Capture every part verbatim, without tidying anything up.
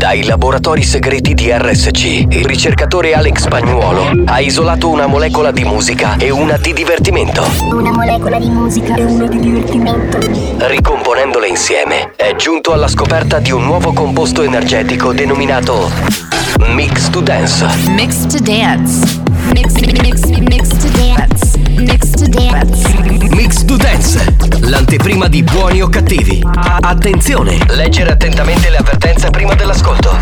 Dai laboratori segreti di R S C, il ricercatore Alex Spagnuolo ha isolato una molecola di musica e una di divertimento. Una molecola di musica e una di divertimento. Ricomponendole insieme, è giunto alla scoperta di un nuovo composto energetico denominato Mix to Dance. Mix to Dance. Mix, mix, mix to dance. Mix to dance. Mix to Dance, l'anteprima di Buoni o Cattivi. Attenzione, leggere attentamente le avvertenze prima dell'ascolto.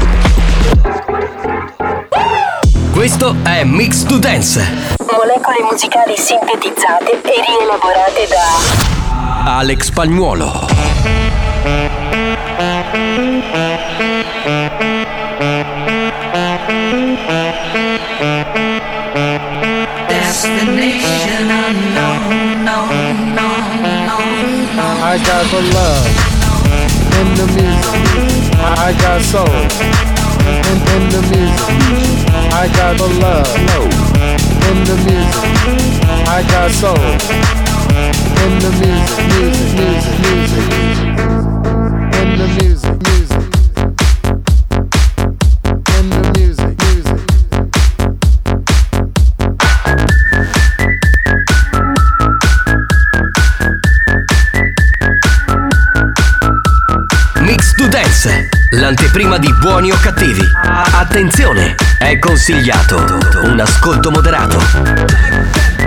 Questo è Mix to Dance. Molecole musicali sintetizzate e rielaborate da Alex Spagnuolo. Destination unknown, no, no, no, no. I got the love in the music. I got soul in, in the music. I got the love in the music. I got soul in the music, music, music, music. In the music, music. In the music, music. Mix to Dance, l'anteprima di Buoni o Cattivi. Attenzione, è consigliato un ascolto moderato.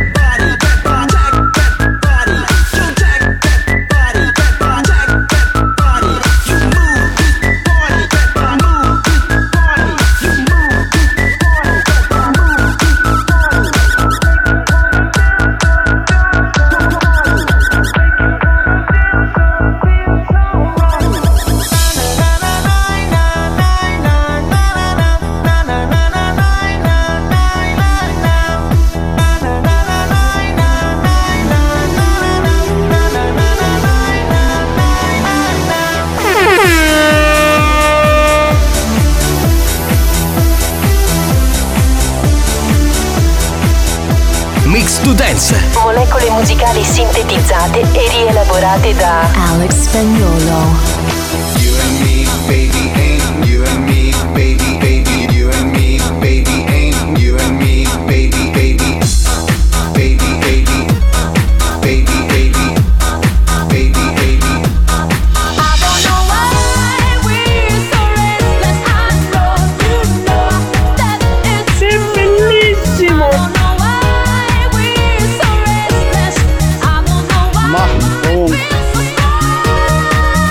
Mix to Dance. Molecole musicali sintetizzate e rielaborate da Alex Spagnuolo. You and me, baby, ain't you and me, baby, baby, you and me, baby, ain't you and me, baby, baby, baby, baby, baby, baby, baby, baby. I don't know why we're so restless. I know you know that it's È bellissimo! I don't know why we're so restless. I don't know why Ma oh. we're so strong.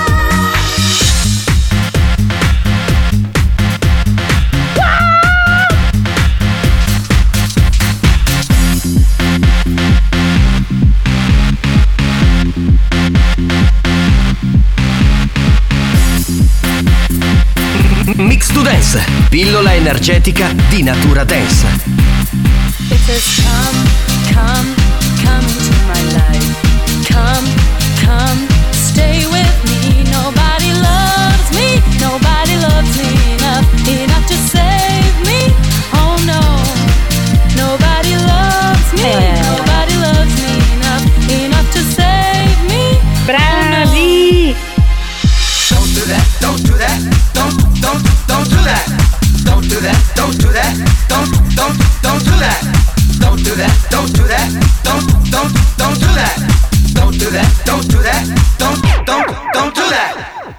Mix to Dance, pillola energetica di natura dance. It says come, come, come into my life. Come, come, stay with me. Nobody loves me, nobody loves me enough, enough to save me. Oh no, nobody loves me, Eh. nobody loves me enough, enough to save me. Bravi! Don't do that, don't do that, don't, don't, don't do that. Don't do that, don't do that, don't, don't, don't do that. Don't do that, don't do that, don't, don't, don't do that. Don't do that, don't do that, don't, don't, don't do that.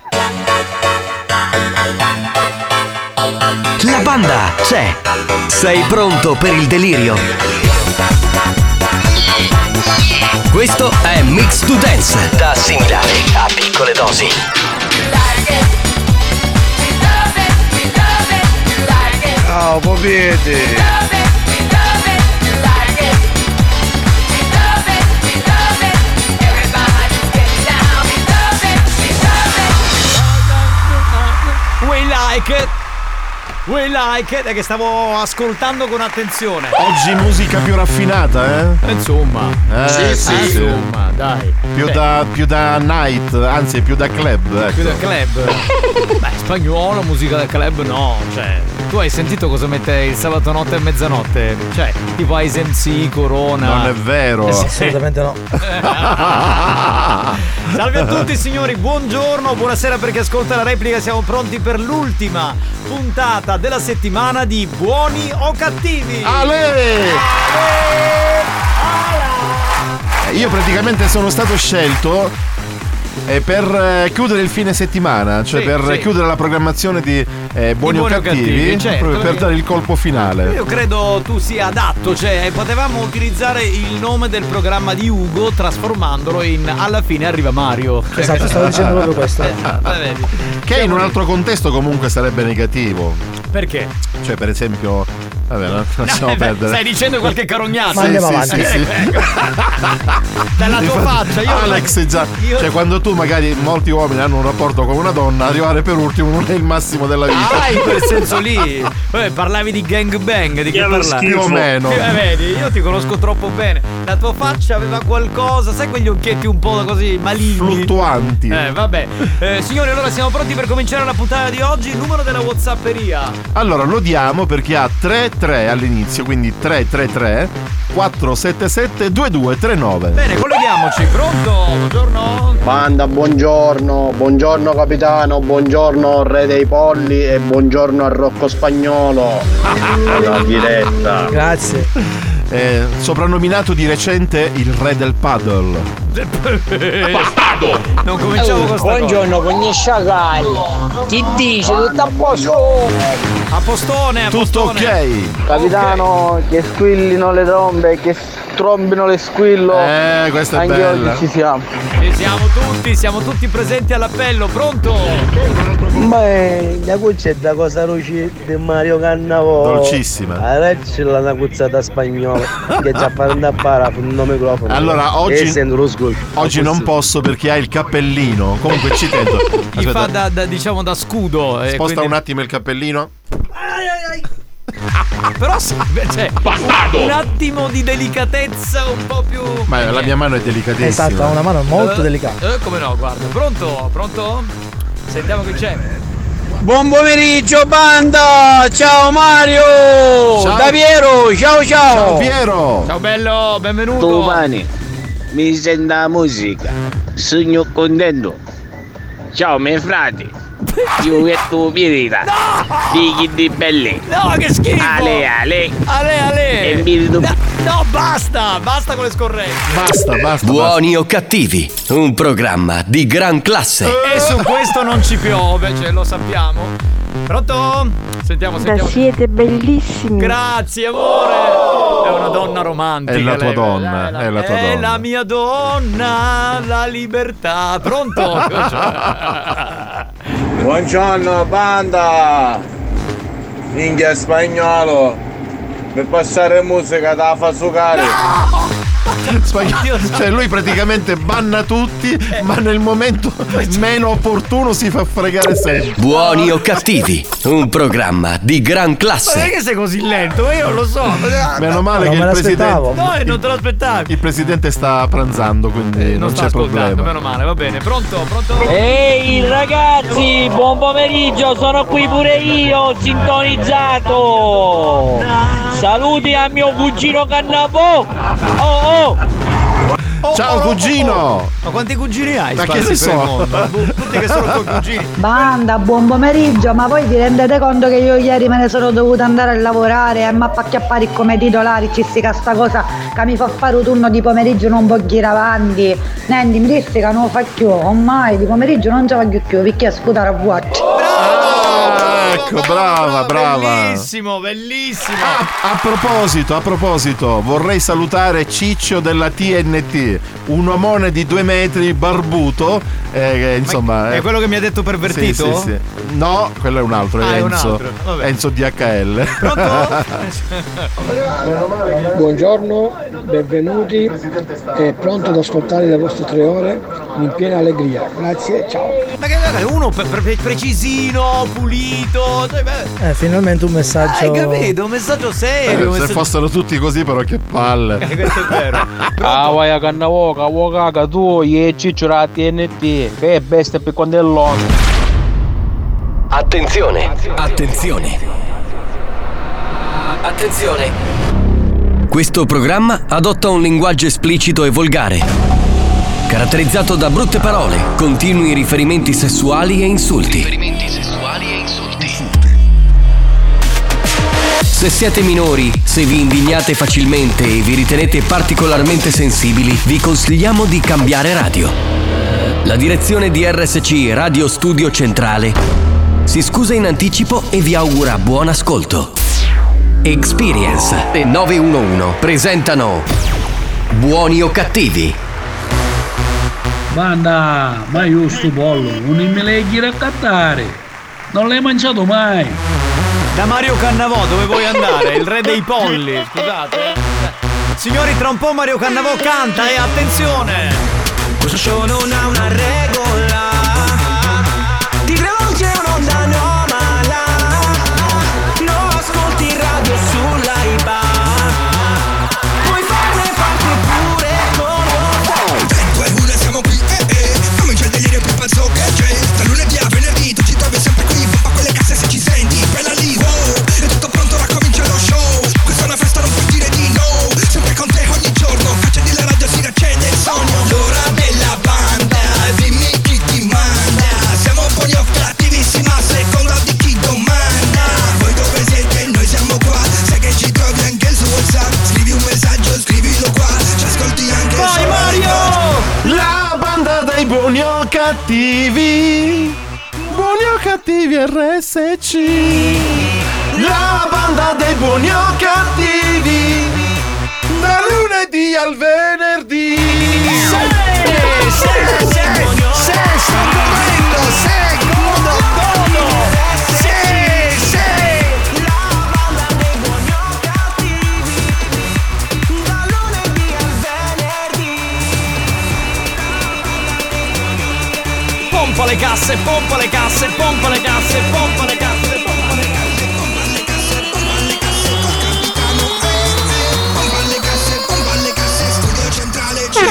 La banda c'è. Sei pronto per il delirio? Questo è Mix to Dance, da assimilare a piccole dosi. Oh, popete! We like it. We Like It, che stavo ascoltando con attenzione. Oggi musica più raffinata, eh? Insomma. Eh, sì, sì, sì, sì. Insomma, dai. Più Beh. da, più da night, anzi più da club, ecco. Più da club. Beh, spagnolo, musica da club no, cioè. Tu hai sentito cosa mette il sabato notte e mezzanotte? Cioè, tipo Ice M C, Corona. Non è vero. Eh, sì. Assolutamente no. Salve a tutti signori, buongiorno, buonasera per chi ascolta la replica, siamo pronti per l'ultima puntata della settimana di Buoni o Cattivi. Ale! Ale! Io praticamente sono stato scelto eh, per eh, chiudere il fine settimana, cioè sì, per sì. chiudere la programmazione di eh, Buoni, Buoni o o Cattivi, Cattivi, certo. proprio per dare il colpo finale. Io credo tu sia adatto, cioè potevamo utilizzare il nome del programma di Ugo trasformandolo in Alla fine arriva Mario. Cioè, Esatto, stavo dicendo proprio questo. Eh, vedi. Che in un altro contesto comunque sarebbe negativo. Perché? Cioè per esempio, vabbè, non lasciamo Eh, beh, perdere. stai dicendo qualche carognata. Ma andiamo sì, avanti. sì, sì. Dalla tua faccia, io Alex già, io... cioè quando tu magari molti uomini hanno un rapporto con una donna, arrivare per ultimo non è il massimo della vita. Ah, in quel senso lì. Vabbè, parlavi di gangbang, di che parlavi? Più o meno. Eh, vedi, io ti conosco troppo bene. La tua faccia aveva qualcosa, sai quegli occhietti un po' così maligni, Fluttuanti. Eh, vabbè. Eh, signori, allora siamo pronti per cominciare la puntata di oggi. Il numero della WhatsApperia. Allora lo diamo per chi ha tre tre all'inizio, quindi tre tre tre quattro sette sette due due tre nove. Bene, colleghiamoci. Pronto? Buongiorno. Banda, buongiorno, buongiorno capitano, buongiorno re dei polli e buongiorno a Rocco Spagnolo. La diretta. Grazie. Eh, soprannominato di recente il re del paddle. Bastardo! Non cominciamo con sta buongiorno, cognosciagali. Ti dice tutto a posto? A postone, a Tutto postone. ok. Capitano, okay. Che squillino le trombe, che trombino le squillo. Eh, questa è Anche bella. oggi ci siamo. Ci siamo tutti, siamo tutti presenti all'appello. Pronto? Beh, la cuccia è da cosa luci di Mario Cannavò. Dolcissima. Adesso la una cuzzata spagnola che già fa andare a para con il microfono. Allora oggi, e sento lo sgol. oggi non posso perché ha il cappellino. Comunque ci tento. Gli fa da, da, diciamo da scudo. Sposta quindi... un attimo il cappellino. Però cioè, un, un attimo di delicatezza un po' più. Ma la mia mano è delicatissima. Esatto, ha una mano molto eh, delicata. Eh, come no, guarda. Pronto? Pronto? Sentiamo chi c'è. Buon pomeriggio banda! Ciao Mario! Ciao. Da Piero! Ciao ciao! Ciao Piero. Ciao bello, benvenuto. Domani mi sento la musica, sogno contento. Ciao miei frati, io e tu pirita, figli di belli. No, che schifo! Ale ale! Ale ale! E spirito. No, no, basta! Basta con le scorrenti! Basta, basta. Buoni o cattivi, un programma di gran classe. E su questo non ci piove, cioè lo sappiamo. Pronto? Sentiamo, sentiamo. Siete bellissimi. Grazie amore! È una donna romantica. È la tua lei, donna, è la, è la tua è donna. la mia donna, la libertà. Pronto? Buongiorno banda. Minchia spagnolo. Per passare musica da fa sucare. Spaghetti. Cioè lui praticamente banna tutti, ma nel momento meno opportuno si fa fregare sempre. Buoni o cattivi, un programma di gran Ma classe. perché sei così lento? Io non lo so. Meno male Non che me il l'aspettavo. presidente, No, non te lo aspettavi. il presidente sta pranzando, quindi Eh, non, non sta c'è ascoltando, problema. meno male, va bene. Pronto? Pronto? Ehi ragazzi, buon pomeriggio, sono qui pure io, sintonizzato. Saluti a mio cugino Cannavò. Oh oh. Oh, Ciao oh, cugino! oh, oh. Ma quanti cugini hai? Ma sparsi che ne per il so? mondo? Tutti che sono tuoi cugini. Banda, buon pomeriggio, ma voi vi rendete conto che io ieri me ne sono dovuta andare a lavorare e mi appacchiappare come titolari, ci sta sta cosa che mi fa fare un turno di pomeriggio non può girare avanti. Nendi, mi disse che non lo fa più, ormai di pomeriggio non ce la faccio più, perché a scudare a vuoto. Ecco, brava, brava. Bellissimo, bellissimo. A, a proposito, a proposito, vorrei salutare Ciccio della T N T, un uomone di due metri barbuto eh, insomma, è eh, quello che mi ha detto pervertito? Sì, sì, sì. No, quello è un altro, Ah, è è un Enzo. altro. Vabbè. Enzo D H L. Buongiorno, benvenuti. È pronto ad ascoltare le vostre tre ore in piena allegria. Grazie, ciao. Ma che uno per, per, precisino, pulito. Cioè, beh. Eh, finalmente un messaggio. Hai capito? Un messaggio serio. Eh, un se messaggio... fossero tutti così, però che palle. Eh, questo è vero. Ah, vai a cannavoca, vuocaca, tu, e ciccio la T N T. Che bestia per quando è longo. Attenzione, attenzione. Attenzione. Questo programma adotta un linguaggio esplicito e volgare, caratterizzato da brutte parole, continui riferimenti sessuali e insulti. Riferimenti sessuali e insulti. Se siete minori, se vi indignate facilmente e vi ritenete particolarmente sensibili, vi consigliamo di cambiare radio. La direzione di R S C Radio Studio Centrale si scusa in anticipo e vi augura buon ascolto. Experience e nove uno uno presentano Buoni o Cattivi. Banda, ma io sto pollo, non mi leghi a cattare. Non l'hai mangiato mai. Da Mario Cannavò dove vuoi andare? Il re dei polli, scusate. Signori, tra un po' Mario Cannavò canta e attenzione! Questo show non ha una regola. Ti rivolge un'onda anomala. Non ascolti radio sull'Aiba. Puoi farne parte pure con WhatsApp. Due e una siamo qui, eh eh. Comincia il delirio più pazzo che c'è. Da lunedì a venerdì tu ci trovi sempre qui. Pompa quelle casse se ci senti. Bella lì, wow. È tutto pronto, ora comincia lo show. Questa è una festa, non puoi dire di no. Sempre con te ogni giorno. Accendi la radio, si riaccende il sogno. L'ora della banda, dimmi chi ti manda. Siamo buoni o cattivissimi a seconda di chi domanda. Voi dove siete? Noi siamo qua. Sai che ci trovi anche su WhatsApp. Scrivi un messaggio, scrivilo qua. Ci ascolti anche su Vai Mario! La banda dei buoni o cattivi. Buoni o cattivi R S C. La banda dei buoni o cattivi. Da lunedì al venerdì. Sei, sei, sei, secondo momento, secondo tono. Sei, sei. La banda dei buoni o cattivi. Da lunedì al venerdì. Pompa le casse, pompa le casse, pompa le casse, pompa le casse, pompa le casse. Pompa le casse, pompa le casse, studio centrale c'è.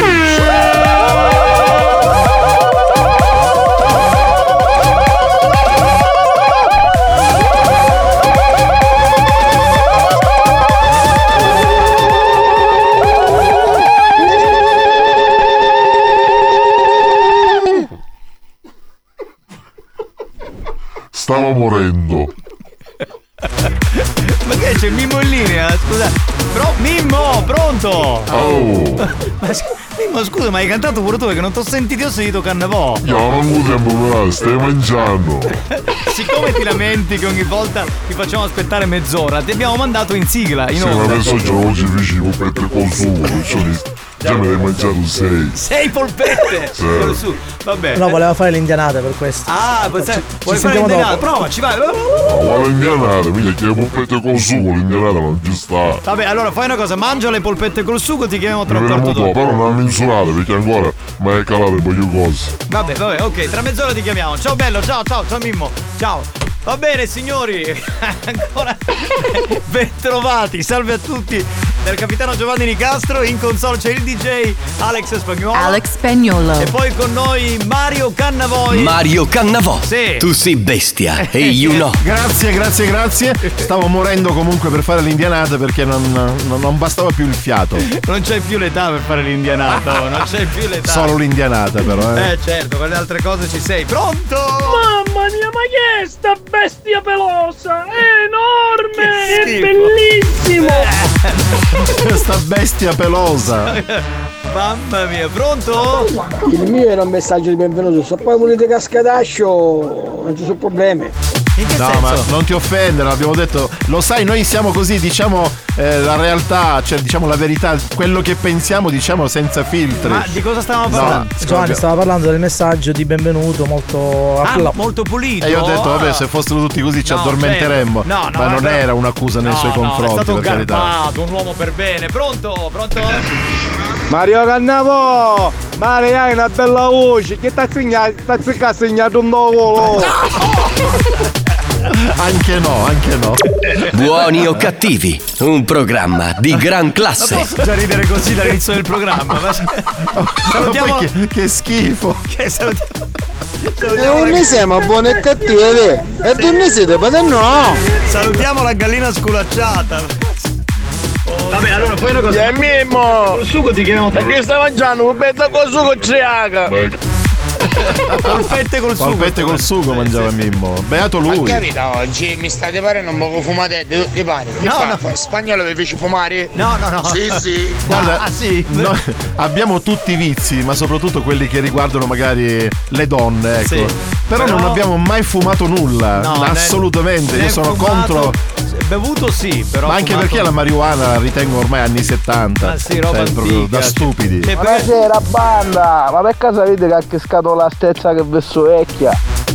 Stava morendo. Ma che c'è Mimmo in linea? Scusa. Pro- Mimmo, pronto? Oh. Ma, Mimmo, scusa, ma hai cantato pure tu perché non ti ho sentito, io ho sentito Cannavò. Io non ho tempo per stai mangiando. Siccome ti lamenti che ogni volta ti facciamo aspettare mezz'ora, ti abbiamo mandato in sigla. In Se onda. ma adesso già non ci vicino per te col suo, già me ne hai mangiato sei. Sei polpette! Sì. Su, vabbè. No, voleva fare l'indianata per questo. Ah, vuoi fare sentiamo l'indianata? dopo. Provaci, vai. Ma vuole l'indianata, mica che le polpette col sugo, l'indianata non ci sta. Vabbè, allora fai una cosa, mangia le polpette col sugo, ti chiamiamo tra Mi un quarto vedremo dopo, d'ora. però non mi insulate perché ancora mi hai calato un po' di cose. Vabbè, vabbè, ok, tra mezz'ora ti chiamiamo. Ciao bello, ciao, ciao, ciao Mimmo. Ciao. Va bene signori, ancora ben trovati, salve a tutti dal capitano Giovanni Nicastro, in console c'è il D J Alex Spagnuolo. Alex Spagnuolo. E poi con noi Mario Cannavoi. Mario Cannavò. Sì. Tu sei bestia e io no. Grazie, grazie, grazie. Stavo morendo comunque per fare l'indianata perché non, non, non bastava più il fiato. Non c'è più l'età per fare l'indianata, oh, non c'è più l'età. Solo l'indianata però, eh. Eh certo, con le altre cose ci sei. Pronto? Mamma mia, ma che è sta bestia pelosa? È enorme! Che È schifo. bellissimo! Questa bestia pelosa. Mamma mia, pronto? Il mio era un messaggio di benvenuto. Se poi volete cascadascio, non ci sono problemi. In che no, senso? ma non ti offendere, l'abbiamo detto. Lo sai, noi siamo così, diciamo eh, la realtà, cioè diciamo la verità, quello che pensiamo diciamo senza filtri. Ma di cosa stavamo parlando? No, Giovanni stava parlando del messaggio di benvenuto molto Ah, appla- molto pulito. E io ho detto, vabbè, se fossero tutti così ci No, addormenteremmo. certo. No, no, ma non però- era un'accusa nei No, suoi no, confronti, è stato per carità. garbato, un uomo per bene. Pronto? Pronto? Mario Cannavo! Mario, hai una bella voce, che t'ha segnato, t'ha segnato un nuovo. Anche no, anche no. Buoni o cattivi, un programma di gran Ma classe. posso già ridere così dall'inizio del programma? Ma... Salutiamo. Ma poi che, che schifo. Che salutiamo. E non ne siamo buoni e cattivi, e tu ne siete, ma no! Salutiamo la gallina sculacciata. Vabbè, allora poi una cosa. E Mimmo! Il sugo ti chiamiamo. Perché stai mangiando un pezzo con sugo triaga? Polpette col sugo. Polpette col sugo mangiava Mimmo. Beato lui. Ma capita oggi mi state parendo un po' fumate di tutti i pari. Che No, fa? no. Spagnolo vi feci fumare? No, no, no. Sì, sì. Guarda, Ah, sì. noi abbiamo tutti i vizi, ma soprattutto quelli che riguardano magari le donne, ecco. Sì. Però, Però- non abbiamo mai fumato nulla. No, né- assolutamente. né Io sono fumato- contro. Bevuto sì, però. Ma anche fumato perché la marijuana la ritengo ormai anni settanta. Ah, sì, roba Cioè, proprio antica, da cioè- stupidi. Cioè, per- Buonasera banda! Ma per caso avete qualche scatola stezza che verso vecchia?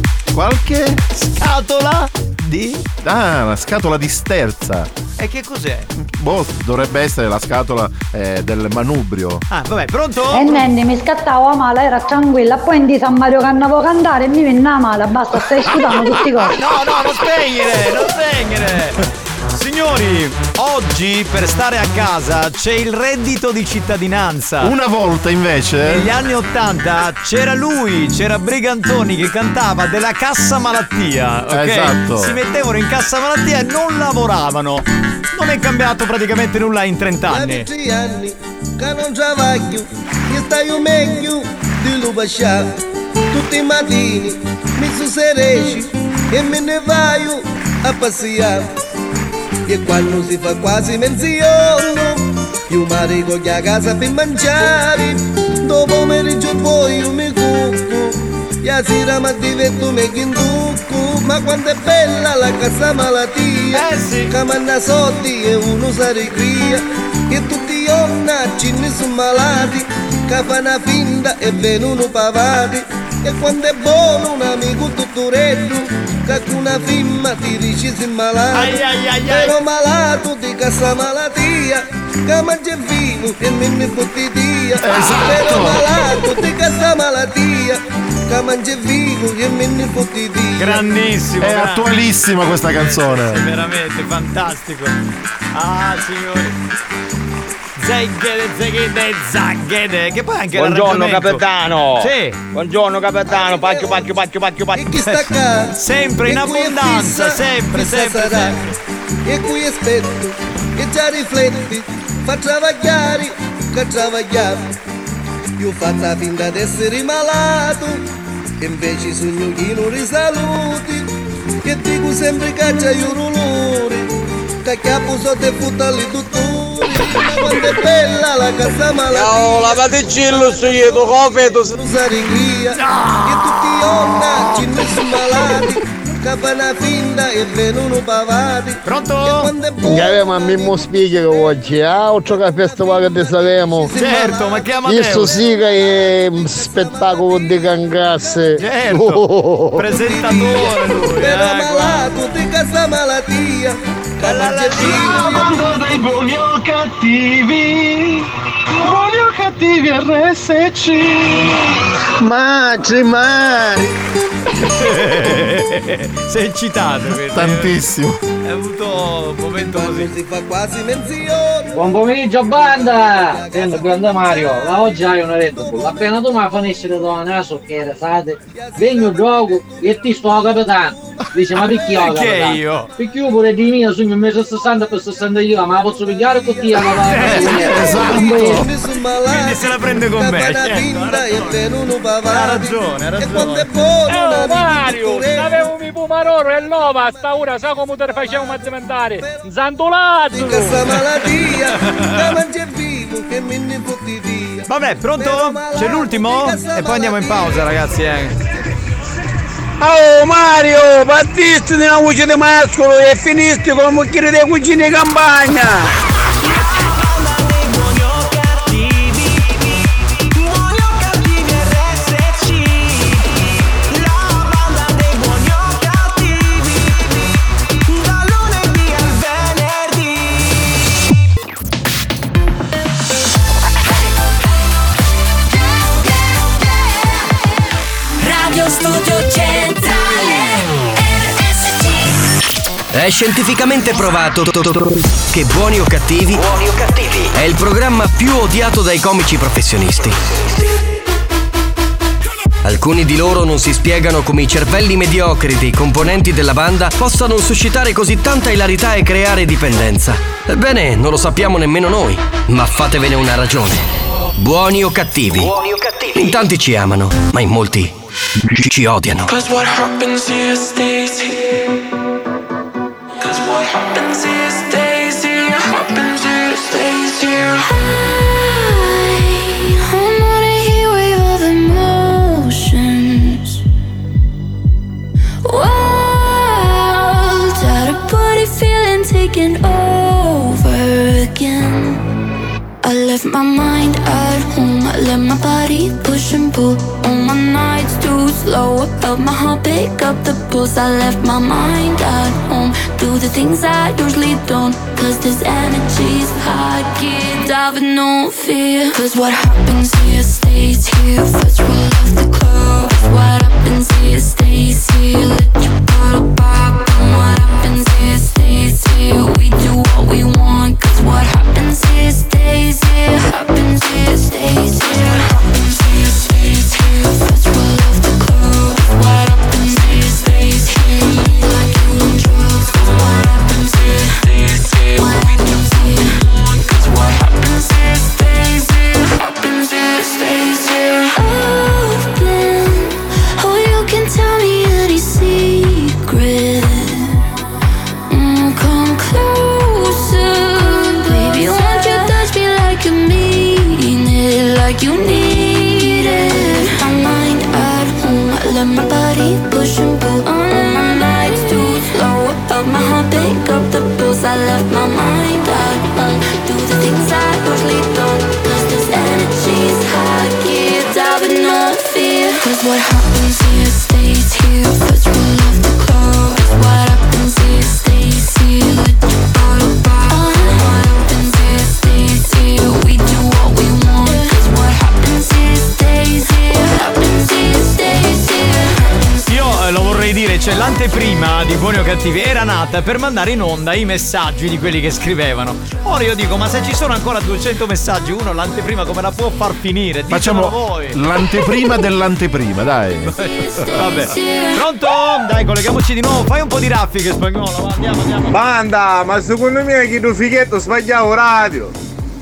Qualche Scatola di? Ah, una scatola di sterza. E che cos'è? Boh, dovrebbe essere la scatola eh, del manubrio. Ah, vabbè, pronto? E Nanni mi scattavo male, era tranquilla, poi in di San Mario Cannavo cantare e mi venne la male, basta, stai scudando tutti i cosi. No, no, non spegnere, non spegnere. Signori, oggi per stare a casa c'è il reddito di cittadinanza. Una volta invece. Negli anni ottanta c'era lui, c'era Brigantoni che cantava della cassa malattia, ok? Esatto. Si mettevano in cassa malattia e non lavoravano. Non è cambiato praticamente nulla in trent'anni. venti anni che non travaglio, io stai meglio di lo bascià. Tutti i mattini mi susereci e me ne vaio a passeare. E quando si fa quasi mezzogiorno, io mi ricordo a casa per mangiare. Dopo pomeriggio poi io mi cucco, e a sera mi diverto me in ducco. Ma quando è bella la casa malattia, eh sì. che manna soldi e uno si ricria. E tutti i onnacci ne sono malati, che fanno finta e vengono pavati. E quando è buono un amico tuttoretto, che con una firma ti dice sei malato. Ai, ai, ai, ai. Però malato di questa malattia, che mangia il vino e me ne fotti via. Esatto. Però malato di questa malattia, che mangia il vino e me ne fotti via. Grandissimo. È grande. attualissima questa canzone. Sì, veramente fantastico. Ah, signori. Zeghede, zeghede, zaghede. Che poi anche Buongiorno l'arrangiamento. capitano. Sì. Buongiorno capitano, pacchio pacchio pacchio pacchio pacchio. Chi sta qua? Sempre in E qui è abbondanza, fissa, sempre, fissa sempre, sarà. sempre. E qui aspetto che già rifletti, fa travagliare, che travagliare. Io faccio finta d'essere malato, e invece sogno che non risaluti. E dico sempre che c'è io dolore, che capo sotto e futali dottori. Ma quando è bella la casa malattia, Ciao, la paticillo su io, tu confeto. non si ricria. E tutti i onnacci non sono malati, che fanno finta e vengono pavati. Pronto? E quando è buono, Che avevamo a Mimmo Spieghi oggi, altro che festival che saremo. Certo, ma che Questo sì che è un spettacolo di cangasse. Certo. Oh. Presentatore lui. però eh, malato di questa malattia, che mangia il vino. Banda dei buoni o cattivi. Buoni o cattivi R S C. Maggi, mari. Sei eccitato questo. Tantissimo. Hai avuto un momento così. Si fa quasi mezzogiorno. Buon pomeriggio banda! Sento grande Mario, da oggi hai una Red Bull. Appena tu mi finisci da tua naso che era state, vengo gioco e ti sto capitano. Dice ma perché io Perché capitano? io? Perché io pure di mio sogno un metro e sessanta per sessanta io, ma la posso pigliare con te alla Esatto. Quindi se la prende con me. Che fanno certo, finta ha e ragione. vengono Ha pavati. ragione, ha E quando è ragione. buono, Oh una Mario, vita avevo mi pumaroro e l'ova, sta ora sa come te ne facciamo a diventare? Zantolazzo! di questa malattia, che mangia il vino che me ne fotti via. Vabbè, pronto? C'è l'ultimo? E poi andiamo in pausa, ragazzi, eh. Oh Mario, partisti di una voce di mascolo e finisti con un mucchiere dei cugini in campagna. Studio Centrale R S C. È scientificamente provato che Buoni o Cattivi è il programma più odiato dai comici professionisti. Alcuni di loro non si spiegano come i cervelli mediocri dei componenti della banda possano suscitare così tanta ilarità e creare dipendenza. Ebbene, non lo sappiamo nemmeno noi, ma fatevene una ragione. Buoni o Cattivi. Buoni o Cattivi. In tanti ci amano, ma in molti ci odiano. Cause what happens here stays here. Cause what happens here stays here. Happens here stays here. I, I'm not a heat wave of emotions. Wild, out of body feeling taken over again. I left my mind at home, I let my body push and pull. On my nights too slow, I felt my heart pick up the pulse. I left my mind at home, do the things I usually don't. Cause this energy's high, get dive with no fear. Cause what happens here stays here. First rule of the club, what happens here stays here. Let your bottle pop, and what happens here stays here. We do what we want, cause what happens here stays here. Happens here stays here. Happens here stays here. First rule of the club, what happens here stays here. Like you on drugs, cause what happens here stays here. What happens here, cause what happens here stays here. Happens here stays here. Open, oh you can tell me any secret. Mm, come closer, baby, won't you touch me like you mean it, like you need it. My mind at home, I let my body push and pull. On my nights too slow, I felt my heart pick up the pulse. I left my mind at home, do the things I usually don't. Cause this energy's high, get out with no fear. Cause what happens here stays here. First rule of the club, what happens here stays here. Let your bottle pop, what happens here stays here. We do what we want, cause what happens here stays here. Happens here stays here. Io eh, lo vorrei dire, cioè l'anteprima di Buoni o Cattivi era nata per mandare in onda i messaggi di quelli che scrivevano. Ora io dico, ma se ci sono ancora duecento messaggi, uno l'anteprima come la può far finire? Dicelo Facciamo voi. l'anteprima dell'anteprima, dai. Vabbè. Pronto? Dai, colleghiamoci di nuovo. Fai un po' di raffiche spagnolo, va, andiamo, andiamo. Banda, ma secondo me che tu fighetto sbagliavo radio.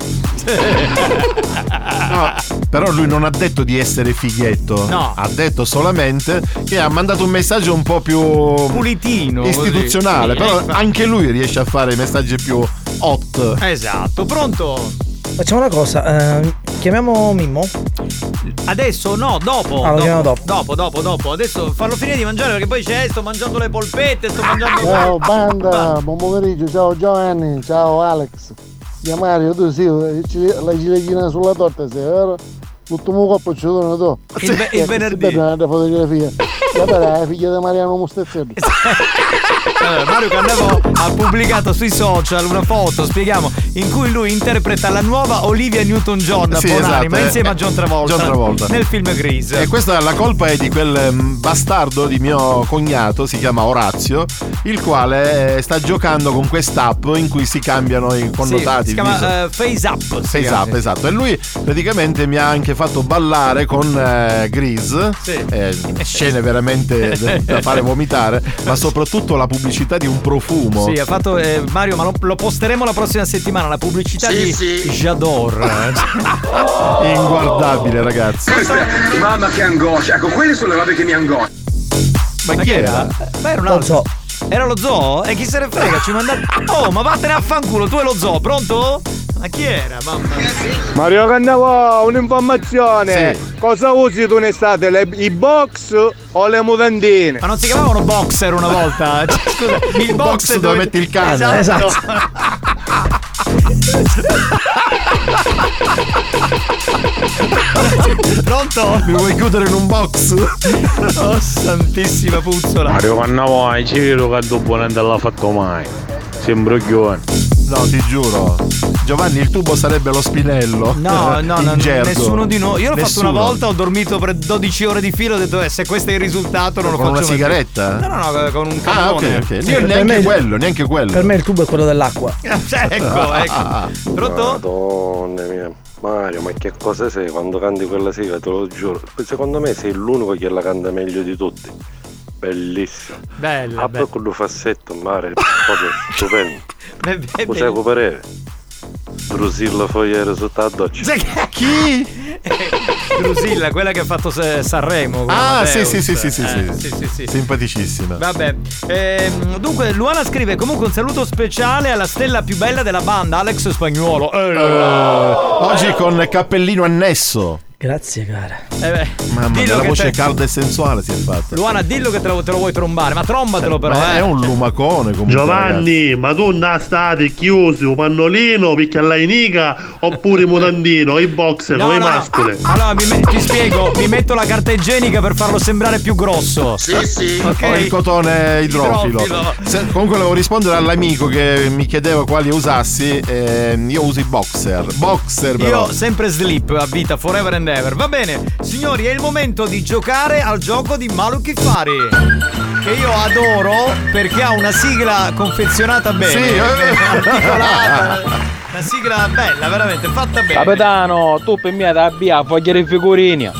No, però lui non ha detto di essere fighetto. No. Ha detto solamente che ha mandato un messaggio un po' più pulitino, istituzionale. così. Però Sì, anche lui riesce a fare messaggi più hot. Esatto, pronto? Facciamo una cosa, eh, chiamiamo Mimmo. Adesso no, dopo. Ah, lo chiamiamo dopo. Dopo, dopo, dopo. Adesso farlo finire di mangiare perché poi c'è, sto mangiando le polpette, sto mangiando. Ciao banda, buon pomeriggio, ciao Giovanni, ciao Alex. Mia Mario, tu sì, la ciliegina sulla torta sei, vero? L'ultimo coppo ci sono tu. Il, be- il venerdì. È una fotografia. Vabbè, è la figlia di Mariano Mustezzello. Allora, Mario Cannavo ha pubblicato sui social una foto, spieghiamo, in cui lui interpreta la nuova Olivia Newton-John, Sì, buonanima, esatto, insieme eh, a John Travolta, John Travolta nel film Grease. E questa la colpa è di quel mm, bastardo di mio cognato, si chiama Orazio, il quale eh, sta giocando con quest'app in cui si cambiano i connotati. Sì, si il viso. chiama uh, Face Up. si Face chiama, Up, sì. esatto. E lui praticamente mi ha anche fatto ballare con eh, Grease, Sì. eh, scene veramente da, da fare vomitare, ma soprattutto la pubblicità di un profumo. Sì, ha fatto eh, Mario, ma lo, lo posteremo la prossima settimana, la pubblicità Sì, di sì. J'adore. Inguardabile, ragazzi. Mamma che angoscia, ecco, quelle sono le robe che mi angosciano. Ma chi era? Ma era un altro. Era lo zoo? E chi se ne frega? Ci mandate. Oh, ma vattene a fanculo, tu e lo zoo, pronto? Ma chi era? Mamma mia. Mario Cannavò, un'informazione. Sì. Cosa usi tu in estate? Le, I box o le mutandine? Ma non si chiamavano boxer una volta? Cioè, scusa, il box dove metti il cane. Esatto. Pronto? Mi vuoi chiudere in un box? Oh santissima puzzola. Mario Cannavò, ci vedo che dopo non te l'ha fatto mai. Sembra chione. No, ti giuro. Giovanni, il tubo sarebbe lo spinello. No, no, no, gergo. nessuno di noi. Io l'ho Nessuno. fatto una volta, ho dormito per dodici ore di filo, ho detto eh, se questo è il risultato non lo con faccio una mai più. sigaretta? No, no, no, con un Ah, cannone. ok, ok. Sì, Io per neanche me- quello, neanche quello. Per me il tubo è quello dell'acqua. ecco, ecco. Pronto? Madonna mia. Mario, ma che cosa sei quando canti quella sigla, te lo giuro. Secondo me sei l'unico che la canta meglio di tutti. Bellissimo. Bella, ah, bella. poi con lo fassetto, Mario, proprio stupendo. Beh, beh, Lo sai coprire? Drusilla Fogliere sotto la doccia. Sai chi? Drusilla, quella che ha fatto Se- Sanremo. con Ah, sì, Amadeus. sì, sì, sì, sì, Eh, sì. sì, sì, sì. Simpaticissima. Vabbè, ehm, dunque Luana scrive comunque un saluto speciale alla stella più bella della banda, Alex Spagnuolo. Eh, Eh, oggi con cappellino annesso. Grazie, cara. eh beh, Mamma mia, dillo la che voce te- calda e sensuale si è fatta. Luana, dillo che te lo, te lo vuoi trombare, ma trombatelo però, Ma eh. è un lumacone comunque. Giovanni, ma tu non state chiusi un pannolino perché alla inica oppure il mutandino, i boxer, No, o i no, no. mascoli? Allora mi me- ti spiego, mi metto la carta igienica per farlo sembrare più grosso. Sì, sì. Ok. O il cotone idrofilo. Idrofilo. Se- comunque volevo rispondere all'amico che mi chiedeva quali usassi. eh, io uso i boxer. Boxer però. Io sempre slip a vita, forever and ever. Va bene, signori, è il momento di giocare al gioco di Maluchi Fari, che io adoro perché ha una sigla confezionata bene. Sì, eh. articolata. Una sigla bella, veramente fatta bene. Capitano, tu per me da via a fogliare i figurini.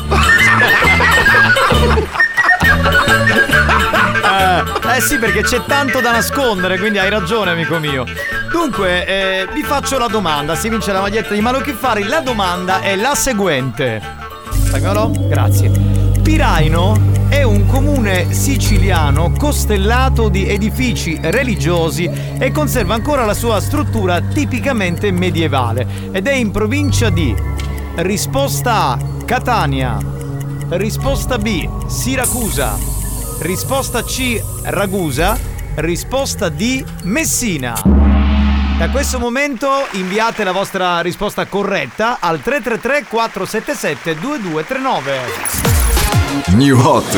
Eh, eh sì, perché c'è tanto da nascondere, quindi hai ragione, amico mio. Dunque, eh, vi faccio la domanda. Si vince la maglietta di Maluchi Fari. La domanda è la seguente. Spagnolo? Grazie. Piraino è un comune siciliano costellato di edifici religiosi e conserva ancora la sua struttura tipicamente medievale ed è in provincia di risposta A Catania, risposta B Siracusa, risposta C Ragusa, risposta D Messina. Da questo momento inviate la vostra risposta corretta al tre tre tre quattro sette sette due due tre nove. New Hot.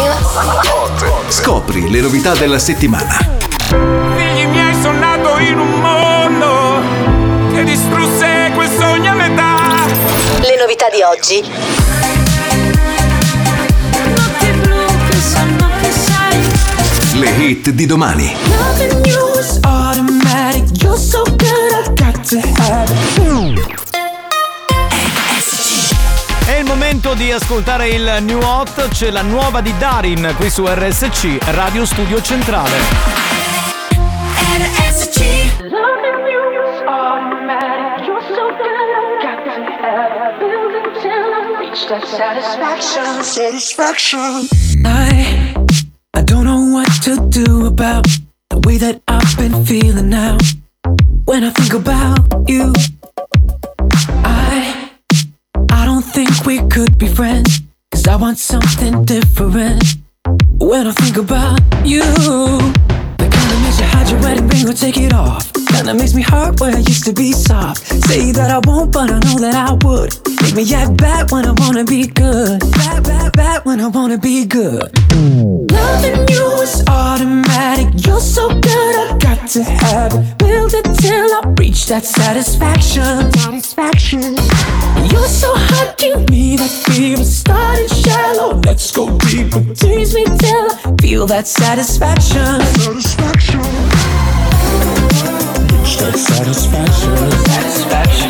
Scopri le novità della settimana. Figli miei, sono nato in un mondo che distrusse quel sogno a metà. Le novità di oggi. Notti blu che sanno che sei. Le hit di domani. Nothing new is automatic. You're so good, I got to have it. È il momento di ascoltare il New Hot, c'è la nuova di Darin qui su R S C, Radio Studio Centrale. R S C. Loving you is automatic. You're so good, I got to have it. Build until I reach that satisfaction. Satisfaction. I, I don't know what to do about the way that I've been feeling now. When I think about you, I, I don't think we could be friends, 'cause I want something different. When I think about you, the kind that makes you hide your wedding ring or take it off. Kinda makes me hurt where I used to be soft. Say that I won't, but I know that I would. Make me act bad when I wanna be good. Bad, bad, bad when I wanna be good. Loving you is automatic. You're so good, I got to have it. Build it till I reach that satisfaction. Satisfaction. You're so hot, you need that fever. Starting shallow, let's go deeper. Tease me till I feel that satisfaction. Satisfaction. Reach that satisfaction. Satisfaction.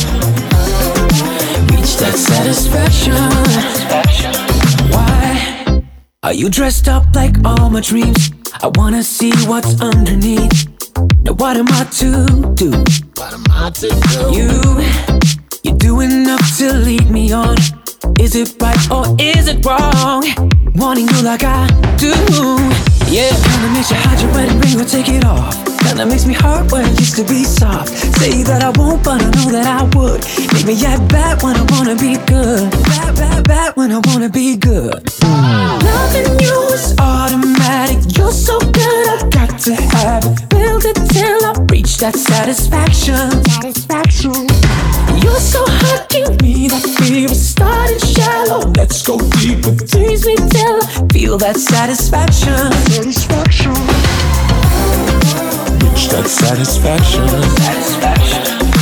Reach that satisfaction. Satisfaction. Why are you dressed up like all my dreams? I wanna see what's underneath. Now what am I to do? What am I to do? You, you do enough to lead me on. Is it right or is it wrong? Wanting you like I do. Yeah, kinda makes you hide your wedding ring or take it off. Kinda makes me hurt where it used to be soft. Say that I won't, but I know that I would. Make me act bad when I wanna be good. Bad, bad, bad when I wanna be good. Loving you is automatic. You're so good, I've got to have it. Build it till I reach that satisfaction. Satisfaction. You're so hot, give me that fever. Starting shallow, let's go deeper. Tease me till I feel that satisfaction. Satisfaction. Reach that satisfaction. Satisfaction.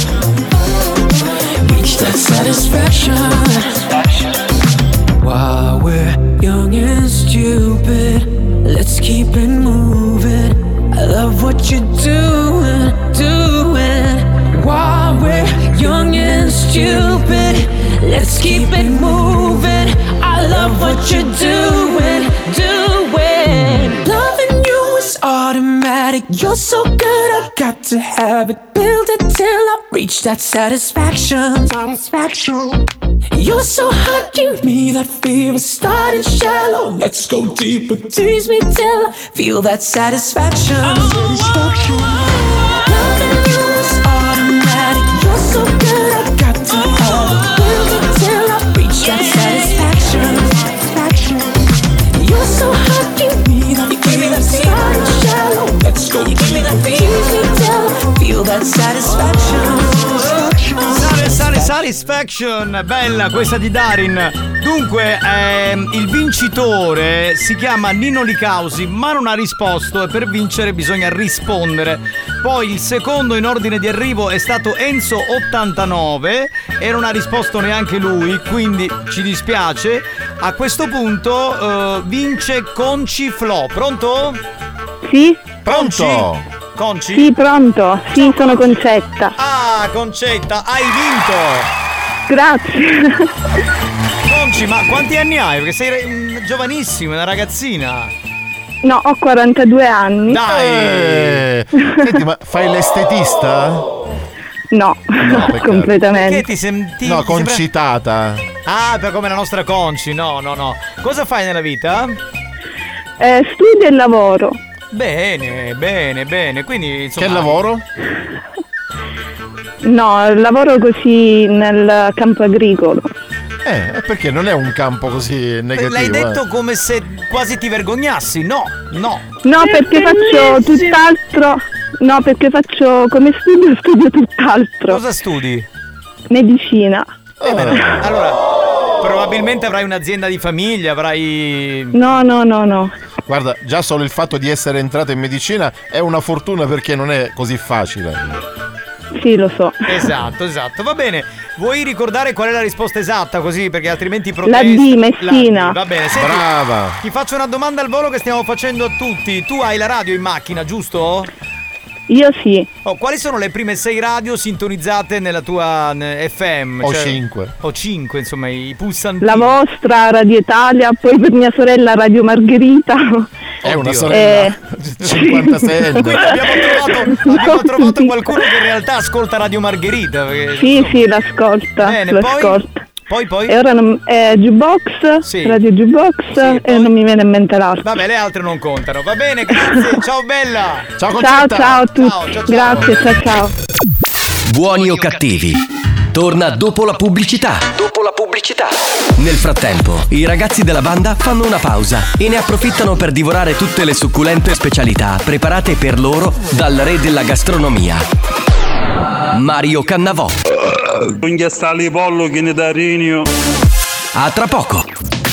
Reach that satisfaction. Satisfaction. While we're young and stupid, let's keep it moving. I love what you're doing, doing. While we're young and stupid, let's keep it moving. I love what you're doing, doing. Loving you is automatic. You're so good, I got to have it. Build it till I reach that satisfaction. Satisfaction. You're so hot, give me that fever. Starting shallow, let's go deeper. Tease me till I feel that satisfaction. Satisfaction. Loving you is automatic. You're so good, I got to have it. Build it till I reach that satisfaction. Satisfaction. You're so hot, give me that fever. Starting shallow, let's go deeper. Tease me till I feel that satisfaction. Sale, sale, satisfaction, bella questa di Darin. Dunque, ehm, il vincitore si chiama Nino Licausi, ma non ha risposto e per vincere bisogna rispondere. Poi il secondo in ordine di arrivo è stato Enzo ottantanove e non ha risposto neanche lui, quindi ci dispiace. A questo punto eh, vince Conci Flo. Pronto? Sì. Conci? Conci? Sì, pronto. Sì, sono Concetta. Ah, Concetta, hai vinto! Grazie. Conci, ma quanti anni hai? Perché sei mm, giovanissima, una ragazzina. No, ho quarantadue anni. Dai! Eh, senti, ma fai l'estetista? No, no completamente. Perché ti senti... No, ti concitata. Sembra... Ah, per come la nostra Conci. No, no, no. Cosa fai nella vita? Eh, studio e lavoro. Bene, bene, bene. Quindi, insomma... Che lavoro? No, lavoro così nel campo agricolo. Eh, perché non è un campo così negativo. L'hai detto eh. come se quasi ti vergognassi. No, no. No, perché faccio tutt'altro. No, perché faccio come studio, studio tutt'altro. Cosa studi? Medicina. Eh beh, allora, probabilmente avrai un'azienda di famiglia, avrai... No, no, no, no. Guarda, già solo il fatto di essere entrata in medicina è una fortuna perché non è così facile. Sì, lo so. Esatto, esatto. Va bene. Vuoi ricordare qual è la risposta esatta così? Perché altrimenti protesti. La D, Messina. La D. Va bene. Senti, brava. Ti faccio una domanda al volo che stiamo facendo a tutti. Tu hai la radio in macchina, giusto? Io sì. Oh, quali sono le prime sei radio sintonizzate nella tua F M? O cioè, cinque. O cinque, insomma, i pulsanti. La vostra, Radio Italia, poi per mia sorella Radio Margherita. È Oddio. una sorella eh, cinquantasei. Quindi abbiamo trovato, abbiamo trovato qualcuno che in realtà ascolta Radio Margherita. Perché, sì, insomma... sì, l'ascolta. Bene, l'ascolta. Poi? Poi, poi? E ora non, eh, Jukebox, sì. Radio Jukebox sì, e non mi viene in mente l'altro. Vabbè, le altre non contano. Va bene, grazie. Ciao bella. Ciao Ciao, ciao a tutti. Ciao, ciao, ciao. Grazie, ciao ciao. Buoni o cattivi? Torna dopo la pubblicità. Dopo la pubblicità. Nel frattempo, i ragazzi della banda fanno una pausa e ne approfittano per divorare tutte le succulente specialità preparate per loro dal re della gastronomia, Mario Cannavò. Un ghiastale pollo che ne da Rinio. A tra poco.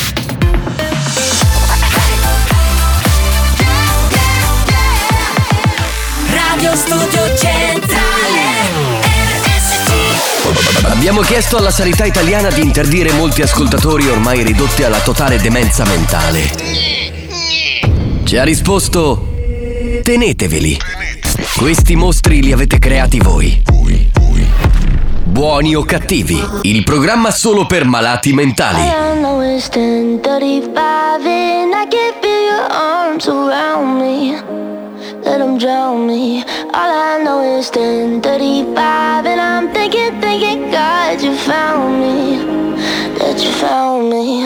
Radio Studio Centrale R S C. Abbiamo chiesto alla sanità italiana di interdire molti ascoltatori ormai ridotti alla totale demenza mentale. Ci ha risposto: teneteveli. Questi mostri li avete creati voi. Buoni o cattivi, il programma solo per malati mentali. I know it's ten thirty-five and I can feel your arms around me. Let them drown me. All I know is ten thirty-five and I'm thinking, thinking, God, you found me. That you found me.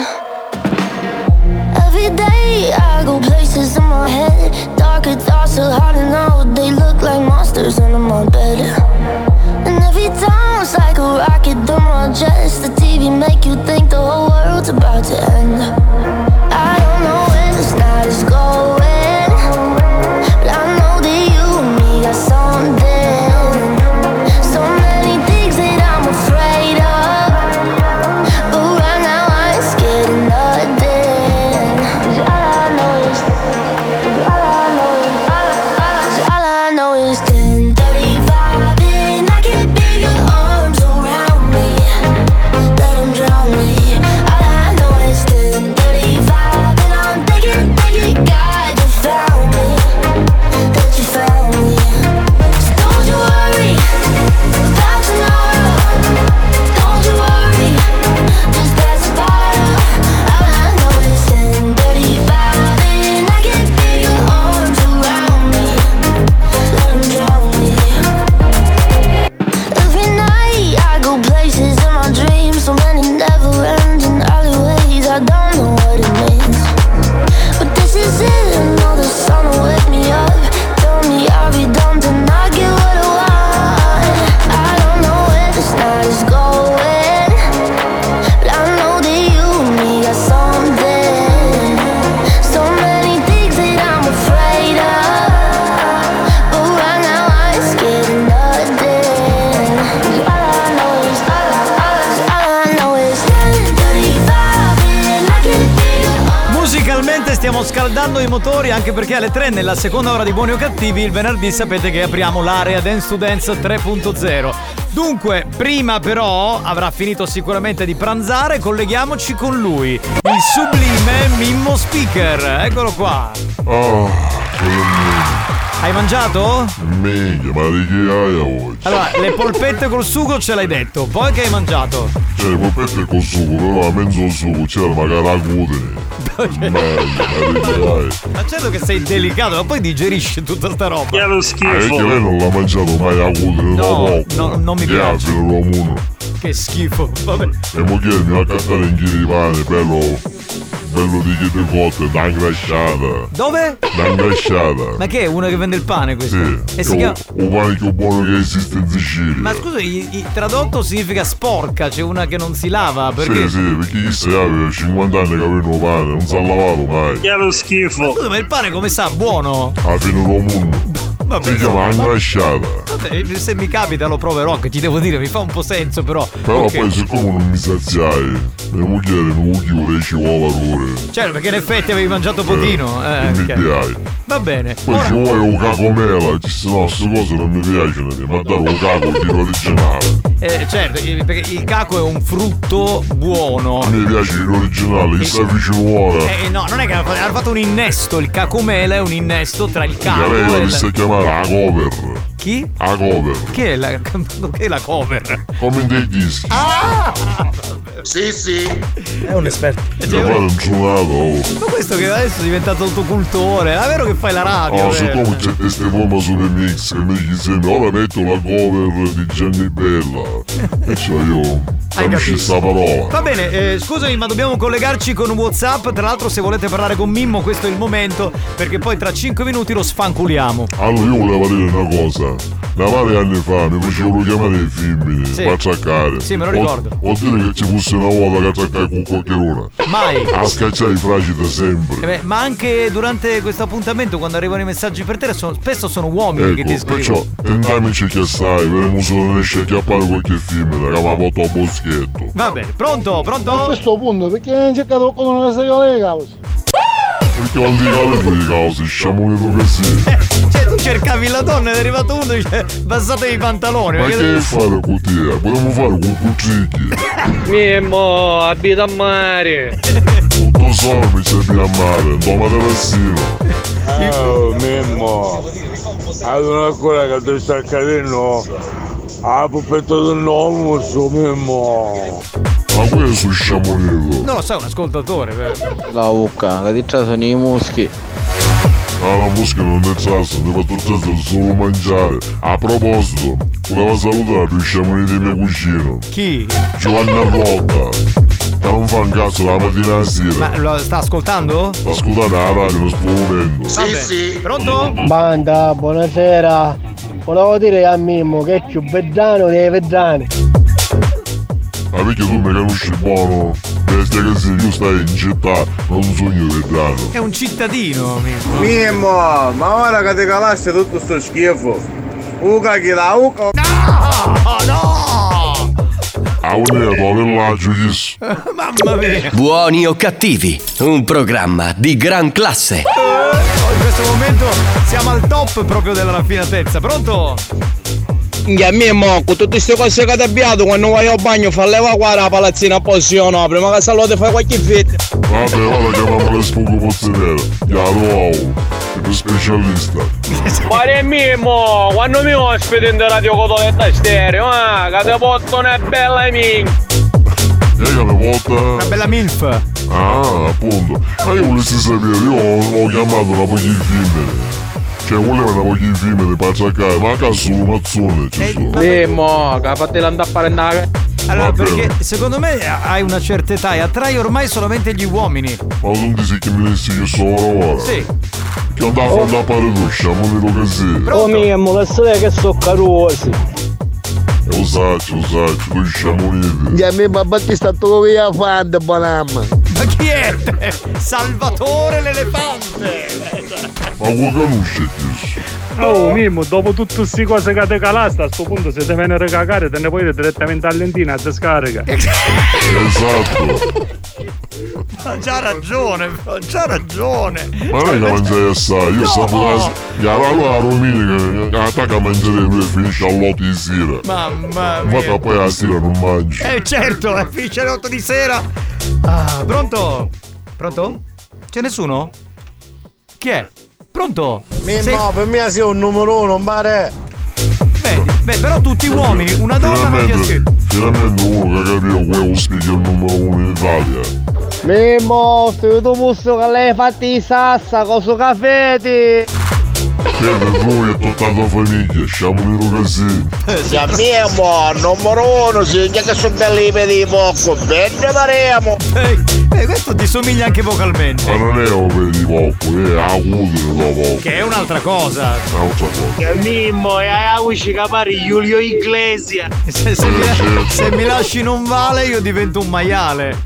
Every day I go places in my head. Darker thoughts are hard to know. They look like colors under my bed. And every time it's like a rocket through my chest. The T V make you think the whole world's about to end. I don't know where this night is going, but I know that you and me got something. So many things that I'm afraid of, but right now I ain't scared of nothing. 'Cause all I know is, all I know is, all I, all I know is ten thirty-five and I can feel your arms around me. Let them drown me. All I know is ten thirty-five and I'm thinking, thinking God you found me, that you found me. So don't you worry about tomorrow. Don't you worry, just pass the bottle. All I know is ten thirty-five and I can feel your arms around me. Let them drown me. Every night I go places in my dreams, so many never-ending alleyways. I don't know what it means, but this is it. I know the sun will wake me up. Tell me I'll be done, then I get what I want. I don't know where this night is going, but I know that you and me got something. So many things that I'm afraid of, but right now I ain't scared of nothing. 'Cause all I know is, all I, all I know is ten thirty-five and I can feel. Musicalmente stiamo scaldando i motori, anche perché alle tre nella seconda ora di Buoni o Cattivi il venerdì sapete che apriamo l'area Dance to Dance tre punto zero. Dunque, prima però avrà finito sicuramente di pranzare, colleghiamoci con lui, il sublime Mimmo Speaker. Eccolo qua. Ah, Hai mangiato? minchia, ma di che hai oggi? Allora, le polpette col sugo ce l'hai detto, poi che hai mangiato? Cioè, le polpette col sugo, però a mezzo sugo c'era magari la glutine. Meglio, ma di che hai? Ma certo che sei delicato, ma poi digerisci tutta sta roba. Che lo schifo. Ah, è che lei non l'ha mangiato mai la glutine, No, no, non mi piace. Romuno. Che schifo, vabbè. E mo chiedi, mi va a cattare in chili di pane, bello, bello di chiede cotte, da ingrasciata. Dove? Da ingrasciata. Ma che è uno che vende il pane questo? Sì. E si chiama... Un pane più buono che esiste in Sicilia. Ma scusa, i- i- tradotto significa sporca, c'è una che non si lava, perché... Sì, sì, perché chi sa, aveva cinquanta anni che aveva un pane, non si è lavato mai. Che è lo schifo. Ma scusa, ma il pane come sa? Buono? Alla fine Romuno. Vabbè, si chiama ingrasciata. Vabbè, se mi capita lo proverò, che ti devo dire, mi fa un po' senso però. Però Ok. poi siccome non mi saziai, le moglie mi voglio le ci uova pure. Certo, perché in effetti avevi mangiato pochino. Eh, E mi ok. piace. Va bene. Poi ci vuole un cacomela, ci sono queste cose non mi piacciono, ma dare un caco di originale. Eh, certo, eh, perché il caco è un frutto buono. A me piace l'originale, che sta vicino ora. Eh, no, non è che hanno fatto, hanno fatto un innesto, il cacomela è un innesto tra il Che caco lei la e mi sta la... chiamare a cover. Chi? A cover. Che è la, che è la cover? Come in dei dischi. Ah! Sì, sì. È un esperto. Devo fare un suonato. Oh. Ma questo che adesso è diventato il tuo cultore, è vero che fai la radio? Oh, vero? siccome c'è queste forme sulle mix che mi dice ora metto la cover di Gianni Bella. E cioè io capisci sta parola. Va bene, eh, scusami, ma dobbiamo collegarci con WhatsApp. Tra l'altro, se volete parlare con Mimmo, questo è il momento, perché poi tra cinque minuti lo sfanculiamo. Allora io volevo dire una cosa. Da vari anni fa mi facevano chiamare i femmini Sì. per attraccare. Sì, me lo ricordo. Vuol dire che ci fosse una volta che attaccai con qualcuno. Mai. A scacciare i fragili sempre. Eh beh, ma anche durante questo appuntamento, quando arrivano i messaggi per te, sono- spesso sono uomini che ti Ecco, perciò scrivono. tentiamoci che sai, vedremo se non riesce a chiappare qualche femmina che mi ha portato a boschetto. Va bene, pronto, A pronto? questo punto, perché non c'è cercato qualcuno che sa le cause? Perché non ti cade tu di cause, sciamonito che sì. Cioè, tu cercavi la donna ed è arrivato uno e dice bassatevi i pantaloni. Ma perché- che fare con te? Potremmo fare con cucicchi. Mimmo, abita a mare. Tutto solo mi serve a mare, un materassino. Oh, Mimmo, ad una cosa che ti sta accadendo a puppetta del uomo, su Mimmo. Ma questo è sciamonito. Non lo so, un ascoltatore. vero? La bucca, che ti sono i muschi. Ah, la mosca non è sasso, ne fa tutto solo mangiare. A proposito, volevo salutare il sciamonito di mio cugino. Chi? Giovanna Rotta. Che non fa un cazzo la mattina alla sera. Ma lo sta ascoltando? Ascoltate la radio, non sto morendo. Sì, sì. Pronto? Banda, buonasera. Volevo dire a Mimmo che è più vedrano dei vedrani. Ma perché tu mi conosci buono? Bestia che sei, io stai in città, non sogno vedrano. È un cittadino, Mimmo. Mimmo, ma ora che ti calaste tutto sto schifo. Uca chi la uca. No, no! A un villaggio chissà. Mamma mia. Buoni o cattivi, un programma di gran classe. Eh, in questo momento siamo al top proprio della raffinatezza. Pronto? Minchia Mimmo, con tutte queste cose che ti abbiamo, quando vai al bagno fa l'evacuare la palazzina poi sì o no, prima che salute fai qualche fetta. Vabbè, ora chiamiamo le spugne pozzerelle. Ya lo è un specialista. Pare Mimmo, quando mi ospiti in radio Cotoletta Stereo, ah, che ti portano è bella minchia. E che mi porta? Una bella milf. Ah, appunto. Ma io volessi sapere, io ho chiamato una moglie di femmine. Cioè, voleva una moglie di femmine per cercare, ma a caso un mazzone ci sono. Mimmo, che fate l'andare a fare andare. Allora, Vabbè. perché secondo me hai una certa età e attrai ormai solamente gli uomini. Ma tu dici che mi dici che sono ora? Sì. Che andavo a fare tu, siamo nero così. Oh Mimmo, che sai che sono carusi. Lo saccio, lo saccio, tu siamo uniti. Ya Mimmo, ma ti sta tutto via fanta, bonamma. Ma chi è? Salvatore l'elefante! Ma vuoi conoscere questo? Oh Mimmo, dopo tutte queste cose che ti calasta, a sto punto se ti viene a cagare te ne puoi ir direttamente all'Entina a te scarica. Esatto. Ha già ragione, ha già ragione. Ma non è che mangiare assai, io No. sapevo che allora la Romina che attacca a mangiare lui e finisce all'otto di sera. Mamma Ma mia. poi la sera non mangi. Eh certo, è finisce alle otto di sera. Ah, pronto? Pronto? C'è nessuno? Chi è? Pronto? Mimmo, Sei- per me sei un numero uno, pare. Beh, beh, però tutti uomini, una donna non gli ha scritto. Finalmente uno che capiva quello speaker numero uno in Italia. Mimmo, stai tu musso che lei fatti di sassa, cosa caffetti. Siete voi e tutta la famiglia, siamo nero così. Ya Mimmo, numero uno, significa che sono belli per di poco, bene faremo. Eh, questo ti somiglia anche vocalmente. Ma non è un per di poco, è acuto dopo. Che è un'altra cosa. È un'altra cosa. Ya Mimmo, e a usci capare Giulio Iglesia. Se, se, mi, se mi lasci non vale, io divento un maiale.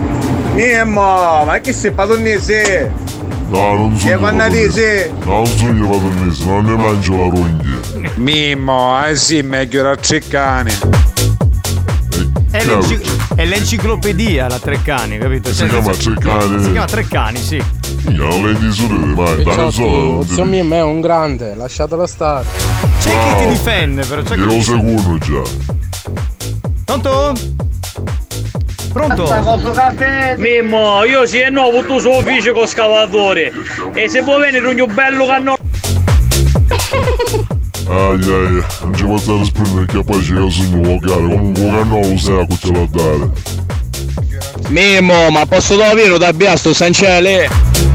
Mimmo, ma che sei padronese? No, non Che sono guannatese? No, non sono padronese, non ne mangio la rogna. Mimmo, eh sì, meglio era Ceccani. È, l'enci- è l'enciclopedia la Treccani, capito? Si Cioè, chiama nel- Treccani. Si chiama Treccani, sì. Minchia, non l'hai disudere mai, da solo. Zio Mimmo è un grande, lasciatelo stare. C'è chi ti difende, però c'è Glielo chi... seguono già. Pronto? Pronto? Mimmo, io sì e no, ho avuto suo ufficio con scavatore. E se vuoi venire un bello canno. Ai ai, non ci posso rispondere che poi c'è il sogno locale. Comunque che non lo sai a cui ce l'ha dare. Mimmo, ma posso davvero da biasto Sancelle?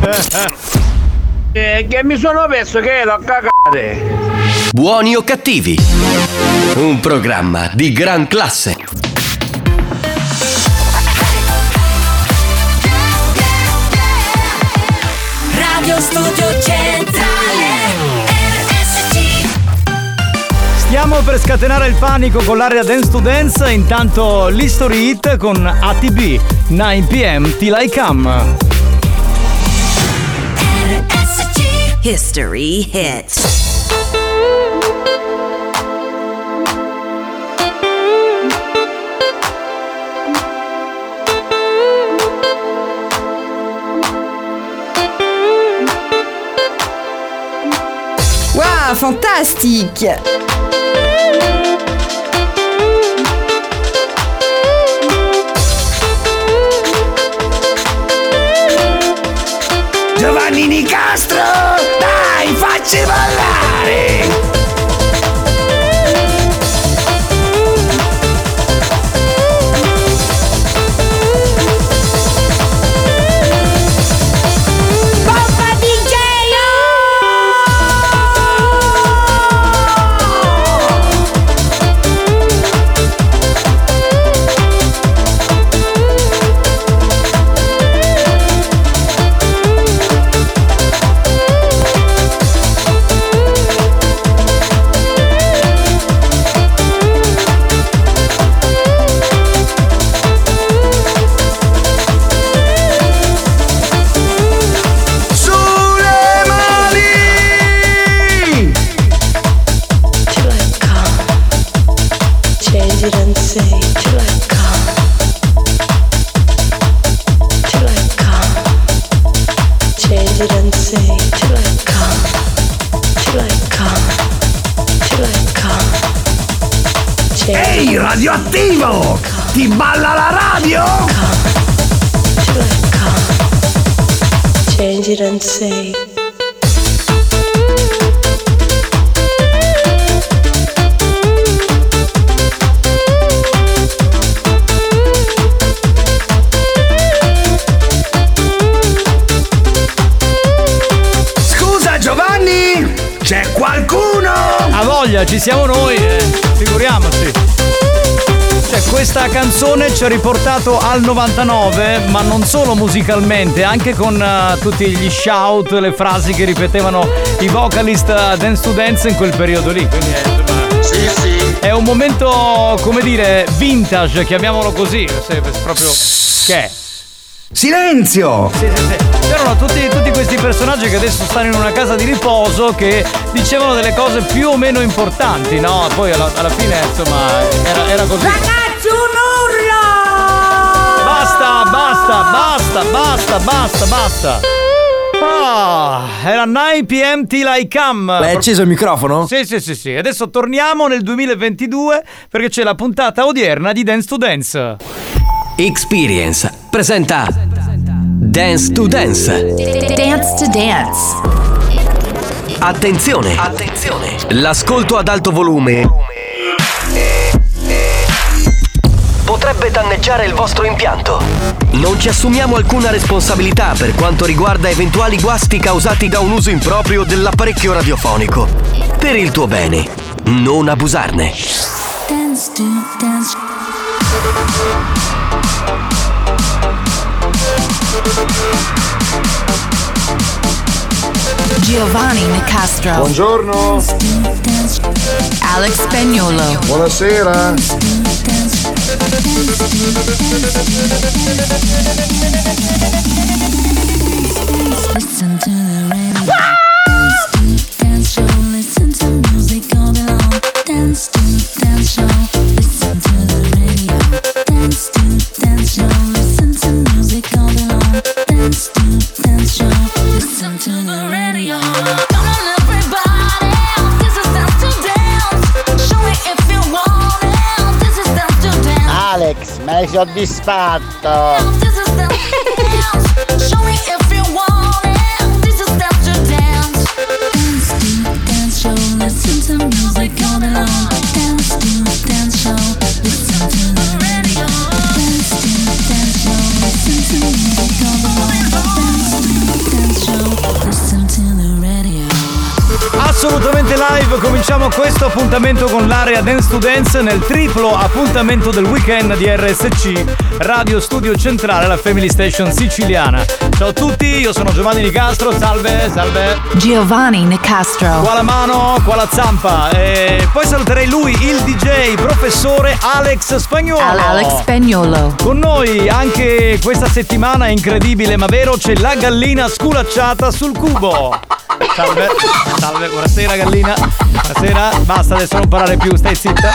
Eh, che mi sono perso che ero a cagare. Buoni o cattivi, un programma di gran classe. Radio Studio Centrale R S C. Stiamo per scatenare il panico con l'area Dance to Dance. Intanto l'History Hit con A T B nove p m Till I Come. R S C History Hits. Wow, fantastique! Giovanni Nicastro, dai, facci ballare! Bomba D J! Sei radioattivo! Ti balla la radio? Change it and say. Scusa Giovanni, c'è qualcuno? A voglia, ci siamo noi, eh. Figuriamoci. Cioè, questa canzone ci ha riportato al novantanove, ma non solo musicalmente, anche con uh, tutti gli shout, le frasi che ripetevano i vocalist uh, Dance to Dance in quel periodo lì. Quindi è, insomma, sì, sì. È un momento, come dire, vintage, chiamiamolo così. Se, proprio. Che è? Silenzio! Sì, sì, sì. C'erano tutti, tutti questi personaggi che adesso stanno in una casa di riposo che dicevano delle cose più o meno importanti, no? Poi alla, alla fine, insomma, era, era così. Ragazzi, un urlo! Basta, basta, basta, basta, basta, basta. Ah, era nove p m till I come. L'hai acceso il microfono? Sì, sì, sì, sì. Adesso torniamo nel duemilaventidue perché c'è la puntata odierna di Dance to Dance. Experience presenta Dance to Dance. Dance to Dance. Attenzione, attenzione. L'ascolto ad alto volume potrebbe danneggiare il vostro impianto. Non ci assumiamo alcuna responsabilità per quanto riguarda eventuali guasti causati da un uso improprio dell'apparecchio radiofonico. Per il tuo bene, non abusarne. Dance to dance. Giovanni Nicastro. Buongiorno. Alex Spagnuolo. Buonasera. Listen to the radio. Dance to dance show. Listen to music all day long. Dance to dance show. Listen to the radio. Dance to dance show. Listen to music all day long. Dance to dance show. Listen to the radio. Come on everybody, this is dance to dance. Show me if you want it. This is dance to dance. Alex, mi hai soddisfatto. This is dance to dance. Show me if you want it. This is dance to dance. Dance to dance show. Listen to music all day long. Dance to dance show. Listen to the radio. Dance to dance show. Listen to music all day long. Dance to dance show. Listen to the radio. Assolutamente live, cominciamo questo appuntamento con l'area Dance to Dance nel triplo appuntamento del weekend di R S C Radio Studio Centrale, la Family Station siciliana. Ciao a tutti, io sono Giovanni Nicastro, salve, salve. Giovanni Nicastro. Qua la mano, qua la zampa. E poi saluterei lui, il D J, professore Alex Spagnuolo. Alex Spagnuolo. Con noi anche questa settimana, è incredibile ma vero, c'è la gallina sculacciata sul cubo. Salve, salve, buonasera gallina. Buonasera, basta adesso non parlare più, stai zitta.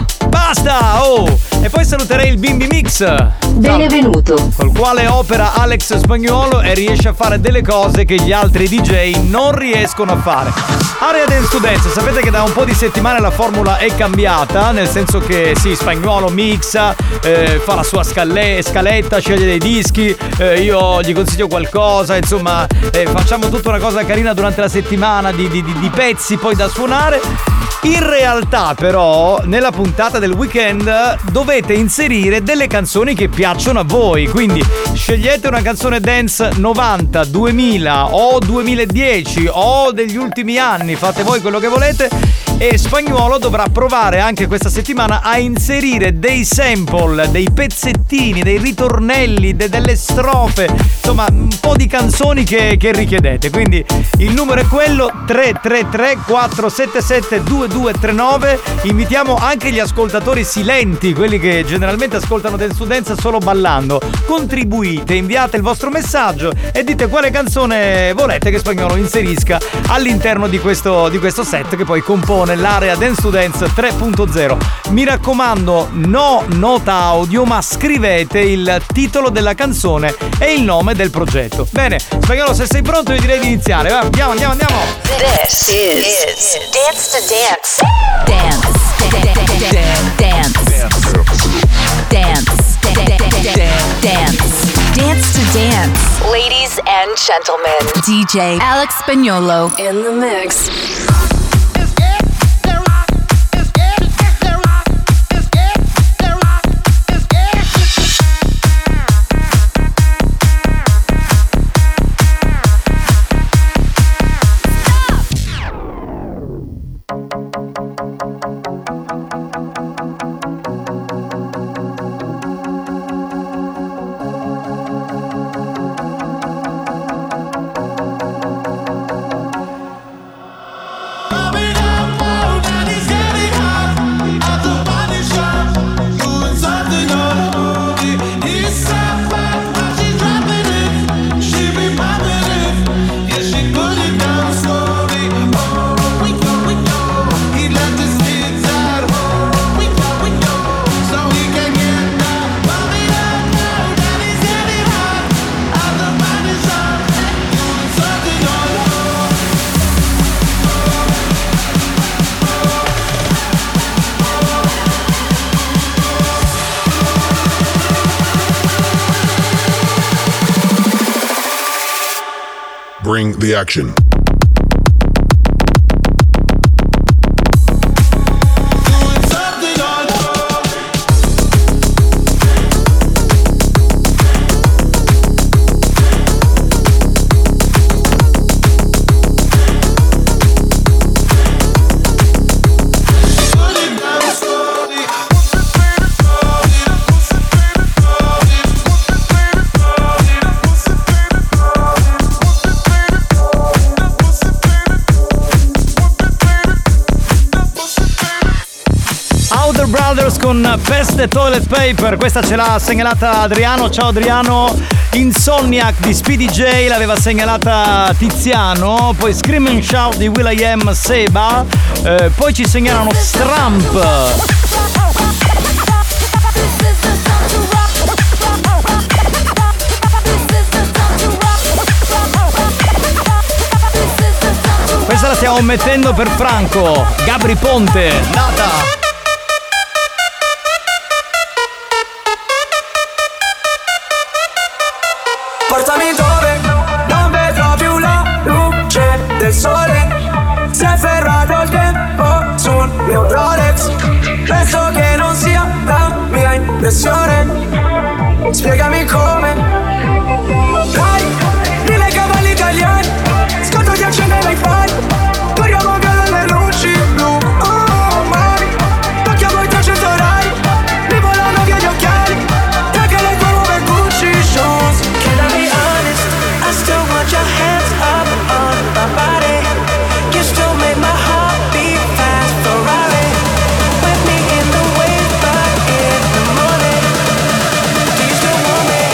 Basta, oh! E poi saluterei il Bimbi Mix. Benvenuto. Col quale opera Alex Spagnuolo e riesce a fare delle cose che gli altri D J non riescono a fare. Area Dance to Dance, sapete che da un po' di settimane la formula è cambiata, nel senso che sì, Spagnuolo mixa, eh, fa la sua scale- scaletta, sceglie dei dischi, eh, io gli consiglio qualcosa, insomma, eh, facciamo tutta una cosa carina durante la settimana di, di, di, di pezzi poi da suonare. In realtà però nella puntata del weekend dovete inserire delle canzoni che piacciono a voi, quindi scegliete una canzone dance novanta, duemila o duemiladieci o degli ultimi anni, fate voi quello che volete e Spagnuolo dovrà provare anche questa settimana a inserire dei sample, dei pezzettini, dei ritornelli, de- delle strofe, insomma un po' di canzoni che, che richiedete. Quindi il numero è quello tre tre tre quattro sette sette due due tre nove. Invitiamo anche gli ascoltatori silenti, quelli che generalmente ascoltano Dance to Dance solo ballando. Contribuite, inviate il vostro messaggio e dite quale canzone volete che Spagnuolo inserisca all'interno di questo, di questo set che poi compone l'area Dance to Dance tre punto zero. Mi raccomando, no nota audio, ma scrivete il titolo della canzone e il nome del progetto. Bene, Spagnuolo, se sei pronto io direi di iniziare. Va, andiamo, andiamo, andiamo. This is Dance to Dance. Dance. Dance. Dance. to dance. Ladies and gentlemen, D J Alex Spagnolo in the mix. Bring the action. Con Peste Toilet Paper, questa ce l'ha segnalata Adriano. Ciao Adriano. Insomniac di Speedy J l'aveva segnalata Tiziano. Poi Scream and Shout di will.i.am Seba. eh, Poi ci segnalano Stramp. Questa la stiamo mettendo per Franco. Gabri Ponte. Data. Portami dove non vedrò più la luce del sole. Si è ferrato il tempo sul mio Rolex. Penso che non sia la mia impressione. Spiegami come. Dai, mille cavalli italiani. Sconto di accendere i fai. Corriamo via dalle luci blu. Oh, mami, tocchiamo i trecento rai. Mi volano via gli occhiali. E che le tue nuove Gucci shoes. I still want your hands up on my body. You still make my heart beat fast. Ferrari with me in the wave, but in the morning. Do you still want me?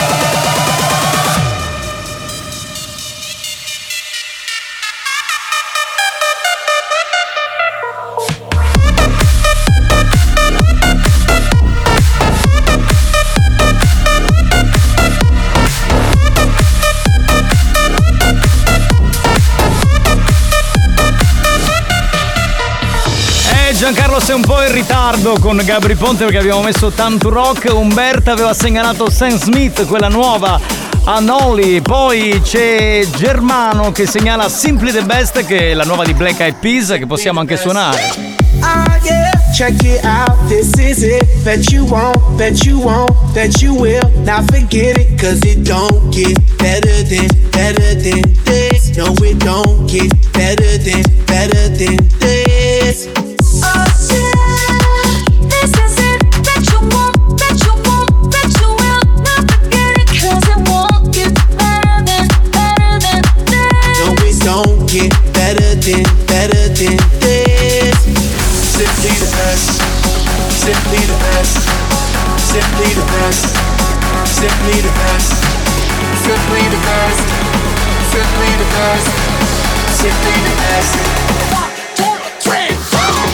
Giancarlo sei un po' in ritardo con Gabri Ponte perché abbiamo messo tanto rock. Umberta aveva segnalato Sam Smith, quella nuova Unholy. Poi c'è Germano che segnala Simply the Best, che è la nuova di Black Eyed Peas, che possiamo anche suonare. Ah yeah, check it out, this is it. Bet you won't, bet you won't, bet you will. Now forget it, cause it don't get better than, better than this. No, it don't get better than, better than this. Oh yeah, this is it. Bet you won't, bet you won't, bet you will. Now forget it, cause it won't get better than, better than this. No, it don't get better than, better than this. Simply the best, simply the best, simply the best, simply the best, simply the best, simply the best, simply the best. One, two, three, four.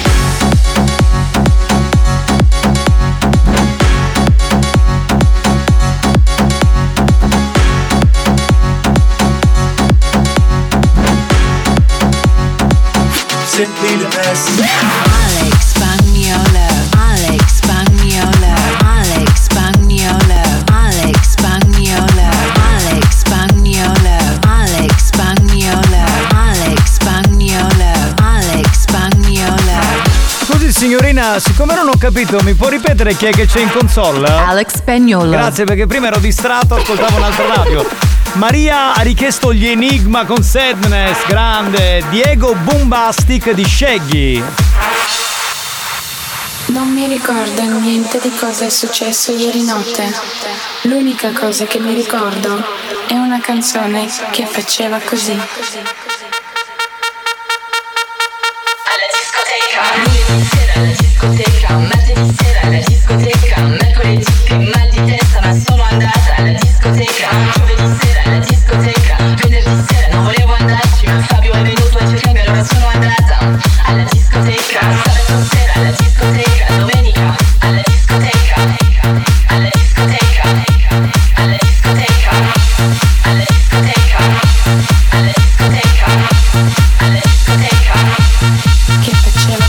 Simply the best. Alex Spagnolo, Alex Spagnolo, Alex Spagnolo, Alex Spagnolo, Alex signorina, siccome non ho capito, mi può ripetere chi è che c'è in console? Alex Spagnuolo. Grazie, perché prima ero distratto, ascoltavo un'altra radio. Maria ha richiesto gli Enigma con Sadness, grande. Diego Bombastic di Shaggy. Non mi ricordo niente di cosa è successo ieri notte. L'unica cosa che mi ricordo è una canzone che faceva così. Lunedì sera alla discoteca, martedì sera alla discoteca, mercoledì che mal di testa ma sono andata alla discoteca, giovedì sera alla discoteca, venerdì sera non volevo andarci ma Fabio è venuto a cercarmi allora sono andata alla discoteca, sabato sera alla discoteca, domenica alla discoteca, alla discoteca, alla discoteca, alla discoteca, alla discoteca, alla discoteca, che faceva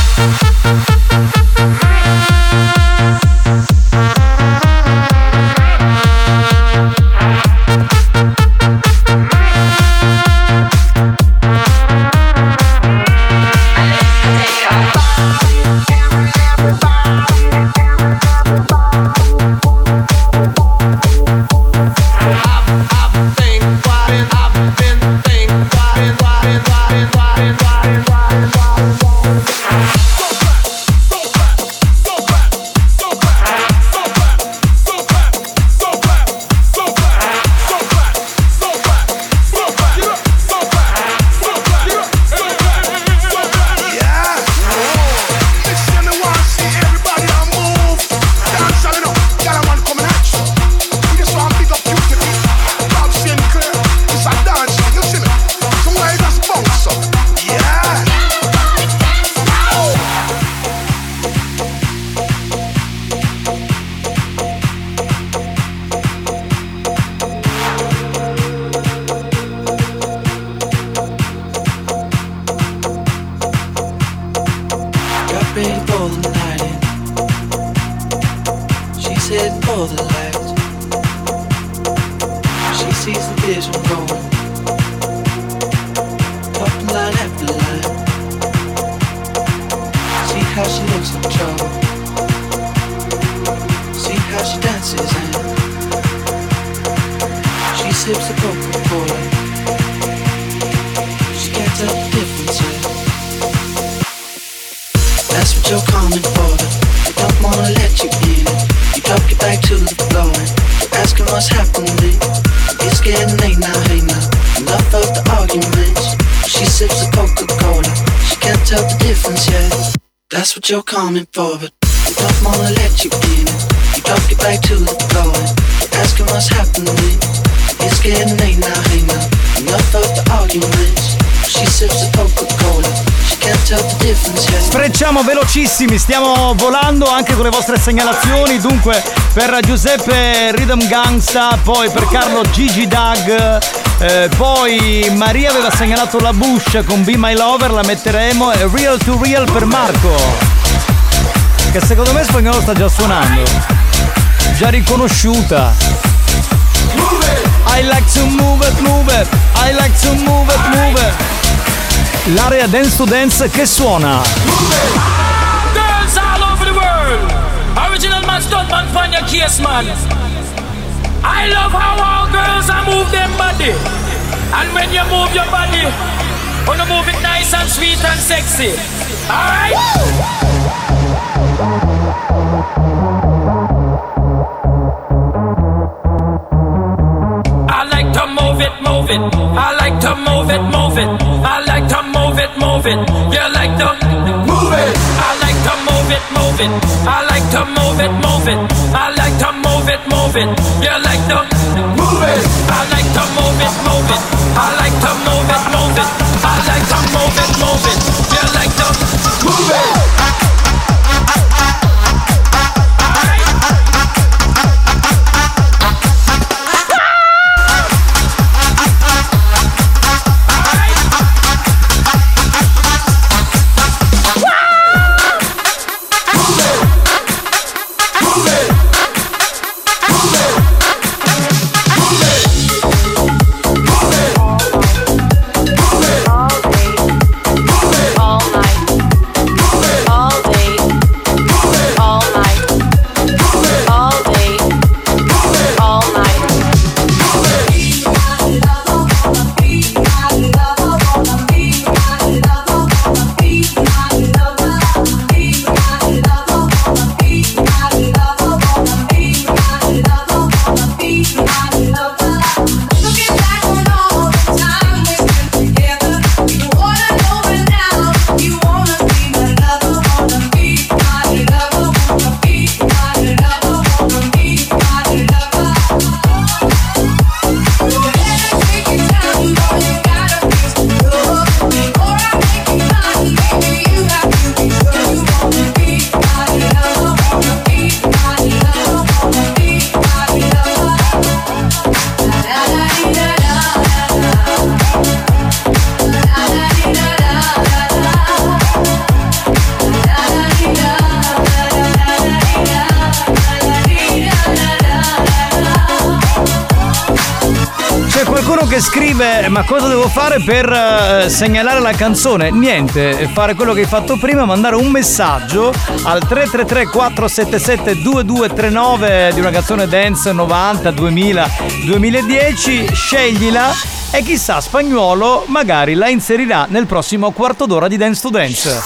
you're coming for, but you don't wanna let you in it. You drop it back to the floor and you're asking what's happening. It's getting late now, hey now. Enough of the arguments. She sips the Coca-Cola. She can't tell the difference yet. Sfrecciamo velocissimi, stiamo volando anche con le vostre segnalazioni. Dunque, per Giuseppe Rhythm Gangsta, poi per Carlo Gigi Dag. Eh, poi Maria aveva segnalato la Bush con Be My Lover, la metteremo. E Real to Real per Marco, che secondo me Spagnolo sta già suonando, già riconosciuta. I like to move it, move it, I like to move it, move it. L'area Dance to Dance che suona. Girls all over the world, original man, stunt man, find your case man. I love how all girls are move them body, and when you move your body, wanna move it nice and sweet and sexy. Alright? I like to move it, move it. I like to move it, move it. I like to move it, move it. You like to move it. I like to move it, move it. I like to move it, move it. I like to move it, move it. You like to move it. I like to move it, move it. I like to move it, move it. I like to move it, move it. You like to move it. Move it. che scrive: ma cosa devo fare per uh, segnalare la canzone? Niente, fare quello che hai fatto prima, mandare un messaggio al tre tre tre quattro sette sette due due tre nove di una canzone dance novanta, duemila, duemiladieci, sceglila e chissà, Spagnuolo magari la inserirà nel prossimo quarto d'ora di Dance to Dance.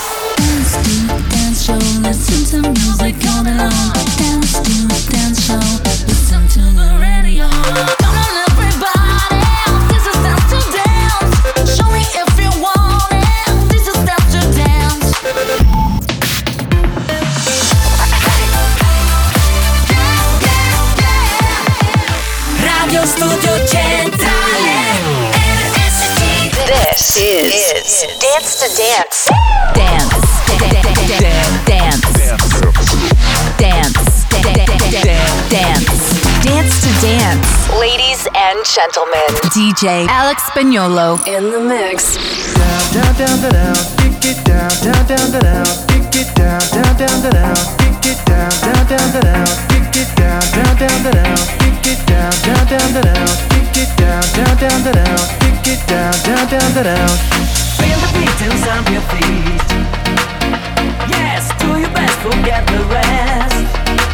Radio Studio Centrale R S C. This is, is Dance to Dance. Dance. Dance. Dance. Dance. Dance to Dance. Ladies and gentlemen, D J Alex Spagnuolo in the mix. Down, down, down, down, kick it down, down, down, down, kick it down, down, down, down, kick it down, down, down, down, kick it down, down, down, down, kick it down, down, down, down, kick it down, down, down, down, kick it down, down, down, down. Feel the beat and stomp your feet. Yes, do your best, forget the rest.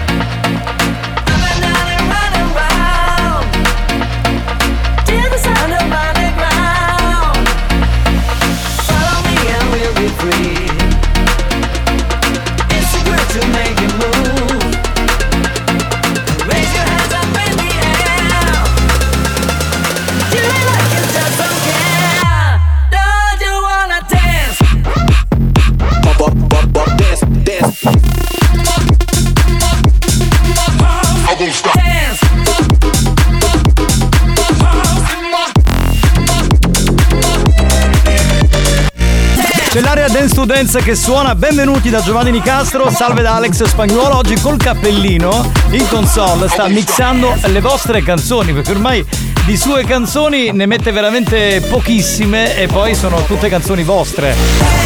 Run and run around till the sound of underground. Follow me and we'll be free. It's a grip to make you move. Raise your hands up in the air. Do it like you just don't care. Don't you wanna dance? Up, up, up, up, dance, dance. I won't stop. Dance. C'è l'area Dance to Dance che suona. Benvenuti da Giovanni Nicastro. Salve da Alex Spagnuolo. Oggi col cappellino in console sta mixando le vostre canzoni, perché ormai di sue canzoni ne mette veramente pochissime e poi sono tutte canzoni vostre.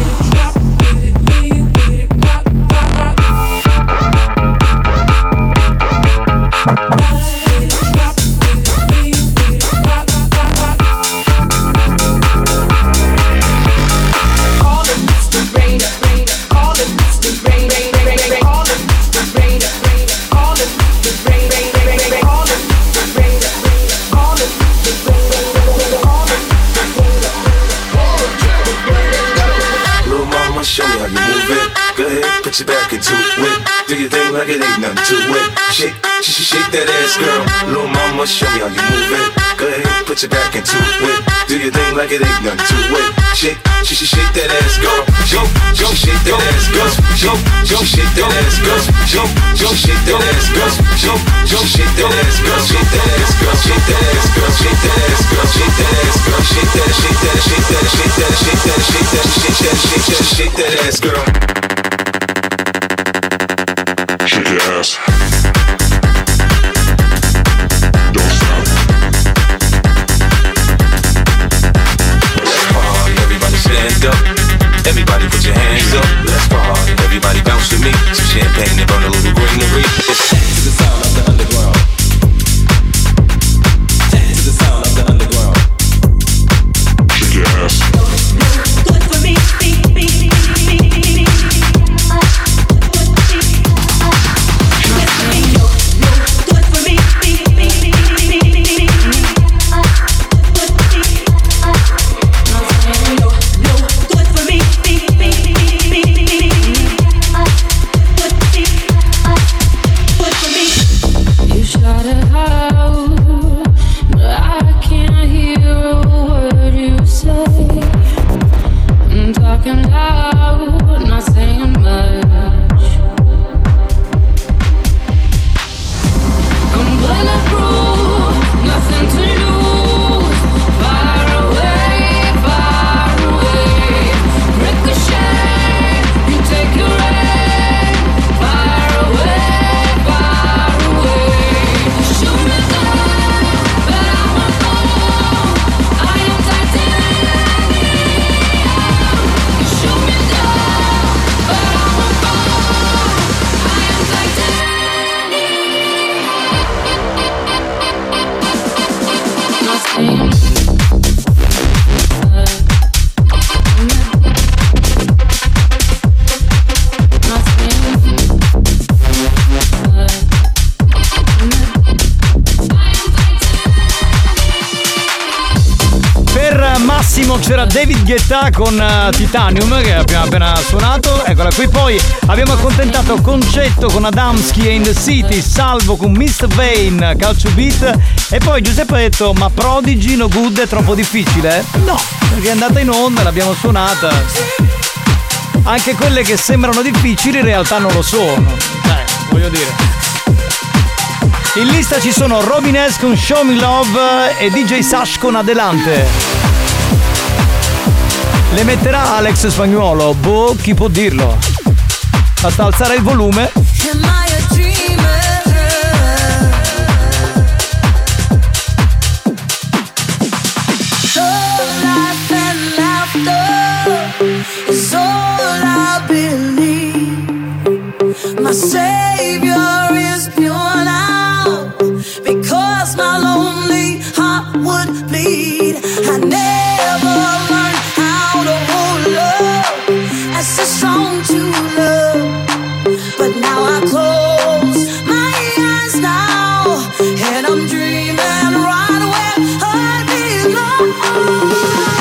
Put your back into it. Do your thing like it ain't nothing to it. Shake, sh- shake that ass, girl. Little mama, show me how you move it. Go ahead, put your back into it. Do your thing like it ain't nothing to it. Shake, sh- shake that ass, girl. Shake, sh- shake that ass, girl. Shake, sh- shake that ass, girl. Shake, sh- shake that ass, girl. Shake, sh- shake that ass, girl. Shake that ass, girl. Shake that ass, girl. Shake that ass, girl. Shake that ass, girl. Shake that, shake that, shake that, shake that, shake that, shake that, shake that, shake that, shake that ass, girl. Shake your ass. Don't stop. Let's party, everybody stand up. Everybody put your hands up. Let's party, everybody bounce with me. Some champagne and burn a little greenery. It's to the sound of the underground. To the sound of the underground. Shake your ass. Good for me, me, me, me, me, me, me. c'era David Guetta con uh, Titanium che abbiamo appena suonato, eccola qui. Poi abbiamo accontentato Concetto con Adamski e In The City, Salvo con mister Vane, Calcio Beat, e poi Giuseppe ha detto ma Prodigy No Good è troppo difficile? No, perché è andata in onda, l'abbiamo suonata. Anche quelle che sembrano difficili in realtà non lo sono, dai, voglio dire. In lista ci sono Robin S con Show Me Love e D J Sash con Adelante. Le metterà Alex Spagnuolo? Boh, chi può dirlo? Basta alzare il volume. My savior is pure now, because my lonely heart would bleed. I never learned how to hold love as so strong to love, but now I close my eyes now, and I'm dreaming right where I belong.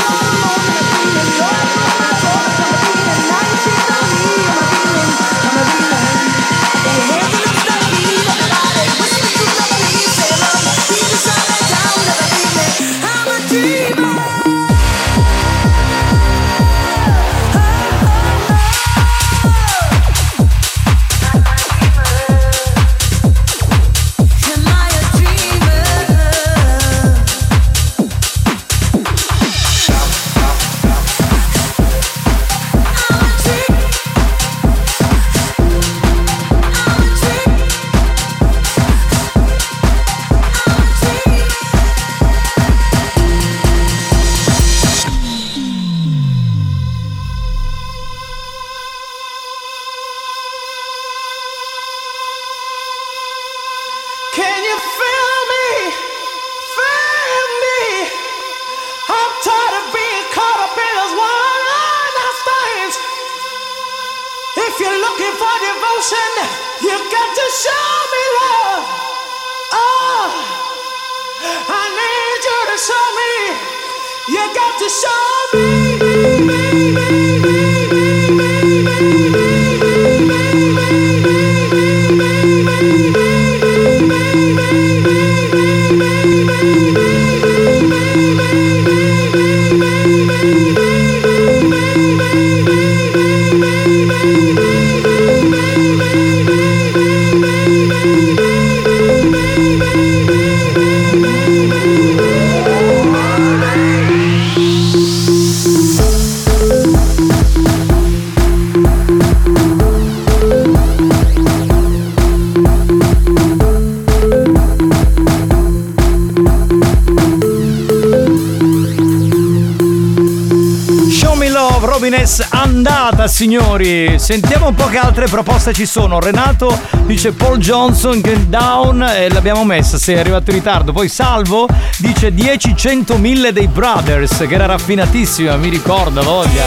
Andata, signori. Sentiamo un po' che altre proposte ci sono. Renato dice Paul Johnson Get Down e l'abbiamo messa, sei arrivato in ritardo. Poi Salvo dice dieci centomila dei Brothers, che era raffinatissima, mi ricorda, voglia.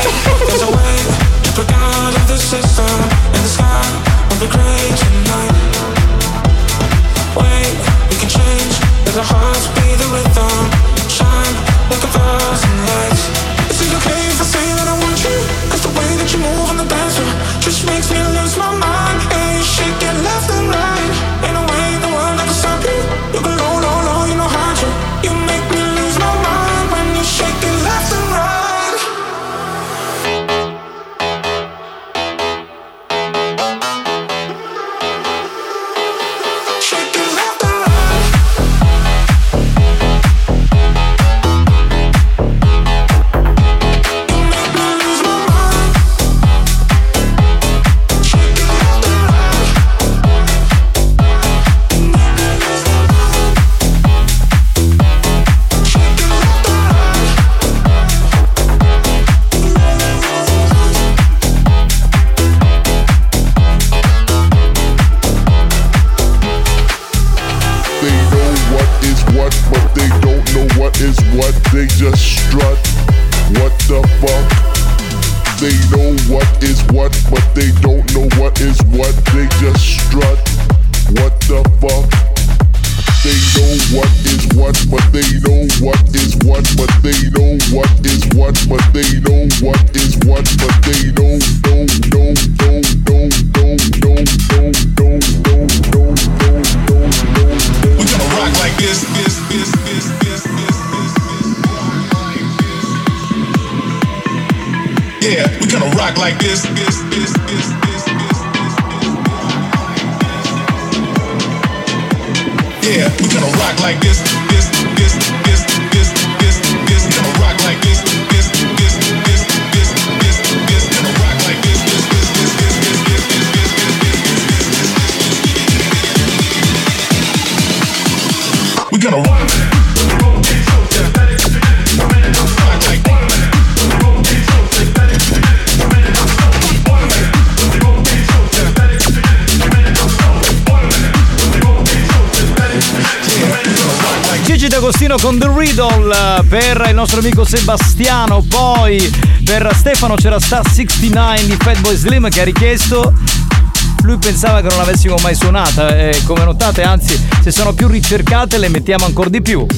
You move on the dance floor just makes me lose my mind. And you shake it left and right. Ain't no way in the world I can stop you. You go low, low, low, you know how to. You make me lose my mind when you shake it left and right. Shake it left and right. You make me lose my mind. They just strut, what the fuck? They know what is what, but they don't know what is what. They just strut, what the fuck? they know what is what, but they know what is what, but they know what is what, but they know what is what, but they know, no, no, no, no, no, no, no, no, no, no, no, no, no. We gonna rock like this, this, this, this, this, this, this. Yeah, we gonna rock like this, this, this, this, this, this. Yeah, we gonna rock like this, this, this, this, this, this, this. We gonna rock like this, this, this, this, this, this, this. We gonna rock like this, this, this, this, this, this, this, this, this, this. We gonna rock. Gigi D'Agostino con The Riddle per il nostro amico Sebastiano, poi per Stefano c'era Star sessantanove di Fatboy Slim che ha richiesto. Lui pensava che non l'avessimo mai suonata e come notate, anzi, se sono più ricercate le mettiamo ancora di più.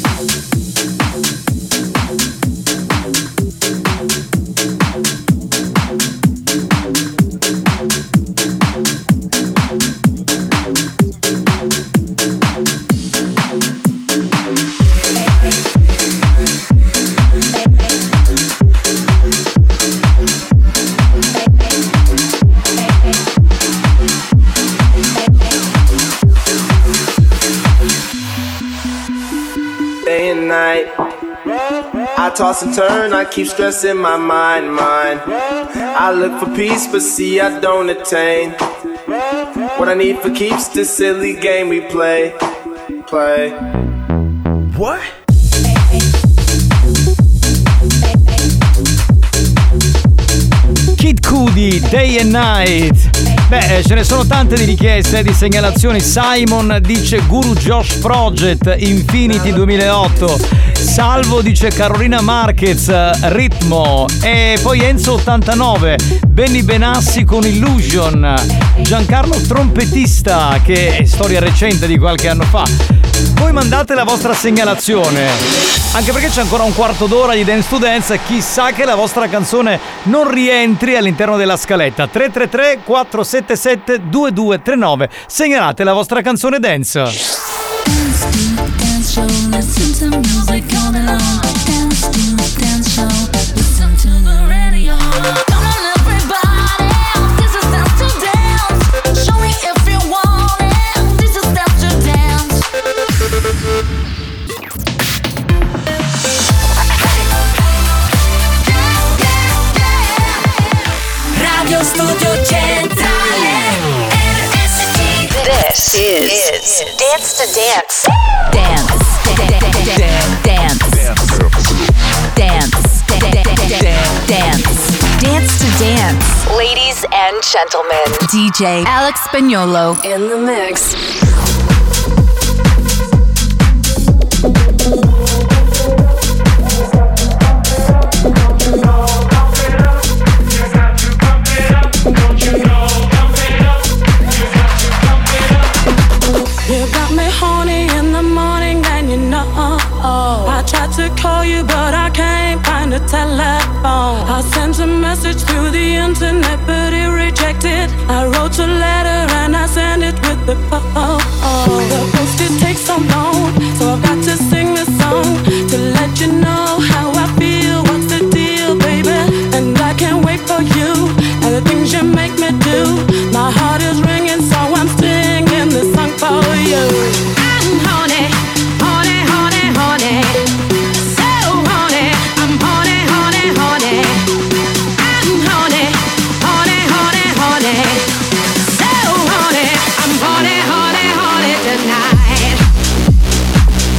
I toss and turn, I keep stressing my mind, mind. I look for peace, but see I don't attain. What I need for keeps this silly game we play, play. What? Kid Cudi, Day and Night. Beh, ce ne sono tante di richieste, di segnalazioni. Simon dice Guru Josh Project, Infinity duemilaotto. Salvo dice Carolina Marquez, Ritmo. E poi Enzo ottantanove, Benny Benassi con Illusion. Giancarlo Trompetista, che è storia recente di qualche anno fa. Voi mandate la vostra segnalazione, anche perché c'è ancora un quarto d'ora di Dance to Dance. Chissà che la vostra canzone non rientri all'interno della scaletta. Tre tre tre quattro sette sette due due tre nove. Segnalate la vostra canzone dance. Dance show, listen to music all day long. Dance to dance show, listen to the radio. Come on everybody, this is dance to dance. Show me if you want it, this is dance to dance. Radio Studio Centrale R S C. This is, is Dance to Dance. Dance. Dance. Dance. Dance. Dance to Dance. Ladies and gentlemen, D J Alex Spagnolo in the mix. You got me horny in the morning and you know I tried to call you but I can't find a telephone. I sent a message through the internet but it rejected. I wrote a letter and I sent it with the phone. The post it takes so long, so I've got to sing this song to let you know how I feel. What's the deal, baby? And I can't wait for you and the things you make me do. My heart is ringing, so I'm singing this song for you. I'm horny, horny, horny, horny. So horny, I'm horny, horny, horny. I'm horny, horny, horny, horny. So horny, I'm horny, horny, horny tonight.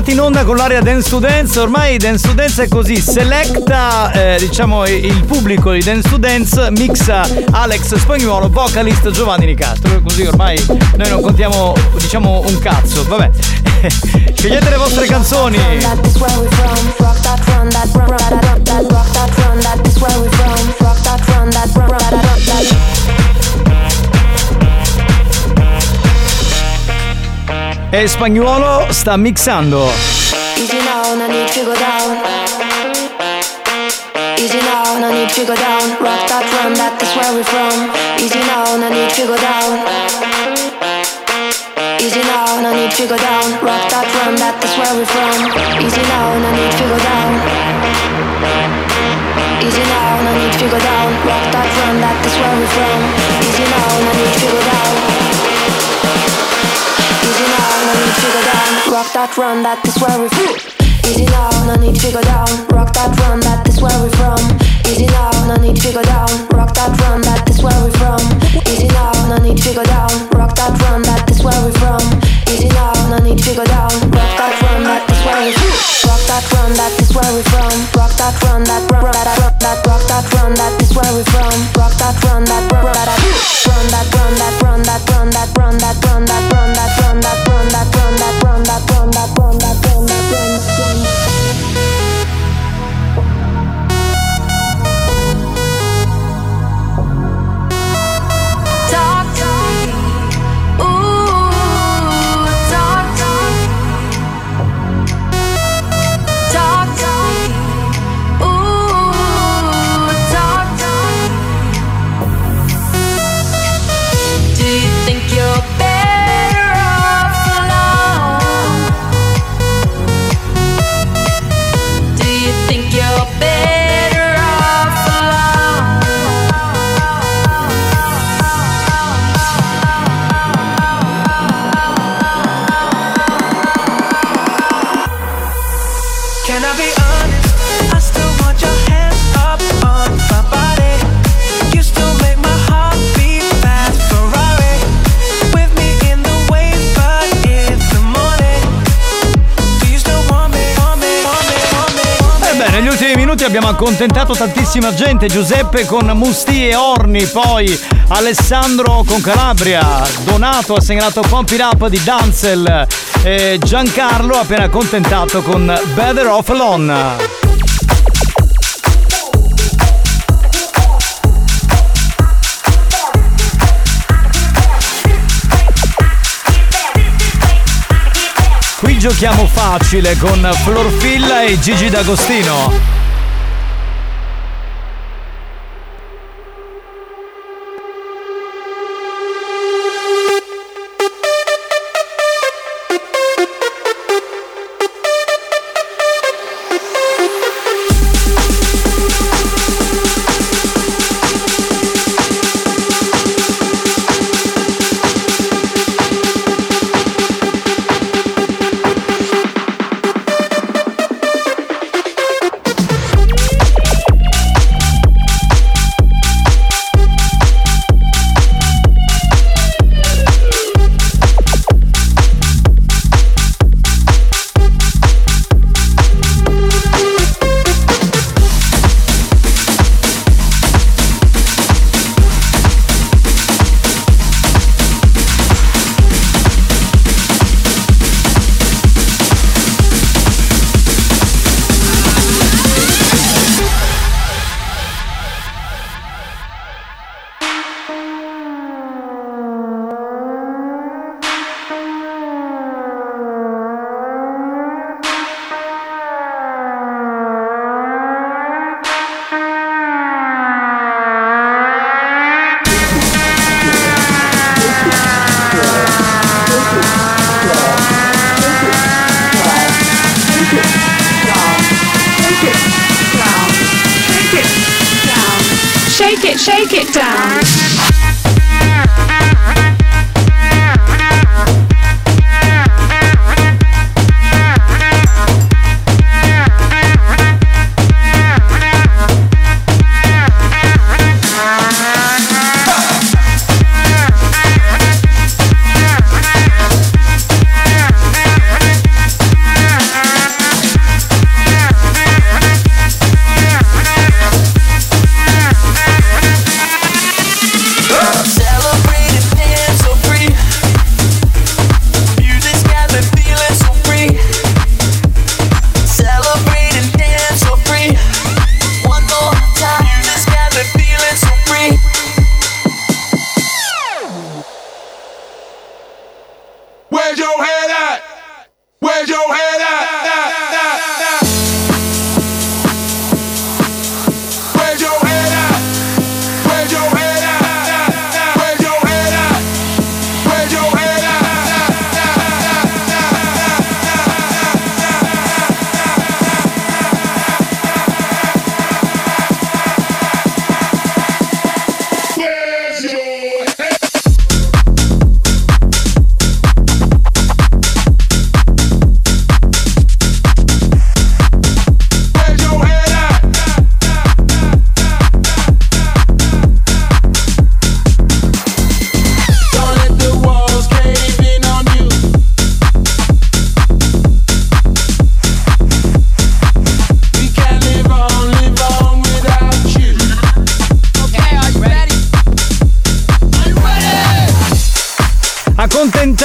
tornati in onda con l'area Dance to Dance. Ormai Dance to Dance è così, selecta eh, diciamo il pubblico di Dance to Dance, mixa Alex Spagnuolo, vocalist Giovanni Nicastro. Così ormai noi non contiamo, diciamo, un cazzo. Vabbè. Scegliete le vostre canzoni. E Spagnuolo sta mixando. Easy now, no need to go down. Easy now, no need to go down. Rock that run, that is where we're from. Easy now, no need to go down. Easy now, no need to go down. Rock that run, that is where we're from. Easy now, no need to go down. Easy now, no need to go down. Rock that run, that is where we're from. Easy now, no need to go down. Easy now, no need to go down. Rock that run, that is where we're from. Easy now, no need to go down. Rock that run, that is where we're from. Easy now, no need to go down. Rock that run, that is where we're from. Easy now, no need to go down. Rock that run, that is where we're from. Easy now, no need to go down. Rock that run, that is where we're from. Rock that run, that is where we're from. Rock that run, that run, that run, that rock that run, that is where we're from. Rock that run, that run, that run, that run, that run, that run, that run, that run, that run, that run, that run, that run, that run, that run, that run, that run, that run. Abbiamo accontentato tantissima gente. Giuseppe con Musti e Orni, poi Alessandro con Calabria, Donato ha segnalato Pump It Up di Danzel, e Giancarlo ha appena accontentato con Better Off Alone. Qui giochiamo facile con Florfilla e Gigi D'Agostino. Shake it, shake it down.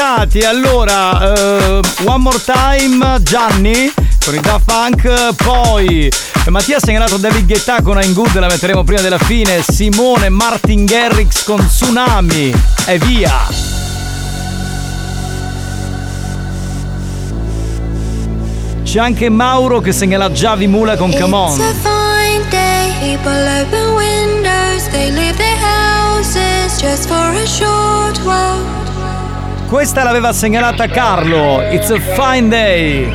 bentornati. Allora, uh, One More Time, Gianni con i Daft Punk, poi Mattia ha segnalato David Guetta con I'm Good, la metteremo prima della fine. Simone Martin Garrix con Tsunami e via. C'è anche Mauro che segnala Javi Mula con Come On. It's a fine day, people open windows, they leave their houses just for a short while. Questa l'aveva segnalata Carlo, It's a Fine Day.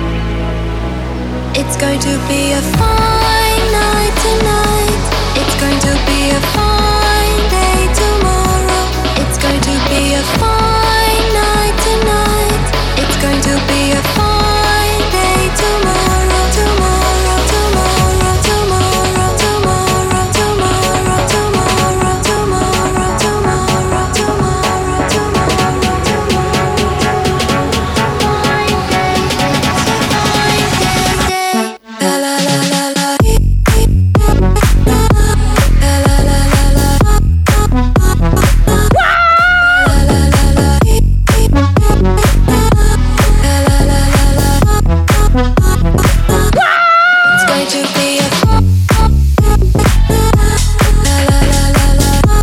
It's going to be a fine night tonight. It's going to be a fine day tomorrow. It's going to be a fine night tonight. It's going to be a fine day tomorrow, tomorrow, tomorrow, tomorrow, tomorrow, tomorrow, tomorrow, tomorrow, tomorrow, tomorrow, tomorrow. La la la la la. La la la la la. It's going to be a la la la la la.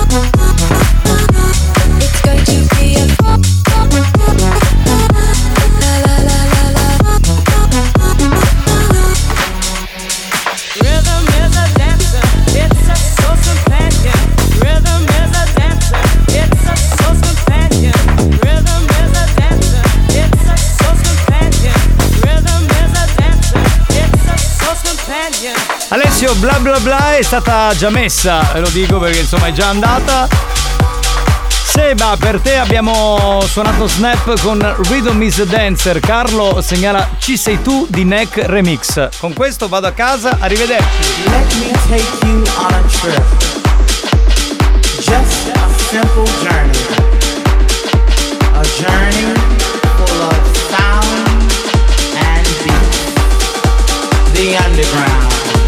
It's going to be a la la la la la. Rhythm is a dancer, it's a soul companion. Rhythm is a dancer, it's a soul companion. Rhythm is a dancer, it's a soul companion. Rhythm is a dancer, it's a soul companion. Alessio, bla bla bla è stata già messa, ve lo dico perché insomma è già andata. Seba, per te abbiamo suonato Snap con Rhythm is a Dancer. Carlo segnala Ci sei tu di Neck Remix. Con questo vado a casa, arrivederci. Let me take you on a trip. Just a simple journey. A journey full of sound and beat. The underground.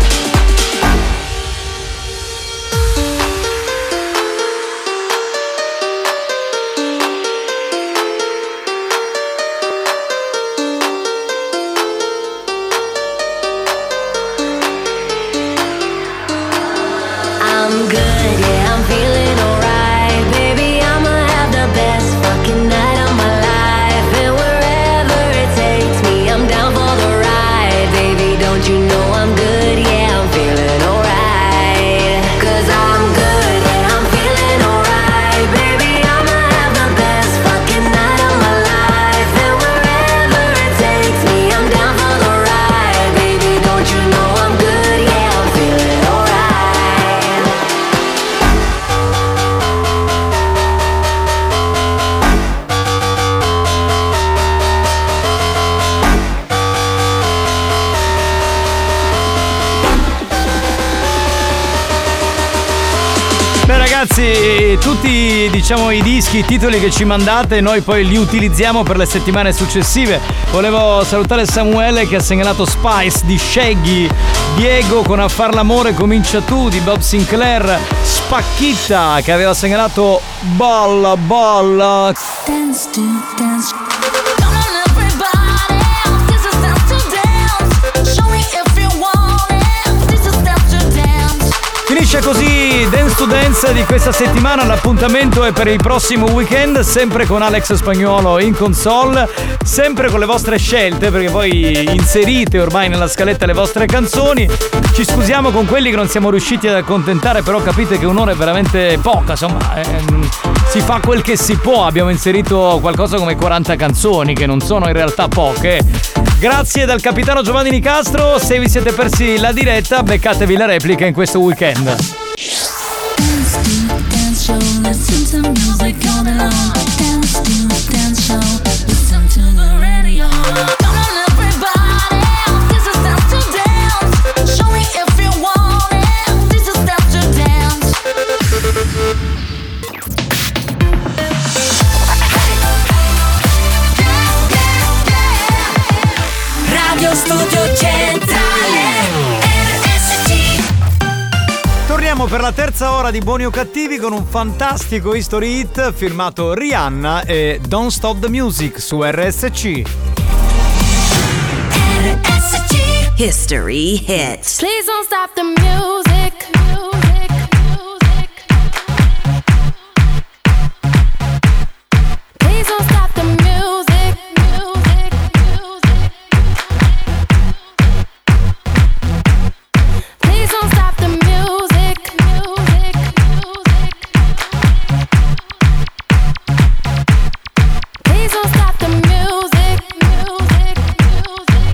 I'm good, yeah, I'm feeling alright. Baby, I'ma have the best fucking night of my life. And wherever it takes me, I'm down for the ride. Baby, don't you know I'm good, yeah, I'm feeling alright. Cause I'm good, yeah, I'm feeling alright. Baby, I'ma have the best fucking night of my life. And wherever it takes me, I'm down for the ride. Baby, don't you know I'm good, yeah, I'm feeling alright. Beh ragazzi, tutti diciamo i dischi, i titoli che ci mandate noi poi li utilizziamo per le settimane successive. Volevo salutare Samuele che ha segnalato Spice di Shaggy, Diego con A far l'amore comincia tu di Bob Sinclair, Spacchita che aveva segnalato Balla Balla. Dance to dance. Come on everybody, this is dance to dance. Show me if you want it, this is dance to dance. Finisce così Dance to Dance di questa settimana. L'appuntamento è per il prossimo weekend, sempre con Alex Spagnuolo in console, sempre con le vostre scelte, perché voi inserite ormai nella scaletta le vostre canzoni. Ci scusiamo con quelli che non siamo riusciti ad accontentare, però capite che un'ora è veramente poca, insomma, ehm, si fa quel che si può. Abbiamo inserito qualcosa come quaranta canzoni, che non sono in realtà poche. Grazie dal capitano Giovanni Nicastro. Se vi siete persi la diretta, beccatevi la replica in questo weekend. Dance to dance show, listen to music all day long. Dance to dance show, listen to the radio. Come on everybody, this is dance to dance. Show me if you want it, this is dance to dance. Radio Studio Centrale R S C. torniamo per la terza ora di Buoni o Cattivi con un fantastico history hit firmato Rihanna e Don't Stop the Music su R S C. R S C History Hits. Please don't stop the music. Music, music. Please don't stop the music. Music, music. Please don't stop the music. Music, music. Please don't stop the music. Music, music.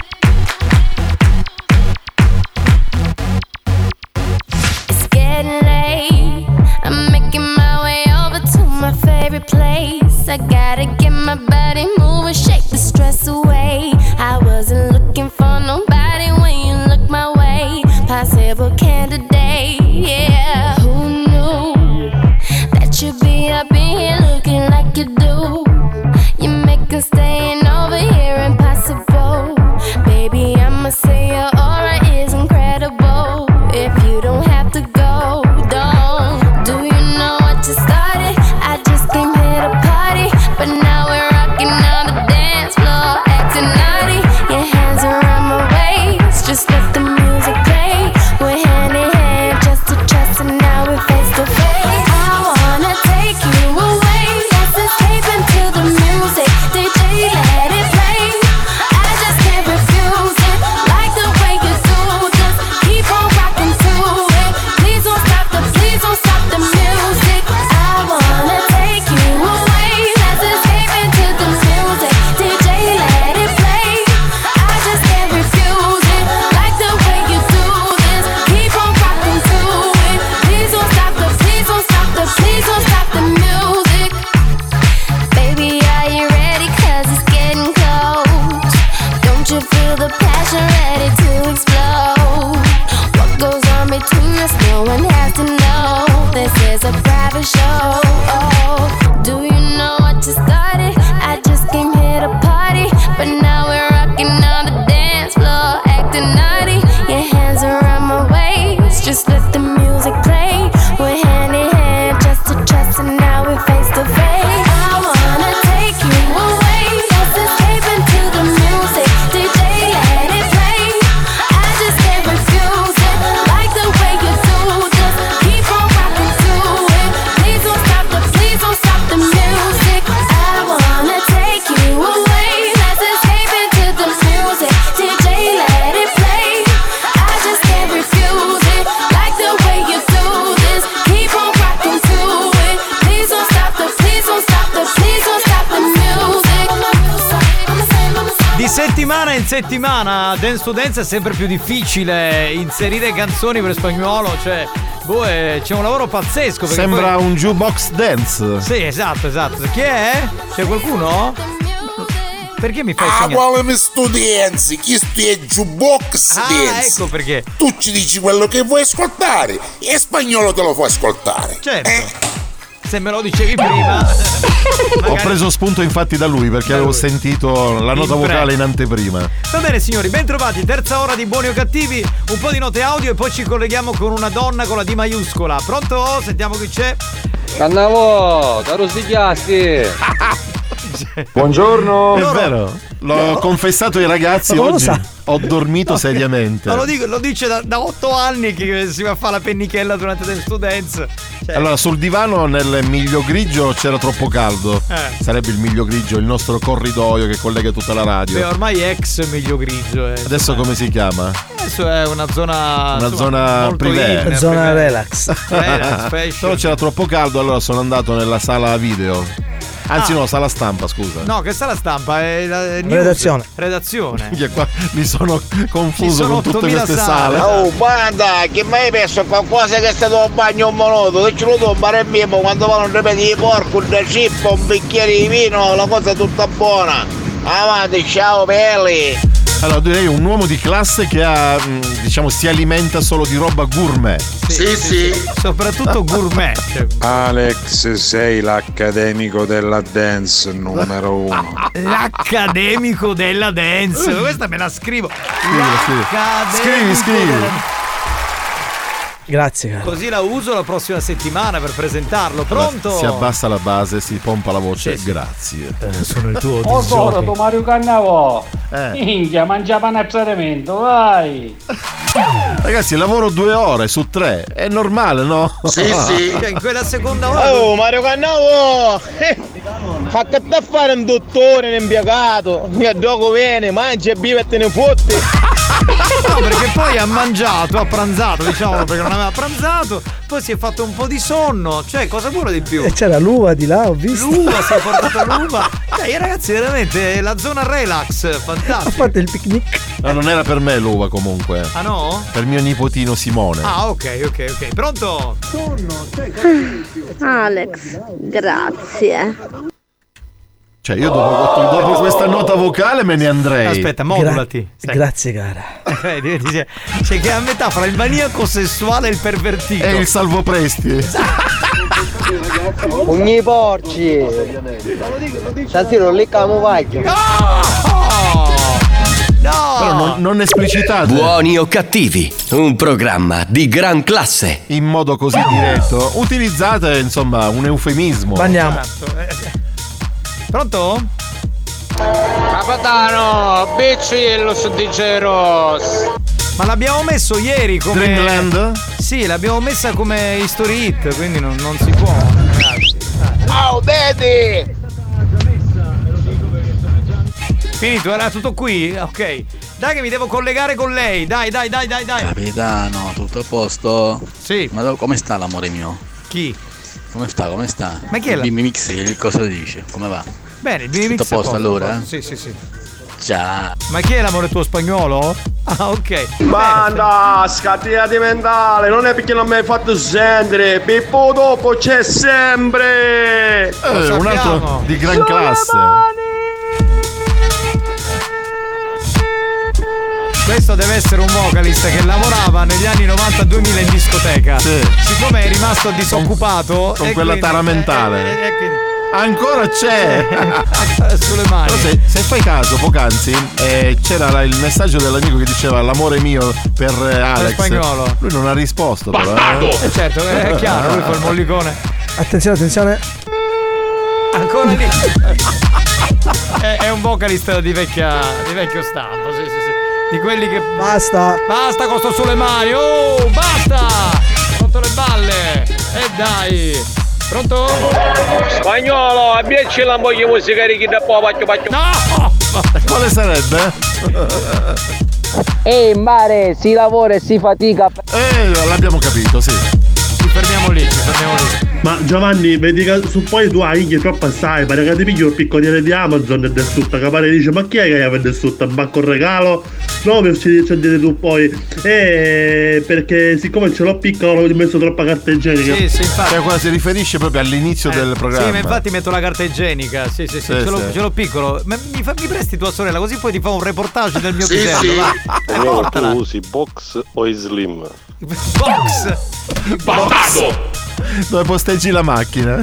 It's getting late. I'm making my way over to my favorite place. I gotta get my body moving, shake the stress away. I wasn't looking for nobody when you look my way. Possible candidate, yeah. Who knew that you'd be up in here looking like you do? You make us staying over here impossible. Baby, I'ma say your aura is incredible. If you don't have to go, don't. Do you know what you started? I just came here to party, but now we're rocking on the dance floor, acting naughty. Your hands around my waist, just let the music play. We're hand in hand, just to trust, and now we're face to face. I wanna take you away, let's escape into the music. D J, let it play. I just can't refuse it, like the way you do. Just keep on rocking to it. Please don't stop the, please don't stop the music. I wanna take you away, let's escape into the music. D J, let it play. I just can't refuse it, like the way you do this. Keep on rocking to it. Please don't stop the, please don't stop the, please don't stop the music. Baby, are you ready? Cause it's getting close. Don't you feel the passion ready to explode? What goes on between us, no one has to know. This is a private show. Oh, do you know what you started? I just came here to party, but now we're rocking on the dance floor, acting naughty. Your hands around my waist, just let the music play. We're hand in hand, just to trust, and now we're face to face. I wanna take you away, let's escape into the music. D J, let it play. I just can't refuse it, like the way you do. Just keep on rocking to it. Please don't stop the, please don't stop the music. I wanna take you away, let's escape into the music. D J, let it play. I just can't refuse it, like the way you do this. Keep on rocking to it. Please don't stop the, please don't stop the, please don't stop the music. Di settimana in settimana Dance to Dance è sempre più difficile inserire canzoni per Spagnuolo, cioè boh, è- c'è un lavoro pazzesco perché Sembra poi- un jukebox dance. Sì, esatto, esatto. Chi è? C'è qualcuno? Perché mi fai Ah, segnare? quale mi studienzi? Chi sti è jukebox Ah, dance? ecco perché. Tu ci dici quello che vuoi ascoltare e Spagnolo te lo fa ascoltare. Certo. Se me lo dicevi prima. Ho preso spunto infatti da lui perché avevo sentito la nota In pre- vocale in anteprima. Va bene signori, ben trovati, terza ora di Buoni o Cattivi, un po' di note audio e poi ci colleghiamo con una donna con la D maiuscola. Pronto? Sentiamo chi c'è. Cannavo, caro stigliasti. Buongiorno. È Loro- vero, l'ho No. confessato ai ragazzi Ma come lo oggi. sa? Ho dormito seriamente. Ma lo, dico- lo dice da, da otto anni che si va a fare la pennichella durante Dance to Dance. Cioè, Allora, sul divano nel miglio grigio c'era troppo caldo. Eh. Sarebbe il miglio grigio, il nostro corridoio che collega tutta la radio. beh, ormai è ex miglio grigio. eh. Adesso come si chiama? Adesso è una zona. Una insomma, zona molto privé. in, Zona privé. relax. Relax, fashion. Però c'era troppo caldo, allora sono andato nella sala video. Anzi Ah. no, sala stampa, scusa. No, che sta la stampa? È la news. Redazione. Redazione. Che qua mi sono Ci confuso sono con tutte ottomila queste sale. sale. Oh, banda, che mi hai messo qualcosa che è stato un bagno un minuto, che ce lo do a mio quando vanno a ripetere porco, un cippo, un bicchiere di vino, la cosa è tutta buona. Avanti, ciao belli. Allora direi un uomo di classe che ha, mh, diciamo, si alimenta solo di roba gourmet. Sì, sì. Soprattutto gourmet. Cioè, Alex, sei l'accademico della dance numero uno. l'accademico della dance. Questa me la scrivo. Scrivi, scrivi. L'accademico Scrivi, scrivi. della- Grazie, cara. Così la uso la prossima settimana per presentarlo. Pronto? Allora, si abbassa la base, si pompa la voce. Sì, sì. Grazie. Eh, sono il tuo Oh, solo tu Mario Cannavo. Eh. Minchia, mangiava un attraramento, vai. Ragazzi, lavoro due ore su tre. È normale, no? Sì, sì. Cioè, in quella seconda ora. Oh, Mario Cannavo! Eh, fa che da fare un dottore, un impiegato. Mi addoco bene, mangia e vive e te ne fotti. No, perché poi ha mangiato, ha pranzato, diciamo, perché non aveva pranzato, poi si è fatto un po' di sonno. Cioè, cosa vuole di più? E c'era l'uva di là, ho visto. L'uva, si è portato l'uva. Cioè, ragazzi, veramente la zona relax, Ha fantastica. fatto il picnic. No, non era per me l'uva comunque. Ah no? Per mio nipotino Simone. Ah, ok, ok, ok. Pronto? Alex, grazie. Cioè, io dopo, dopo questa nota vocale me ne andrei. Aspetta, modulati. Gra- grazie, cara. Eh, diventi- C'è c'è che è a metà fra il maniaco sessuale e il pervertito. E il salvopresti. Ogni porci. Stasera lì camo vaglio. No! Però non, non esplicitate. Buoni o cattivi, un programma di gran classe. In modo così diretto. Utilizzate, insomma, un eufemismo. Andiamo. Pronto? Capitano, biccillo su D J Ross. Ma l'abbiamo messo ieri come. Dreamland? Sì, l'abbiamo messa come history hit, quindi non, non si può, ragazzi. Oh, baby! Finito, era tutto qui? Ok. Dai che mi devo collegare con lei. Dai, dai, dai, dai, dai. Capitano, tutto a posto? Sì. Ma do- come sta l'amore mio? Chi? Come sta, come sta? Ma chi è la- Il Bimbi Mix, che cosa dice? Come va? Bene, il Bimbi Tutto Mix a posto è allora? posto. Sì, sì, sì. Ciao. Ma chi è l'amore tuo spagnolo? Ah, ok. Banda, scatenati mentale, non è perché non mi hai fatto sentire, Pippo dopo c'è sempre! Eh, un altro di gran classe. Questo deve essere un vocalist che lavorava negli anni novanta duemila in discoteca. Sì. Siccome è rimasto disoccupato Con e quella quindi- tara mentale. eh, eh, eh, quindi- Ancora c'è. Sulle mani. Però se, se fai caso, poc'anzi eh, c'era la- il messaggio dell'amico che diceva l'amore mio per eh, Alex. spagnolo. Lui non ha risposto, però. Eh. Eh, certo, è chiaro, lui fa il mollicone. Attenzione, attenzione. Ancora lì. è, è un vocalist di vecchia di vecchio stampo, sì, sì, sì. Di quelli che. Basta. Basta con sto sulle mani, oh, basta! Rotto le balle! E dai! Pronto? Spagnolo, abbiaci la moglie musica di chi da po' faccio faccio. No! Quale sarebbe? Ehi, in mare si lavora e si fatica. Eh, l'abbiamo capito, sì. Ci fermiamo lì, ci fermiamo lì. Ma Giovanni, vedi che su poi tu hai che troppo assai, pare che ti pigli il piccoliere di Amazon e distrutta, che pare dice ma chi è che aveva distrutta? Un banco regalo? No, per ci ci dire tu poi. Eh, perché siccome ce l'ho piccolo ho messo troppa carta igienica. Sì, sì, infatti. Cioè, qua si riferisce proprio all'inizio del programma. Sì, ma infatti metto la carta igienica. Sì, sì, sì, Sì, ce, l'ho, sì. ce l'ho piccolo. Ma mi, fa- mi presti tua sorella così poi ti fa un reportage del mio Sì, pisello, sì. va. Eh, Spagnolo, tu portala. usi box o i slim? Box! Box! Dove posteggi la macchina?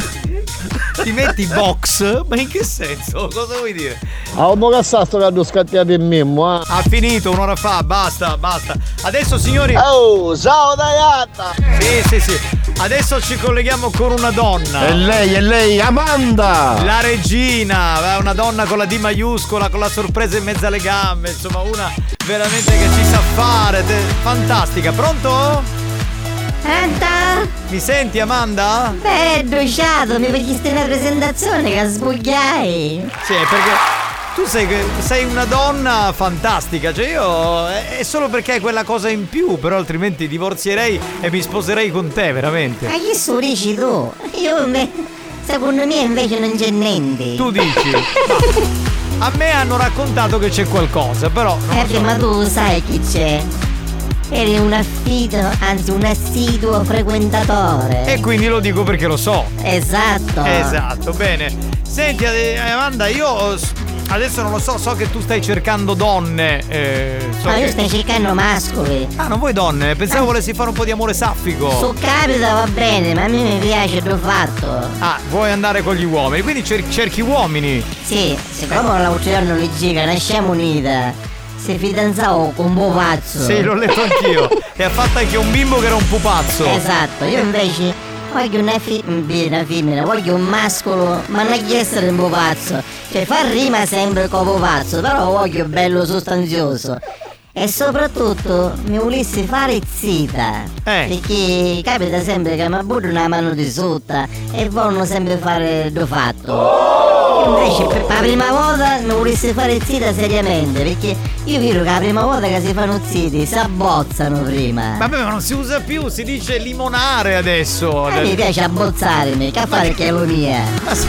Ti metti box? Ma in che senso? Cosa vuoi dire? Ah, un po' cassato che hanno scattiato il mimmo, eh. Ha finito un'ora fa, basta, basta. Adesso signori. Oh, ciao Daiatta! Sì, sì, sì. Adesso ci colleghiamo con una donna. E lei, e lei, Amanda! La regina, una donna con la D maiuscola, con la sorpresa in mezzo alle gambe, insomma una veramente che ci sa fare, te- fantastica. Pronto? Pronto? Mi senti Amanda? Beh, bruciato, mi faciste una presentazione che sbugliai. Sì, perché tu sei, che- sei una donna fantastica, cioè io è, è solo perché hai quella cosa in più, però altrimenti divorzierei e mi sposerei con te, veramente. Ma che su dici tu? Io me... secondo me invece non c'è niente. Tu dici? Ma a me hanno raccontato che c'è qualcosa, però non lo Eh, so. ma tu sai chi c'è? Eri un affido, anzi un assiduo frequentatore. E quindi lo dico perché lo so. Esatto. Esatto, bene. Senti eh, Amanda, io s- adesso non lo so, so che tu stai cercando donne. Eh, so Ma io che- stai cercando mascoli. Ah, non vuoi donne? Pensavo volessi fare un po' di amore saffico. Su capita va bene, ma a me mi piace l'ho fatto. Ah, vuoi andare con gli uomini, quindi cer- cerchi uomini. Sì, siccome l'autogiorno li gira, nasciamo unita. si fidanzava con un pupazzo. Sì, l'ho letto anch'io. E ha fatto anche un bimbo che era un pupazzo. Esatto, io invece voglio una, fi- una femmina, voglio un mascolo, ma non è essere un pupazzo. Cioè fa rima sempre con pupazzo, però voglio bello sostanzioso. E soprattutto mi volessi fare zita, eh. perché capita sempre che mi butto una mano di sotto e vogliono sempre fare do fatto. Oh! Invece per la prima volta mi volessi fare zita seriamente, perché io vedo che la prima volta che si fanno ziti si abbozzano prima. Vabbè, ma non si usa più, si dice limonare adesso. A me piace abbozzarmi, che a fare che è lo mia.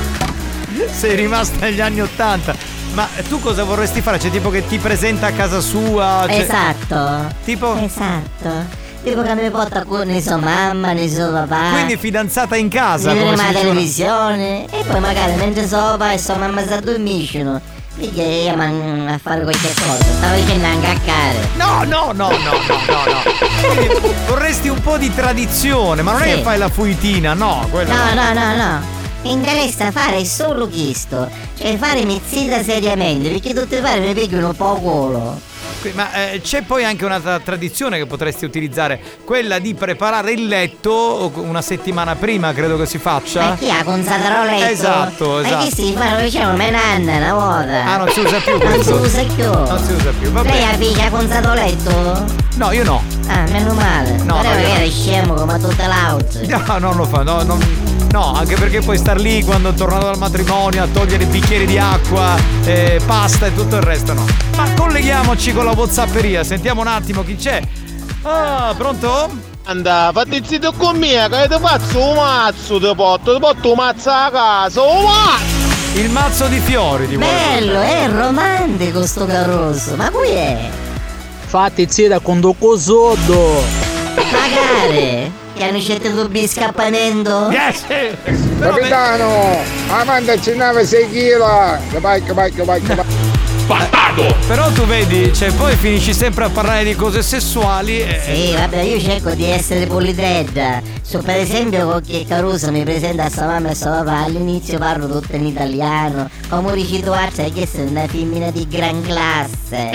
Sei rimasta negli anni ottanta. Ma tu cosa vorresti fare? Cioè tipo che ti presenta a casa sua? Cioè... Esatto. Tipo? Esatto. Tipo che mi porta con ne sua mamma, ne suo papà. Quindi fidanzata in casa, mi come vede si la dice? televisione. E poi magari mentre suo papà e sua mamma si addormiscono, perché io a fare qualche cosa. Stavo dicendo a incaccare. No, no, no, no, no, no, no. Quindi vorresti un po' di tradizione, ma non Sì. è che fai la fuitina, no, quello No, no, no, no. Mi interessa fare solo questo. Cioè fare mezzita seriamente, perché tutti i pare mi picchiano un po' culo. Ma eh, c'è poi anche una tra- tradizione che potresti utilizzare, quella di preparare il letto una settimana prima, credo che si faccia. Ma chi ha consato letto? Esatto, Ma esatto. che si fanno, diciamo, me nanna una volta. Ah, non si usa più Non si questo. usa più. Non si usa più, va Lei bene. ha figlia ha consato letto? No, io no. Ah, meno male. No, Però no, io magari no. è scemo come tutte le altre. No, non lo fa, no, non- no, anche perché puoi star lì quando tornato dal matrimonio a togliere i bicchieri di acqua, eh, pasta e tutto il resto, no. Ma colleghiamoci con la WhatsApperia, sentiamo un attimo chi c'è. Ah, pronto? Anda, fate zitto con me, che ti faccio un mazzo, ti porto, ti porto un mazzo a casa, un mazzo! Il mazzo di fiori di Bello, è romantico sto carosso. Ma qui è? Fatti zita con do cosoddo. Magari che hanno scelto dubbi scappamento. Yes! Capitano, mandaci nave sei chila. Che vai, che vai, che vai, che vai. Bastardo! Però tu vedi, cioè poi finisci sempre a parlare di cose sessuali e... Sì, vabbè, io cerco di essere polidredda. So, per esempio, con che Caruso mi presenta a sua mamma e a suo papà, all'inizio parlo tutto in italiano. Come recito Arce, che sei una femmina di gran classe.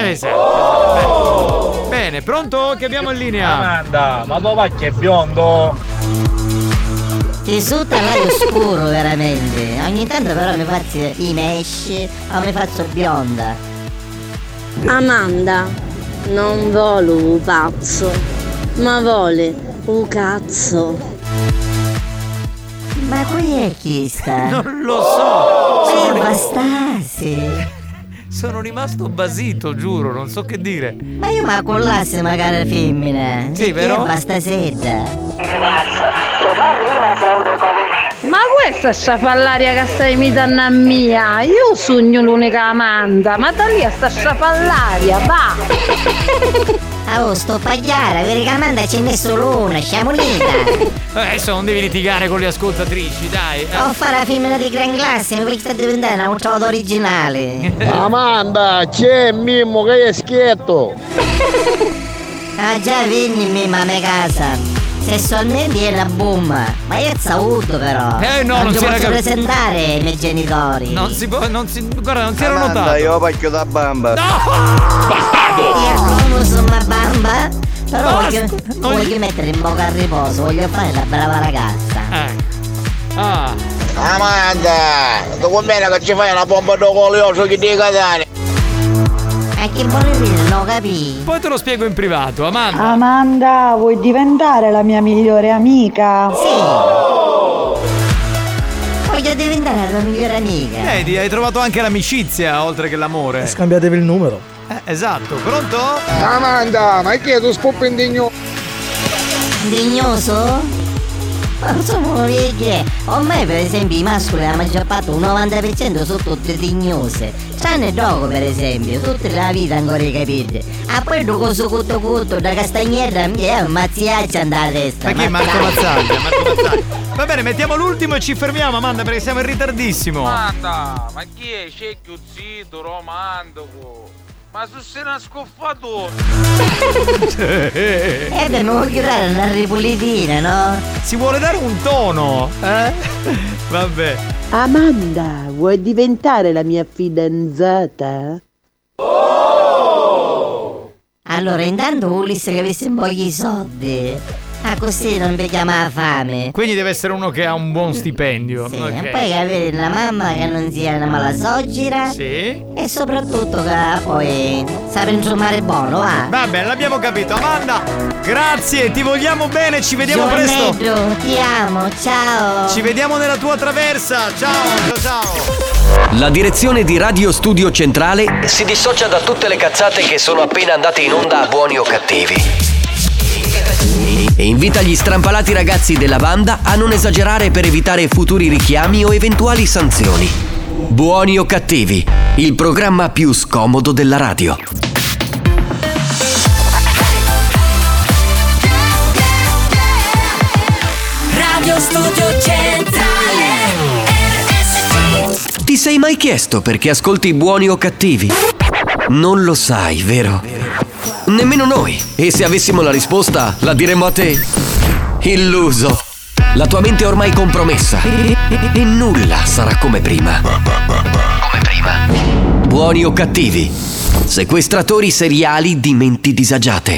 Esatto. Bene, pronto? Che abbiamo in linea? Amanda, ma tuo pacchio è biondo? Ti sutta l'aria scuro veramente. Ogni tanto però mi faccio i mesh o mi faccio bionda. Amanda, non vuole un pazzo, ma vuole un cazzo. Ma qui è chi sta? Non lo so! È Sono, Bastasi. sono rimasto basito, giuro, non so che dire. Ma io mi accollasse magari femmina. Sì, vero? È Bastasetta. Ma questa è sciafallaria che stai imitando a mia. Io sogno l'unica Amanda, ma da lì a sta sciafallaria, va! Ah, oh, sto pagliara, vedi che Amanda ce n'è solo una, sciamolita. Adesso non devi litigare con le ascoltatrici, dai. Eh. Ho fa la femmina di gran classe, mi sta diventando una uccello originale. Amanda, c'è Mimmo che è schietto. Ah già, vieni Mimma a me casa. Sessualmente è una bomba. Ma io saluto però. Eh, no, non ti si era posso cap- presentare i miei genitori. Non si può, non si. Guarda, non si era Amanda, notato. io pacchio da bamba. Io come sono una bamba. Però Basta, voglio, non- voglio mettere in bocca a riposo, voglio fare la brava ragazza. Eh. Ah. Amanda, tu conviene che ci fai una bomba da colioso che ti catani. E che vuole dire? Non capì. Poi te lo spiego in privato, Amanda. Amanda, vuoi diventare la mia migliore amica? Sì. Voglio diventare la tua migliore amica. Vedi, hai trovato anche l'amicizia oltre che l'amore. Scambiatevi il numero. Eh, esatto, pronto? Amanda, ma che tu spoppi indigno? Dignoso? Ma non sono vecchie. Ormai per esempio i mascoli la maggior parte, un novanta per cento sono tutte dignose. Tranne Dogo per esempio, tutta la vita ancora capite. A poi do coso cotto cotto da castagnetta mi è un mazziaccia andare a testa. Ma chi è Marco Mazzaglia? Marco Mazzaglia. Va bene, mettiamo l'ultimo e ci fermiamo, Amanda, perché siamo in ritardissimo. Amanda, ma chi è? C'è zitto, romantico. Ma su sei una scoffatore. Eh beh, mi voglio dare una ripulitina, no? Si vuole dare un tono, eh? Vabbè. Amanda, vuoi diventare la mia fidanzata? Allora, intanto Ulisse che avesse un po' di soldi. Ah, così non vi chiama fame. Quindi deve essere uno che ha un buon stipendio. Sì, Ok. e poi che avere una mamma che non sia una malasoggira. Sì. E soprattutto che poi sape insomare buono, va. Vabbè, l'abbiamo capito. Amanda, grazie, ti vogliamo bene, ci vediamo presto. Giornetto, ti amo, ciao. Ci vediamo nella tua traversa. Ciao, ciao, ciao. La direzione di Radio Studio Centrale si dissocia da tutte le cazzate che sono appena andate in onda a Buoni o Cattivi e invita gli strampalati ragazzi della banda a non esagerare per evitare futuri richiami o eventuali sanzioni. Buoni o Cattivi, il programma più scomodo della radio. Radio Studio Centrale R S C. Ti sei mai chiesto perché ascolti Buoni o Cattivi? Non lo sai, vero? Nemmeno noi. E se avessimo la risposta, la diremmo a te. Illuso. La tua mente è ormai compromessa e, e- e nulla sarà come prima. Come prima. Buoni o Cattivi, sequestratori seriali di menti disagiate.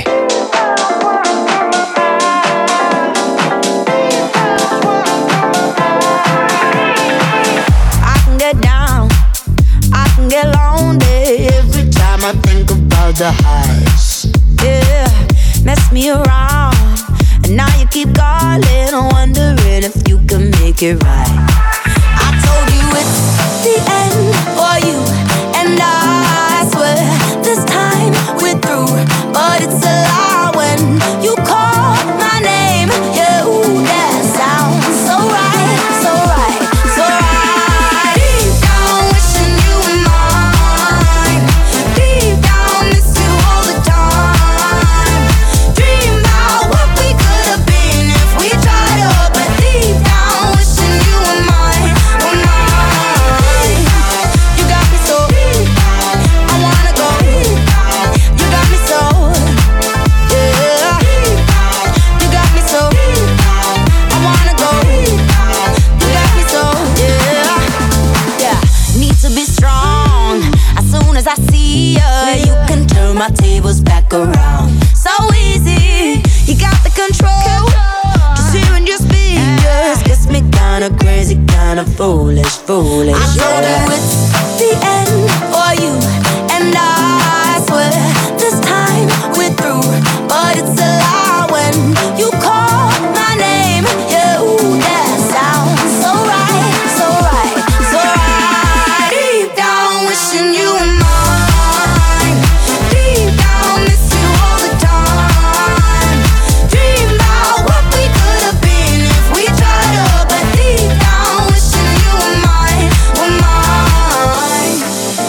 I can get down, I can get lonely every time I think about the highs. Yeah, mess me around, and now you keep calling, wondering if you can make it right. I told you it's the end for you, and I swear this time we're through, but it's a lie when you call my name. Yeah, ooh, that sounds so right, so right, so right. Deep down wishing you were mine. Deep down miss you all the time. Dream about what we could have been if we tried up. But deep down wishing you were mine, were mine. You got me so I wanna go. You got me so, yeah. You got me so I wanna go. You got me so, yeah. Yeah, need to be strong. As soon as I see you, you can turn my tables back around. So easy, you got the control. Just hearing your speech just gets me kinda crazy, kinda foolish, foolish. I told you it's the end for you, and I swear this time we're through, but it's a lie when you call my name. Yeah, ooh, that sounds so right, so right, so right. Deep down wishing you were mine. Deep down miss you all the time. Dream about what we could have been if we tried up. But deep down wishing you were mine, were mine.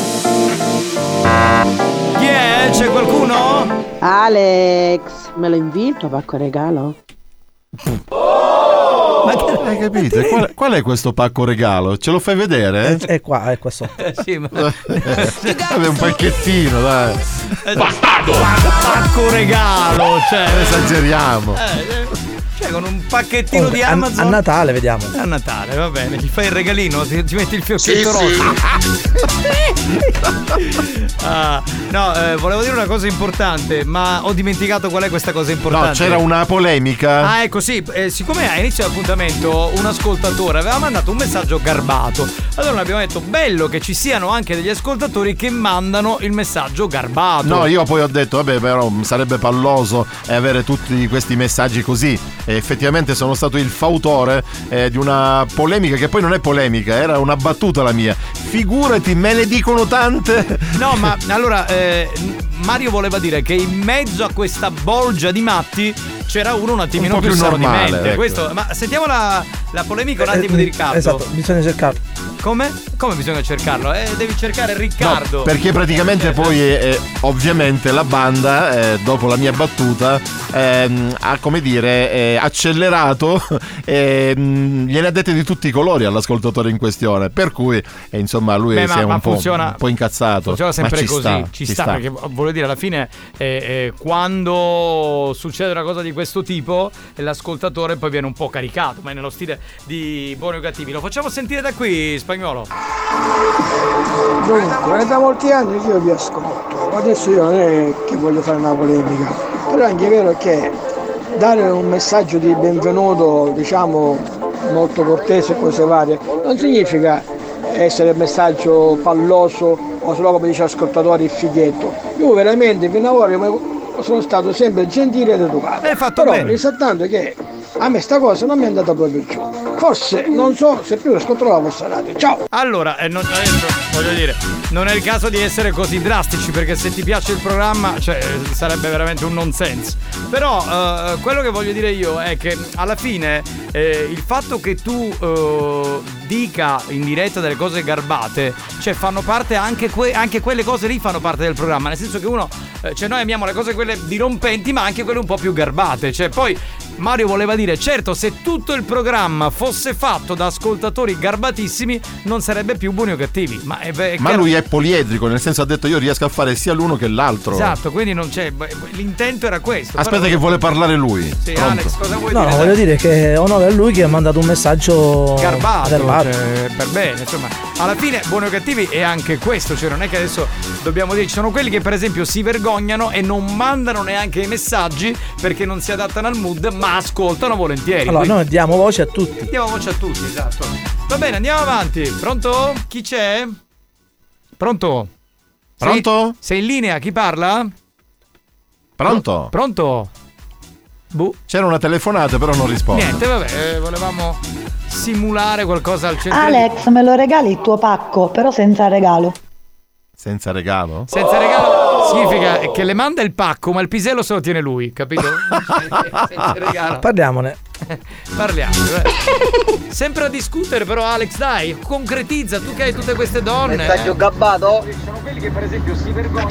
Yeah, c'è qualcuno? Alex, me lo invito a pacco regalo? Ma che hai capito? Qual, qual è questo pacco regalo? Ce lo fai vedere? È qua, è qua sotto. Sì, ma Vabbè, un pacchettino, dai. Bastardo! Pacco regalo, cioè esageriamo. Eh, cioè con un pacchettino Comunque, di a- Amazon. a Natale, vediamo. A Natale, va bene, gli fai il regalino, ti, ti metti il fiocchetto Sì, sì. rosa. Ah, no, eh, volevo dire una cosa importante, ma ho dimenticato qual è questa cosa importante. No, c'era una polemica. Ah, ecco, sì, eh, siccome a inizio dell'appuntamento un ascoltatore aveva mandato un messaggio garbato, allora noi abbiamo detto bello che ci siano anche degli ascoltatori che mandano il messaggio garbato. No, io poi ho detto, vabbè, però sarebbe palloso eh, avere tutti questi messaggi così. E effettivamente sono stato il fautore eh, di una polemica che poi non è polemica, era una battuta la mia. Figurati, me ne dicono tante. No, ma allora eh, Mario voleva dire che in mezzo a questa bolgia di matti c'era uno un attimino Un po' più, più sano di normale, mente. ecco. Questo, ma sentiamo la, la polemica un attimo Eh, di Riccardo. Esatto, bisogna cercarlo. Come? Come bisogna cercarlo? Eh, devi cercare Riccardo. No, perché praticamente poi eh, ovviamente la banda eh, dopo la mia battuta ehm, ha, come dire, eh, accelerato e mh, gliene ha dette di tutti i colori all'ascoltatore in questione, per cui eh, insomma lui Beh, si ma- è ma un po', funziona- un po' incazzato. Funziona sempre ma ci così, sta, ci, sta, perché voglio dire alla fine eh, eh, quando succede una cosa di questo tipo l'ascoltatore poi viene un po' caricato, ma è nello stile di Buoni o Cattivi. Lo facciamo sentire da qui, Spagnolo. Dunque, è da molti anni che io vi ascolto, adesso io non è che voglio fare una polemica, però è anche vero che dare un messaggio di benvenuto, diciamo, molto cortese e cose varie, non significa essere un messaggio palloso o solo, come dice l'ascoltatore, il fighetto. Io veramente fino ad ora sono stato sempre gentile ed educato. Hai fatto però bene. risaltando che a me sta cosa non mi è andata proprio giù. Forse, non so se più ascolterò la vostra radio. Ciao! Allora, eh, non, adesso, voglio dire, non è il caso di essere così drastici, perché se ti piace il programma, cioè, sarebbe veramente un nonsense. Però eh, quello che voglio dire io è che alla fine eh, il fatto che tu eh, dica in diretta delle cose garbate, cioè fanno parte anche, que- anche quelle cose lì fanno parte del programma, nel senso che uno, eh, cioè noi amiamo le cose quelle dirompenti, ma anche quelle un po' più garbate. Cioè poi Mario voleva dire, certo, se tutto il programma fosse fatto da ascoltatori garbatissimi non sarebbe più Buoni o Cattivi. Ma, è, è ma chiaro... lui è poliedrico, nel senso ha detto io riesco a fare sia l'uno che l'altro. Esatto, quindi non c'è, l'intento era questo. Aspetta però... che vuole parlare lui. Sì, Pronto. Alex, cosa vuoi no, dire? No, voglio dire che onore a lui che ha mandato un messaggio garbato, garbato. Cioè, per bene, insomma. Alla fine Buoni o Cattivi è anche questo, cioè non è che adesso dobbiamo dire, ci sono quelli che per esempio si vergognano e non mandano neanche i messaggi perché non si adattano al mood, ma ascoltano volentieri. Allora, quindi... noi diamo voce a tutti. Diamo voce a tutti, esatto. Va bene, andiamo avanti. Pronto? Chi c'è? Pronto? Pronto? Sei, sei in linea? Chi parla? Pronto? Pronto? Buh. C'era una telefonata, però non risponde. Niente, vabbè, eh, volevamo simulare qualcosa al centro. Alex, me lo regali il tuo pacco, però senza regalo. Senza regalo? Senza regalo significa che le manda il pacco, ma il pisello se lo tiene lui, capito? Senza regalo. Parliamone. Parliamo. Eh. Sempre a discutere, però, Alex, dai, concretizza, tu che hai tutte queste donne. Messaggio eh. gabbato? Sono quelli che per esempio si vergognano.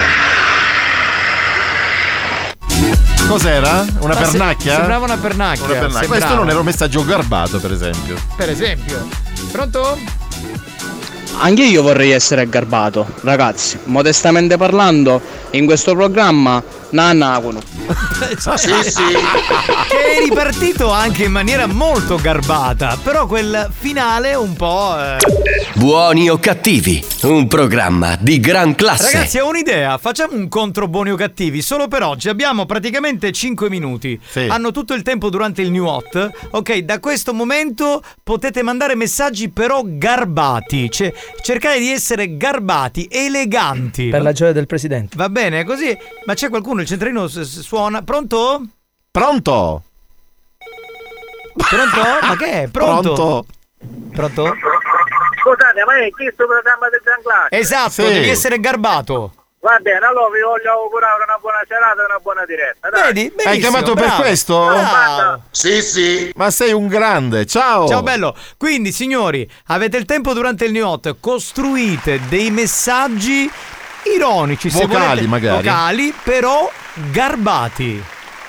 Cos'era? Una Ma pernacchia? Se, sembrava una pernacchia. Una pernacchia. Sembrava. Questo non era un messaggio garbato, per esempio. Per esempio. Pronto? Anche io vorrei essere garbato, ragazzi. Modestamente parlando, in questo programma Nanagono. Sì, sì. Che è ripartito anche in maniera molto garbata, però quel finale un po'. Eh... Buoni o Cattivi, un programma di gran classe. Ragazzi, ho un'idea, facciamo un contro Buoni o Cattivi solo per oggi. Abbiamo praticamente cinque minuti. Sì. Hanno tutto il tempo durante il New Hot. Ok, da questo momento potete mandare messaggi però garbati. Cioè, cercare di essere garbati, eleganti. Per la gioia del presidente. Va bene, così. Ma c'è qualcuno, il centralino suona. Pronto? Pronto? Pronto? Ma che è? Pronto? Pronto? Pronto? Scusate, ma è questo programma del Gran Classe? Esatto, Sì. devi essere garbato. Va bene, allora vi voglio augurare una buona serata e una buona diretta. Dai. Vedi? Hai Benissimo, chiamato per bravo. questo? Bravo. Sì, sì. Ma sei un grande, ciao. Ciao bello. Quindi signori, avete il tempo durante il New Hot, costruite dei messaggi ironici, se Vocali, volete, magari. vocali, però garbati.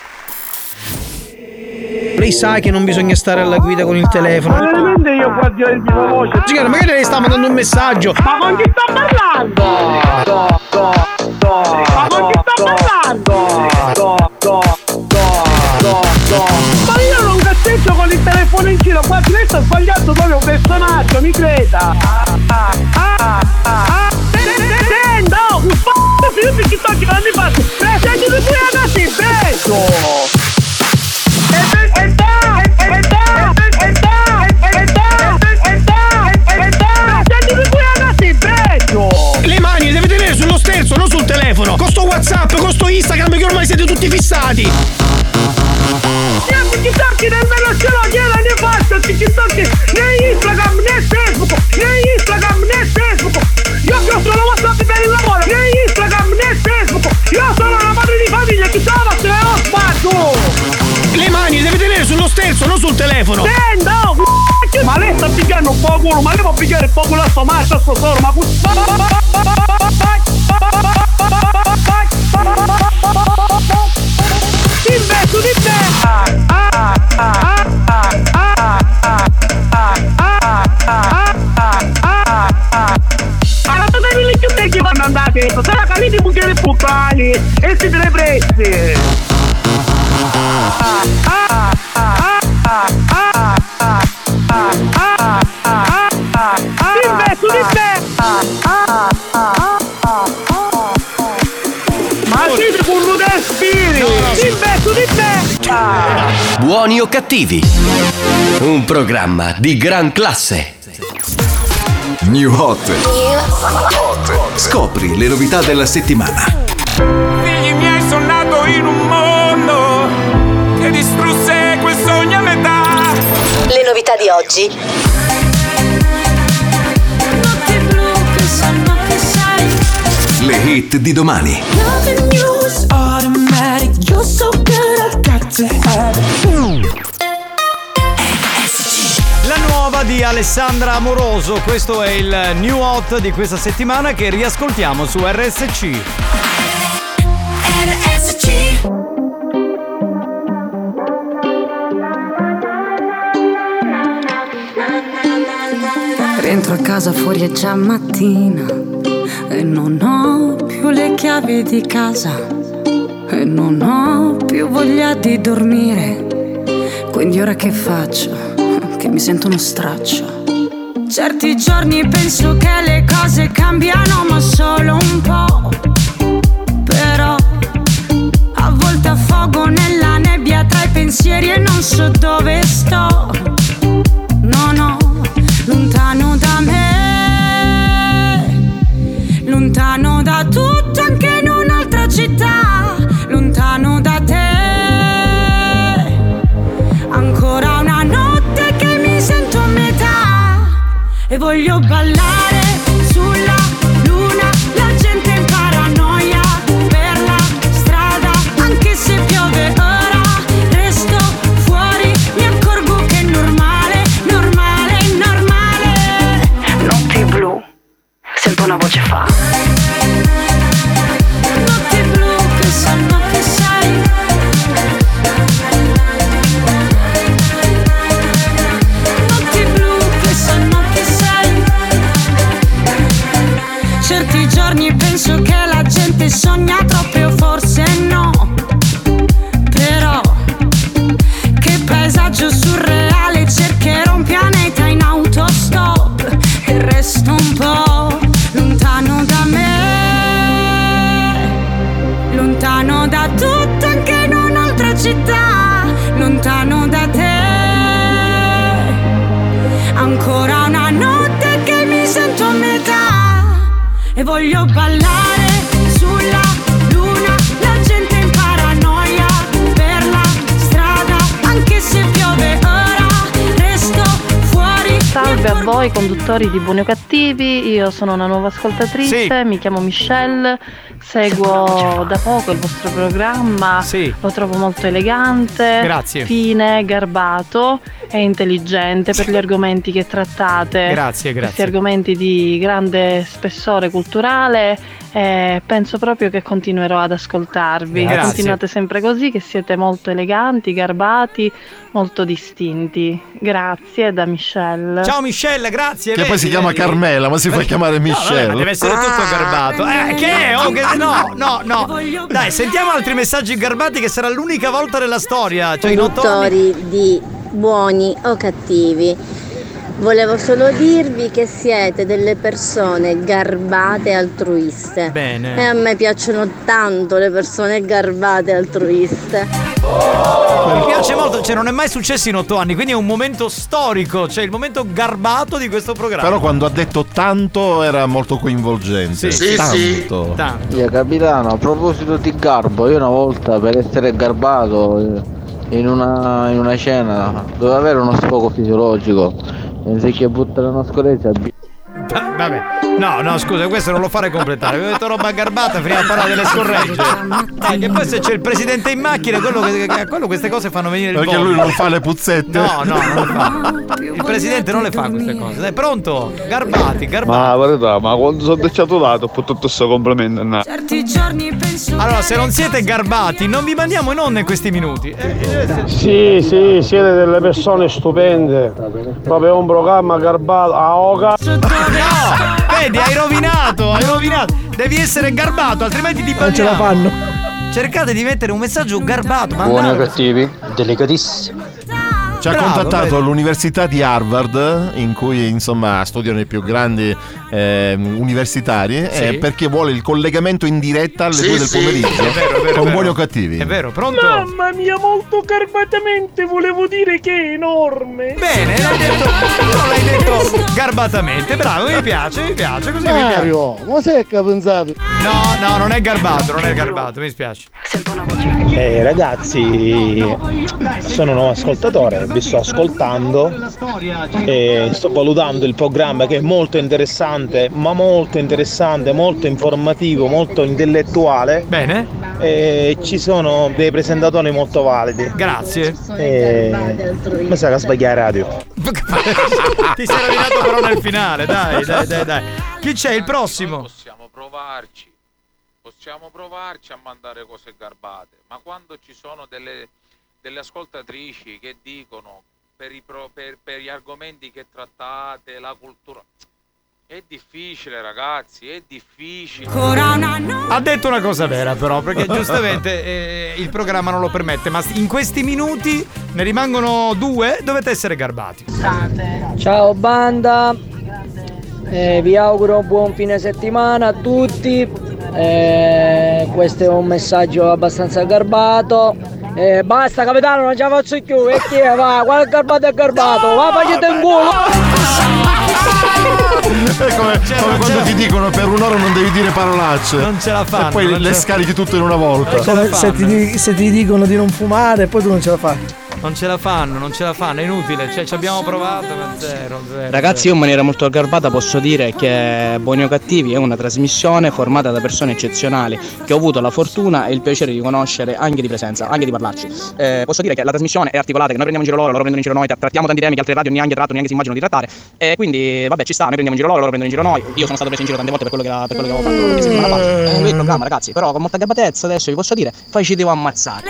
Lei sa che non bisogna stare alla guida con il telefono. Ma veramente io qua di il vivo voce. Signora, magari lei sta mandando un messaggio. Ma con chi sta parlando? Do, do, do, ma con chi sta parlando? Do, do, do, do, do. Ma io non cazzeggio con il telefono in giro, qua lei sta sbagliando proprio un personaggio, mi creda. Ah, ah, ah, ah. Senta, oh, un f***o più di chi sto girando i passi. Senti di qui ragazzi, beso. E da, e da, e da, e da, e da, e da, senti di qui ragazzi, beso. Le mani le deve tenere sullo sterzo, non sul telefono. Con sto WhatsApp, con sto Instagram che ormai siete tutti fissati. Niente TikTok nel meno ce l'ho, gliela ne faccio TikTok né Instagram né Facebook, né Instagram né Facebook. Io che ho solo WhatsApp per il lavoro, né Instagram né Facebook. Io sono una madre di famiglia, chi stava se ne ho spazio. Le mani le deve tenere sullo sterzo, non sul telefono. Senta, oh, c***o, ma lei sta pigliando un po' culo, ma lei può pigliare un po' culo a sto marcio, a sto solo, ma investo di te. Allora dove li chiude che vanno andate? Se la calite bucchiere puttani e si te le prezzi. o cattivi. Un programma di gran classe. New Hot. Scopri le novità della settimana. Figli miei, sono nato in un mondo che distrusse quel sogno a metà. Le novità di oggi. Notte blu che sanno che sei. Le hit di domani. Loving you is automatic. You're so good, I've got to have it. La nuova di Alessandra Amoroso, questo è il New Hot di questa settimana che riascoltiamo su R S C. R S C. Rientro a casa, fuori è già mattina e non ho più le chiavi di casa e non ho più voglia di dormire. Quindi ora che faccio? Che mi sento uno straccio. Certi giorni penso che le cose cambiano, ma solo un po'. Però a volte affogo nella nebbia tra i pensieri e non so dove sto. No, no, lontano da me, lontano da tutto, anche in un'altra città, lontano da te. Ancora una notte che mi sento a metà e voglio ballare sulla luna, la gente in paranoia per la strada, anche se piove ora resto fuori, mi accorgo che è normale, normale, normale. Notti blu, sento una voce fa. Notti blu che sanno che sei. Certi giorni penso che la gente sogna troppo, o forse no. Però che paesaggio surreale, cercherò un pianeta in autostop e resto un po' lontano da me, lontano da tutto, anche in un'altra città, lontano da te. Ancora una notte che mi sento a metà e voglio ballare sulla luna, la gente in paranoia per la strada, anche se piove ora resto fuori. Salve a voi conduttori di Buoni o Cattivi, io sono una nuova ascoltatrice, Sì. mi chiamo Michelle, seguo da poco il vostro programma, Sì. lo trovo molto elegante, Grazie. fine, garbato e intelligente per gli argomenti che trattate. Grazie, grazie. Questi argomenti di grande spessore culturale, e penso proprio che continuerò ad ascoltarvi. Grazie. Continuate sempre così, che siete molto eleganti, garbati, molto distinti. Grazie da Michelle. Ciao Michelle, grazie. Che vedi, poi si chiama vedi. Carmela, ma si fa chiamare No, Michelle. vabbè, ma deve essere tutto garbato. Eh, che? Oh, che? No, no, no. Dai, sentiamo altri messaggi garbati che sarà l'unica volta nella storia. Cioè, in otto anni. Conduttori di Buoni o Cattivi, volevo solo dirvi che siete delle persone garbate e altruiste. Bene. E a me piacciono tanto le persone garbate e altruiste. Mi piace molto, cioè non è mai successo in otto anni, quindi è un momento storico, cioè il momento garbato di questo programma. Però quando ha detto tanto era molto coinvolgente. Sì, sì, tanto. Tanto. Io capitano, a proposito di garbo, io una volta per essere garbato eh, in una, in una cena dovevo avere uno sfogo fisiologico, anziché buttare una scoreggia. Vabbè, no, no, scusa, questo non lo fare completare. Avevo detto roba garbata, finiamo a parlare delle scorregge. Dai, che poi se c'è il presidente in macchina, quello che, che a quello queste cose fanno venire il Perché vomito. lui non fa le puzzette. No, no, non le fa. Il presidente non le fa queste cose. Dai, pronto? Garbati, garbati. Ma la verità, ma quando sono decciato dato ho fatto tutto questo complimento. No. Certi giorni penso. Allora, se non siete garbati, non vi mandiamo in onda in questi minuti. Eh, Sì, sì, siete delle persone stupende. Proprio un programma garbato a Oca. No, vedi, hai rovinato, hai rovinato. Devi essere garbato, altrimenti ti Non ce la banniamo. fanno. Cercate di mettere un messaggio garbato. Buoni o mandate. cattivi? Delicatissimi. Ci ha Bravo, contattato vedi. l'Università di Harvard, in cui insomma studiano i più grandi eh, universitari, Sì. eh, perché vuole il collegamento in diretta alle Sì, due del sì. pomeriggio È vero, è vero, con è Buoni vero. o Cattivi. È vero, pronto? Mamma mia, molto garbatamente volevo dire che è enorme. Bene, l'hai detto, no, l'hai detto garbatamente, bravo, mi piace, mi piace, così mi piace. Mario, ma sai che ha pensato? No, no, non è garbato, non è garbato, mi spiace. Eh, ragazzi, sono un nuovo ascoltatore, vi sto ascoltando e sto valutando il programma che è molto interessante, ma molto interessante, molto informativo, molto intellettuale. Bene. E ci sono dei presentatori molto validi. Grazie. E... mi sa che sbaglia la radio. Ti sei rovinato però nel finale, dai, dai, dai, dai. Chi c'è il prossimo? Possiamo provarci. Possiamo provarci a mandare cose garbate, ma quando ci sono delle, delle ascoltatrici che dicono per, i pro, per, per gli argomenti che trattate, la cultura, è difficile ragazzi, è difficile. Ha detto una cosa vera però, perché giustamente eh, il programma non lo permette, ma in questi minuti ne rimangono due, dovete essere garbati. Ciao banda, eh, vi auguro buon fine settimana a tutti. Eh, questo è un messaggio abbastanza garbato. Eh, basta capitano, non ce la faccio più. E chi è? Va, qual garbato è garbato? Va, facete in culo. È come, come quando ti dicono per un'ora non devi dire parolacce. Non ce la fanno. E poi non le ce... scarichi tutto in una volta. Come se ti, se ti dicono di non fumare, poi tu non ce la fai. Non ce la fanno, non ce la fanno, è inutile, cioè ci abbiamo provato, ma zero, zero. Ragazzi, io in maniera molto garbata posso dire che Buoni o Cattivi è una trasmissione formata da persone eccezionali che ho avuto la fortuna e il piacere di conoscere anche di presenza, anche di parlarci. Eh, posso dire che la trasmissione è articolata, che noi prendiamo in giro loro, loro prendono in giro noi, trattiamo tanti temi che altre radio neanche tratto, neanche si immaginano di trattare. E quindi vabbè, ci sta, noi prendiamo in giro loro, loro prendono in giro noi. Io sono stato preso in giro tante volte per quello che, per quello che avevo fatto qualche settimana fa. È un bel programma, ragazzi, però con molta garbatezza adesso vi posso dire, poi ci devo ammazzare.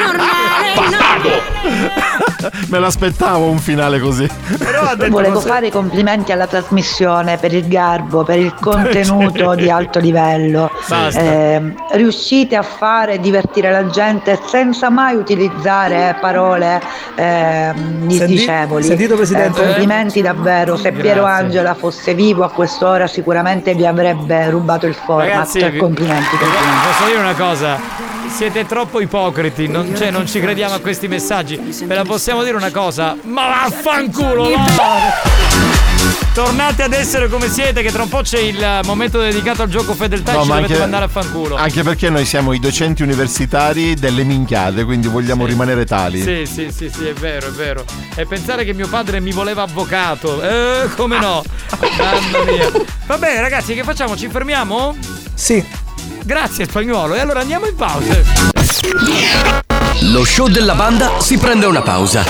Me l'aspettavo un finale così. Volevo fare i complimenti alla trasmissione per il garbo, per il contenuto di alto livello. Eh, riuscite a fare divertire la gente senza mai utilizzare parole eh, disdicevoli. Sentito, Presidente? Eh, complimenti davvero. Se Piero Grazie. Angela fosse vivo a quest'ora sicuramente vi avrebbe rubato il format. Ragazzi, vi- complimenti, complimenti. Posso dire una cosa? Siete troppo ipocriti, non, cioè, non ci crediamo a questi messaggi. Ve la possiamo dire una cosa? Ma vaffanculo! Va! Tornate ad essere come siete, che tra un po' c'è il momento dedicato al gioco fedeltà e No, ci ma dovete anche- mandare a fanculo. Anche perché noi siamo i docenti universitari delle minchiate, quindi vogliamo rimanere tali. Sì, sì, sì, sì, è vero, è vero. E pensare che mio padre mi voleva avvocato. Eh, come no? Mamma mia. Va bene, ragazzi, che facciamo? Ci fermiamo? Sì. Grazie, Spagnuolo. E allora andiamo in pausa. Lo show della banda si prende una pausa.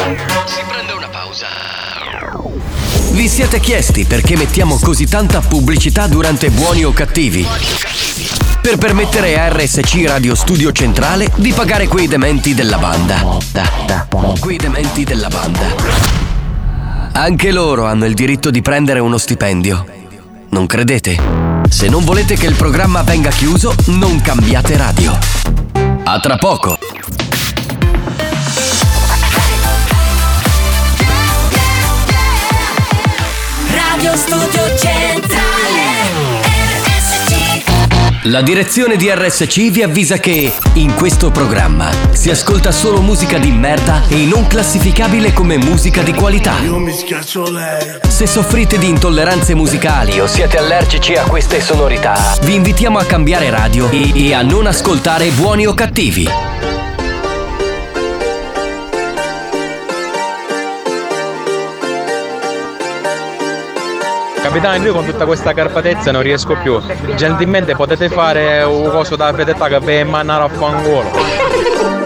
Vi siete chiesti perché mettiamo così tanta pubblicità durante Buoni o Cattivi? Per permettere a R S C Radio Studio Centrale di pagare quei dementi della banda. Da, da, quei dementi della banda. Anche loro hanno il diritto di prendere uno stipendio. Non credete? Se non volete che il programma venga chiuso, non cambiate radio. A tra poco. Radio Studio Centrale R S C. La direzione di R S C vi avvisa che in questo programma si ascolta solo musica di merda e non classificabile come musica di qualità. Io mi schiaccio lei. Se soffrite di intolleranze musicali o siete allergici a queste sonorità, vi invitiamo a cambiare radio e, e a non ascoltare Buoni o Cattivi. Capitano, io con tutta questa garbatezza non riesco più. Gentilmente potete fare un coso da fedeltà che vi mandare a fangolo.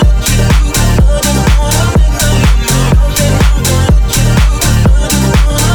We'll be right back.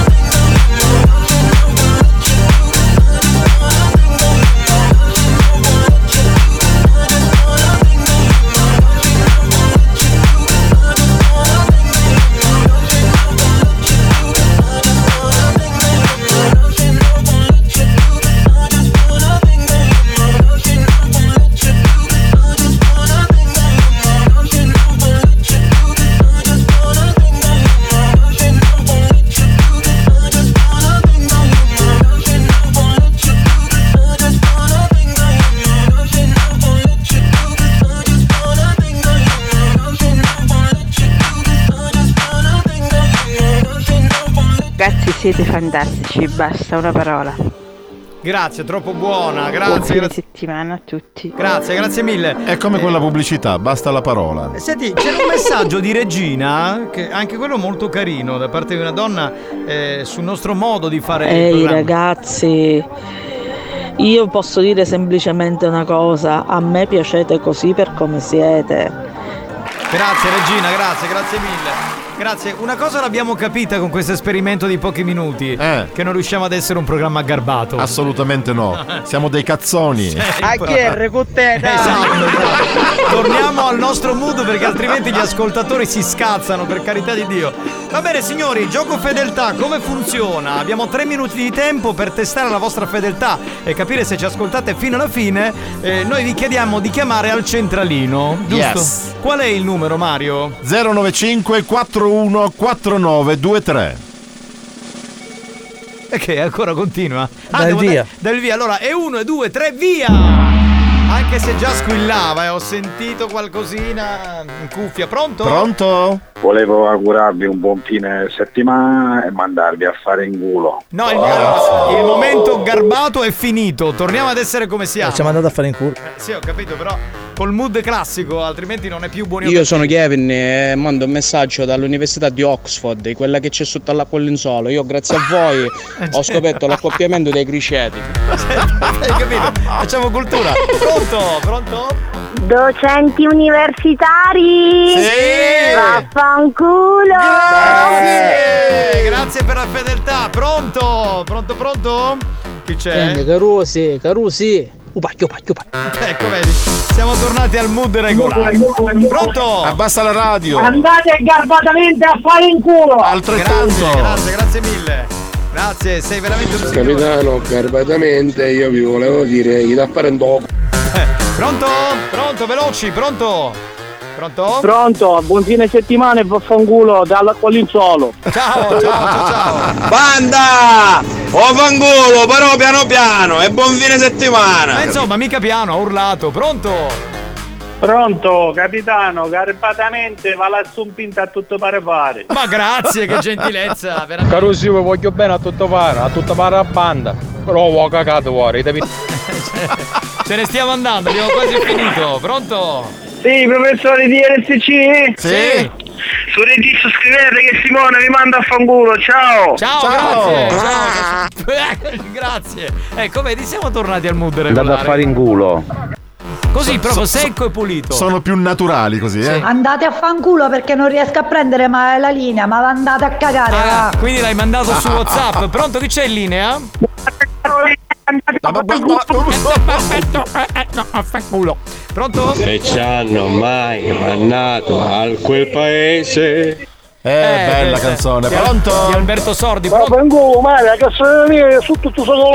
siete fantastici, basta una parola. Grazie, troppo buona, Buon grazie. fine grazie. settimana a tutti. Grazie, grazie mille. È come quella pubblicità, basta la parola. Senti, c'era un messaggio di Regina, che anche quello molto carino, da parte di una donna eh, sul nostro modo di fare il Ehi programma. ragazzi, io posso dire semplicemente una cosa, a me piacete così per come siete. Grazie Regina, grazie, grazie mille. Grazie, una cosa l'abbiamo capita con questo esperimento di pochi minuti, che non riusciamo ad essere un programma garbato. Assolutamente no, siamo dei cazzoni. A chi è con te? Esatto. Torniamo al nostro mood perché altrimenti gli ascoltatori si scazzano, per carità di Dio. Va bene signori, gioco fedeltà, come funziona? Abbiamo tre minuti di tempo per testare la vostra fedeltà e capire se ci ascoltate fino alla fine. Eh, noi vi chiediamo di chiamare al centralino, giusto? Yes. Qual è il numero, Mario? zero nove cinque quattro uno quattro nove due tre. E che ancora continua? Ah, Dal devo via. da- dal via. Allora, è uno, e due, tre, via! Anche se già squillava e ho sentito qualcosina in cuffia. Pronto? Pronto? Volevo augurarvi un buon fine settimana e mandarvi a fare in culo. No, il, allora, il momento garbato è finito. Torniamo ad essere come siamo. Ci ha mandato a fare in culo. Eh, sì, ho capito, però col mood classico, altrimenti non è più buoni. Io sono Kevin e mando un messaggio dall'università di Oxford, quella che c'è sotto all'Apollinzolo. Io grazie a voi ho scoperto l'accoppiamento dei criceti. Hai capito? Facciamo cultura. Pronto? Pronto? Docenti universitari! Sì! Vaffanculo! Grazie! Grazie per la fedeltà. Pronto? Pronto, pronto? Chi c'è? Bene, Carusi, Carusi. Upacchio, upacchio, upacchio. Ecco, vedi, siamo tornati al mood regolare. Pronto? Abbassa la radio. Andate garbatamente a fare in culo! Grazie, grazie, grazie mille. Grazie, sei veramente un signore. Capitano, garbatamente io vi volevo dire gli da fare un dopo. Pronto? Pronto, veloci, pronto? Pronto? Pronto, buon fine settimana e vaffanculo dall'Acqualinzolo. Ciao, ciao, ciao, ciao. Banda! Oh fanculo, però piano piano e buon fine settimana! Ma insomma, mica piano, ha urlato. Pronto? Pronto, capitano, garbatamente va lassù un pinta a tutto pare fare. Ma grazie, che gentilezza, veramente. Carusi, vi voglio bene a tutto pare, a tutto pare a banda. Però ho cagato fuori, Ce ne stiamo andando, abbiamo quasi finito. Pronto? Sì, professore di R S C? Sì. Su registro scrivete che Simone vi manda a fanculo, ciao! Ciao, Ciao. grazie. Ciao. Grazie. Ecco, vedi, siamo tornati al mood Andate regolare. a fare in culo. Così, proprio So- secco e pulito. Sono più naturali così, eh? Andate a fanculo perché non riesco a prendere ma la linea, ma andate a cagare, Ah, va. quindi l'hai mandato su WhatsApp. Pronto, chi c'è in linea? No, affanculo. Pronto? Se ci hanno mai mandato a quel paese. Eh, bella eh, canzone. di- Pronto? Di Alberto Sordi. Ma Pronto? fanculo, ma la cazzo mia, su tutto solo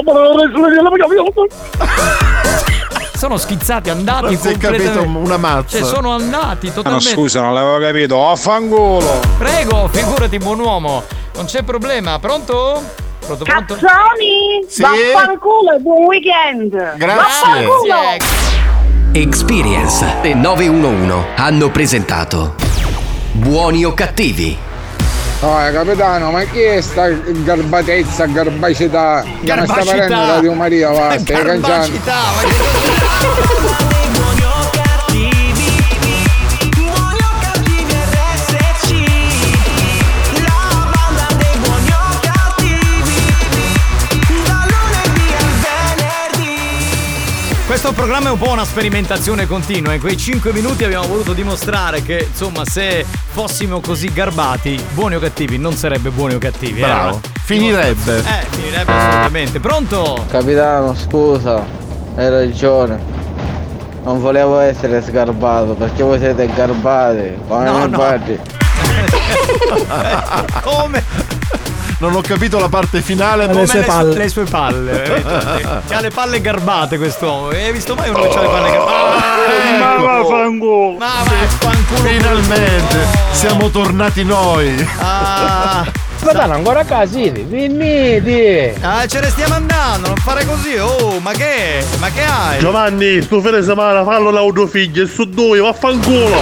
Sono schizzati, andati Non si è completamente. capito una mazza. Cioè, sono andati No, totalmente. scusa, non l'avevo capito. A fanculo! Prego, figurati, buon uomo. Non c'è problema. Pronto? Pronto, pronto? Cazzoni! Sì? Vaffanculo e buon weekend! Grazie. Vaffanculo! Experience e nove uno uno hanno presentato Buoni o cattivi? No, capitano, ma chi è sta garbatezza, garbacità? Che mi sta Garbacità. parendo Radio Maria, va, stai canciando. Garbacità, ma che- Questo programma è un po' una sperimentazione continua. In quei cinque minuti abbiamo voluto dimostrare che, insomma, se fossimo così garbati, buoni o cattivi, non sarebbe buoni o cattivi. eh, Bravo. allora. Finirebbe. Eh, finirebbe assolutamente. Pronto? Capitano, scusa, hai ragione. Non volevo essere sgarbato perché voi siete garbati. Come No, mi no. guardi? Come? Non ho capito la parte finale. Come ma- sue palle. Le sue palle. eh, Che ha le palle garbate quest'uomo. Hai visto mai uno che ha le palle garbate? Ma ecco. vaffanculo! Ma vaffanculo. Finalmente siamo tornati noi. Ah. Capitano, ancora a casa, sì, venite! Ah, ce ne stiamo andando, non fare così. Oh, ma che? Ma che hai? Giovanni, sto fine settimana fallo l'autofiglio e su due, vaffanculo!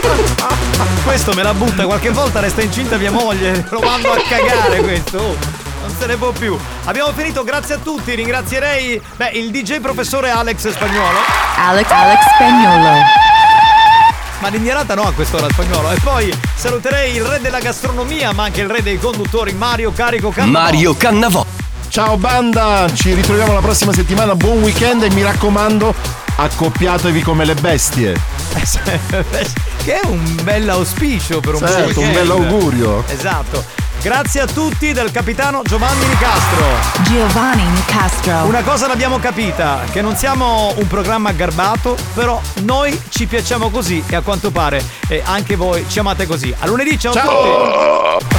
Questo me la butta, qualche volta resta incinta mia moglie, provando a cagare questo. Oh. Non se ne può più. Abbiamo finito, grazie a tutti. Ringrazierei beh, il D J professore Alex Spagnuolo. Alex Alex Spagnuolo. Ma l'ignorata no a quest'ora, Spagnuolo. E poi saluterei il re della gastronomia, ma anche il re dei conduttori, Mario Carico Cannavò. Mario Cannavò. Ciao banda, ci ritroviamo la prossima settimana, buon weekend e mi raccomando, accoppiatevi come le bestie. Che è un bel auspicio per un certo, buon weekend. un bel augurio. Esatto. Grazie a tutti del capitano Giovanni Nicastro. Giovanni Nicastro. Una cosa l'abbiamo capita, che non siamo un programma garbato, però noi ci piacciamo così e a quanto pare eh, anche voi ci amate così. A lunedì, ciao, ciao. a tutti.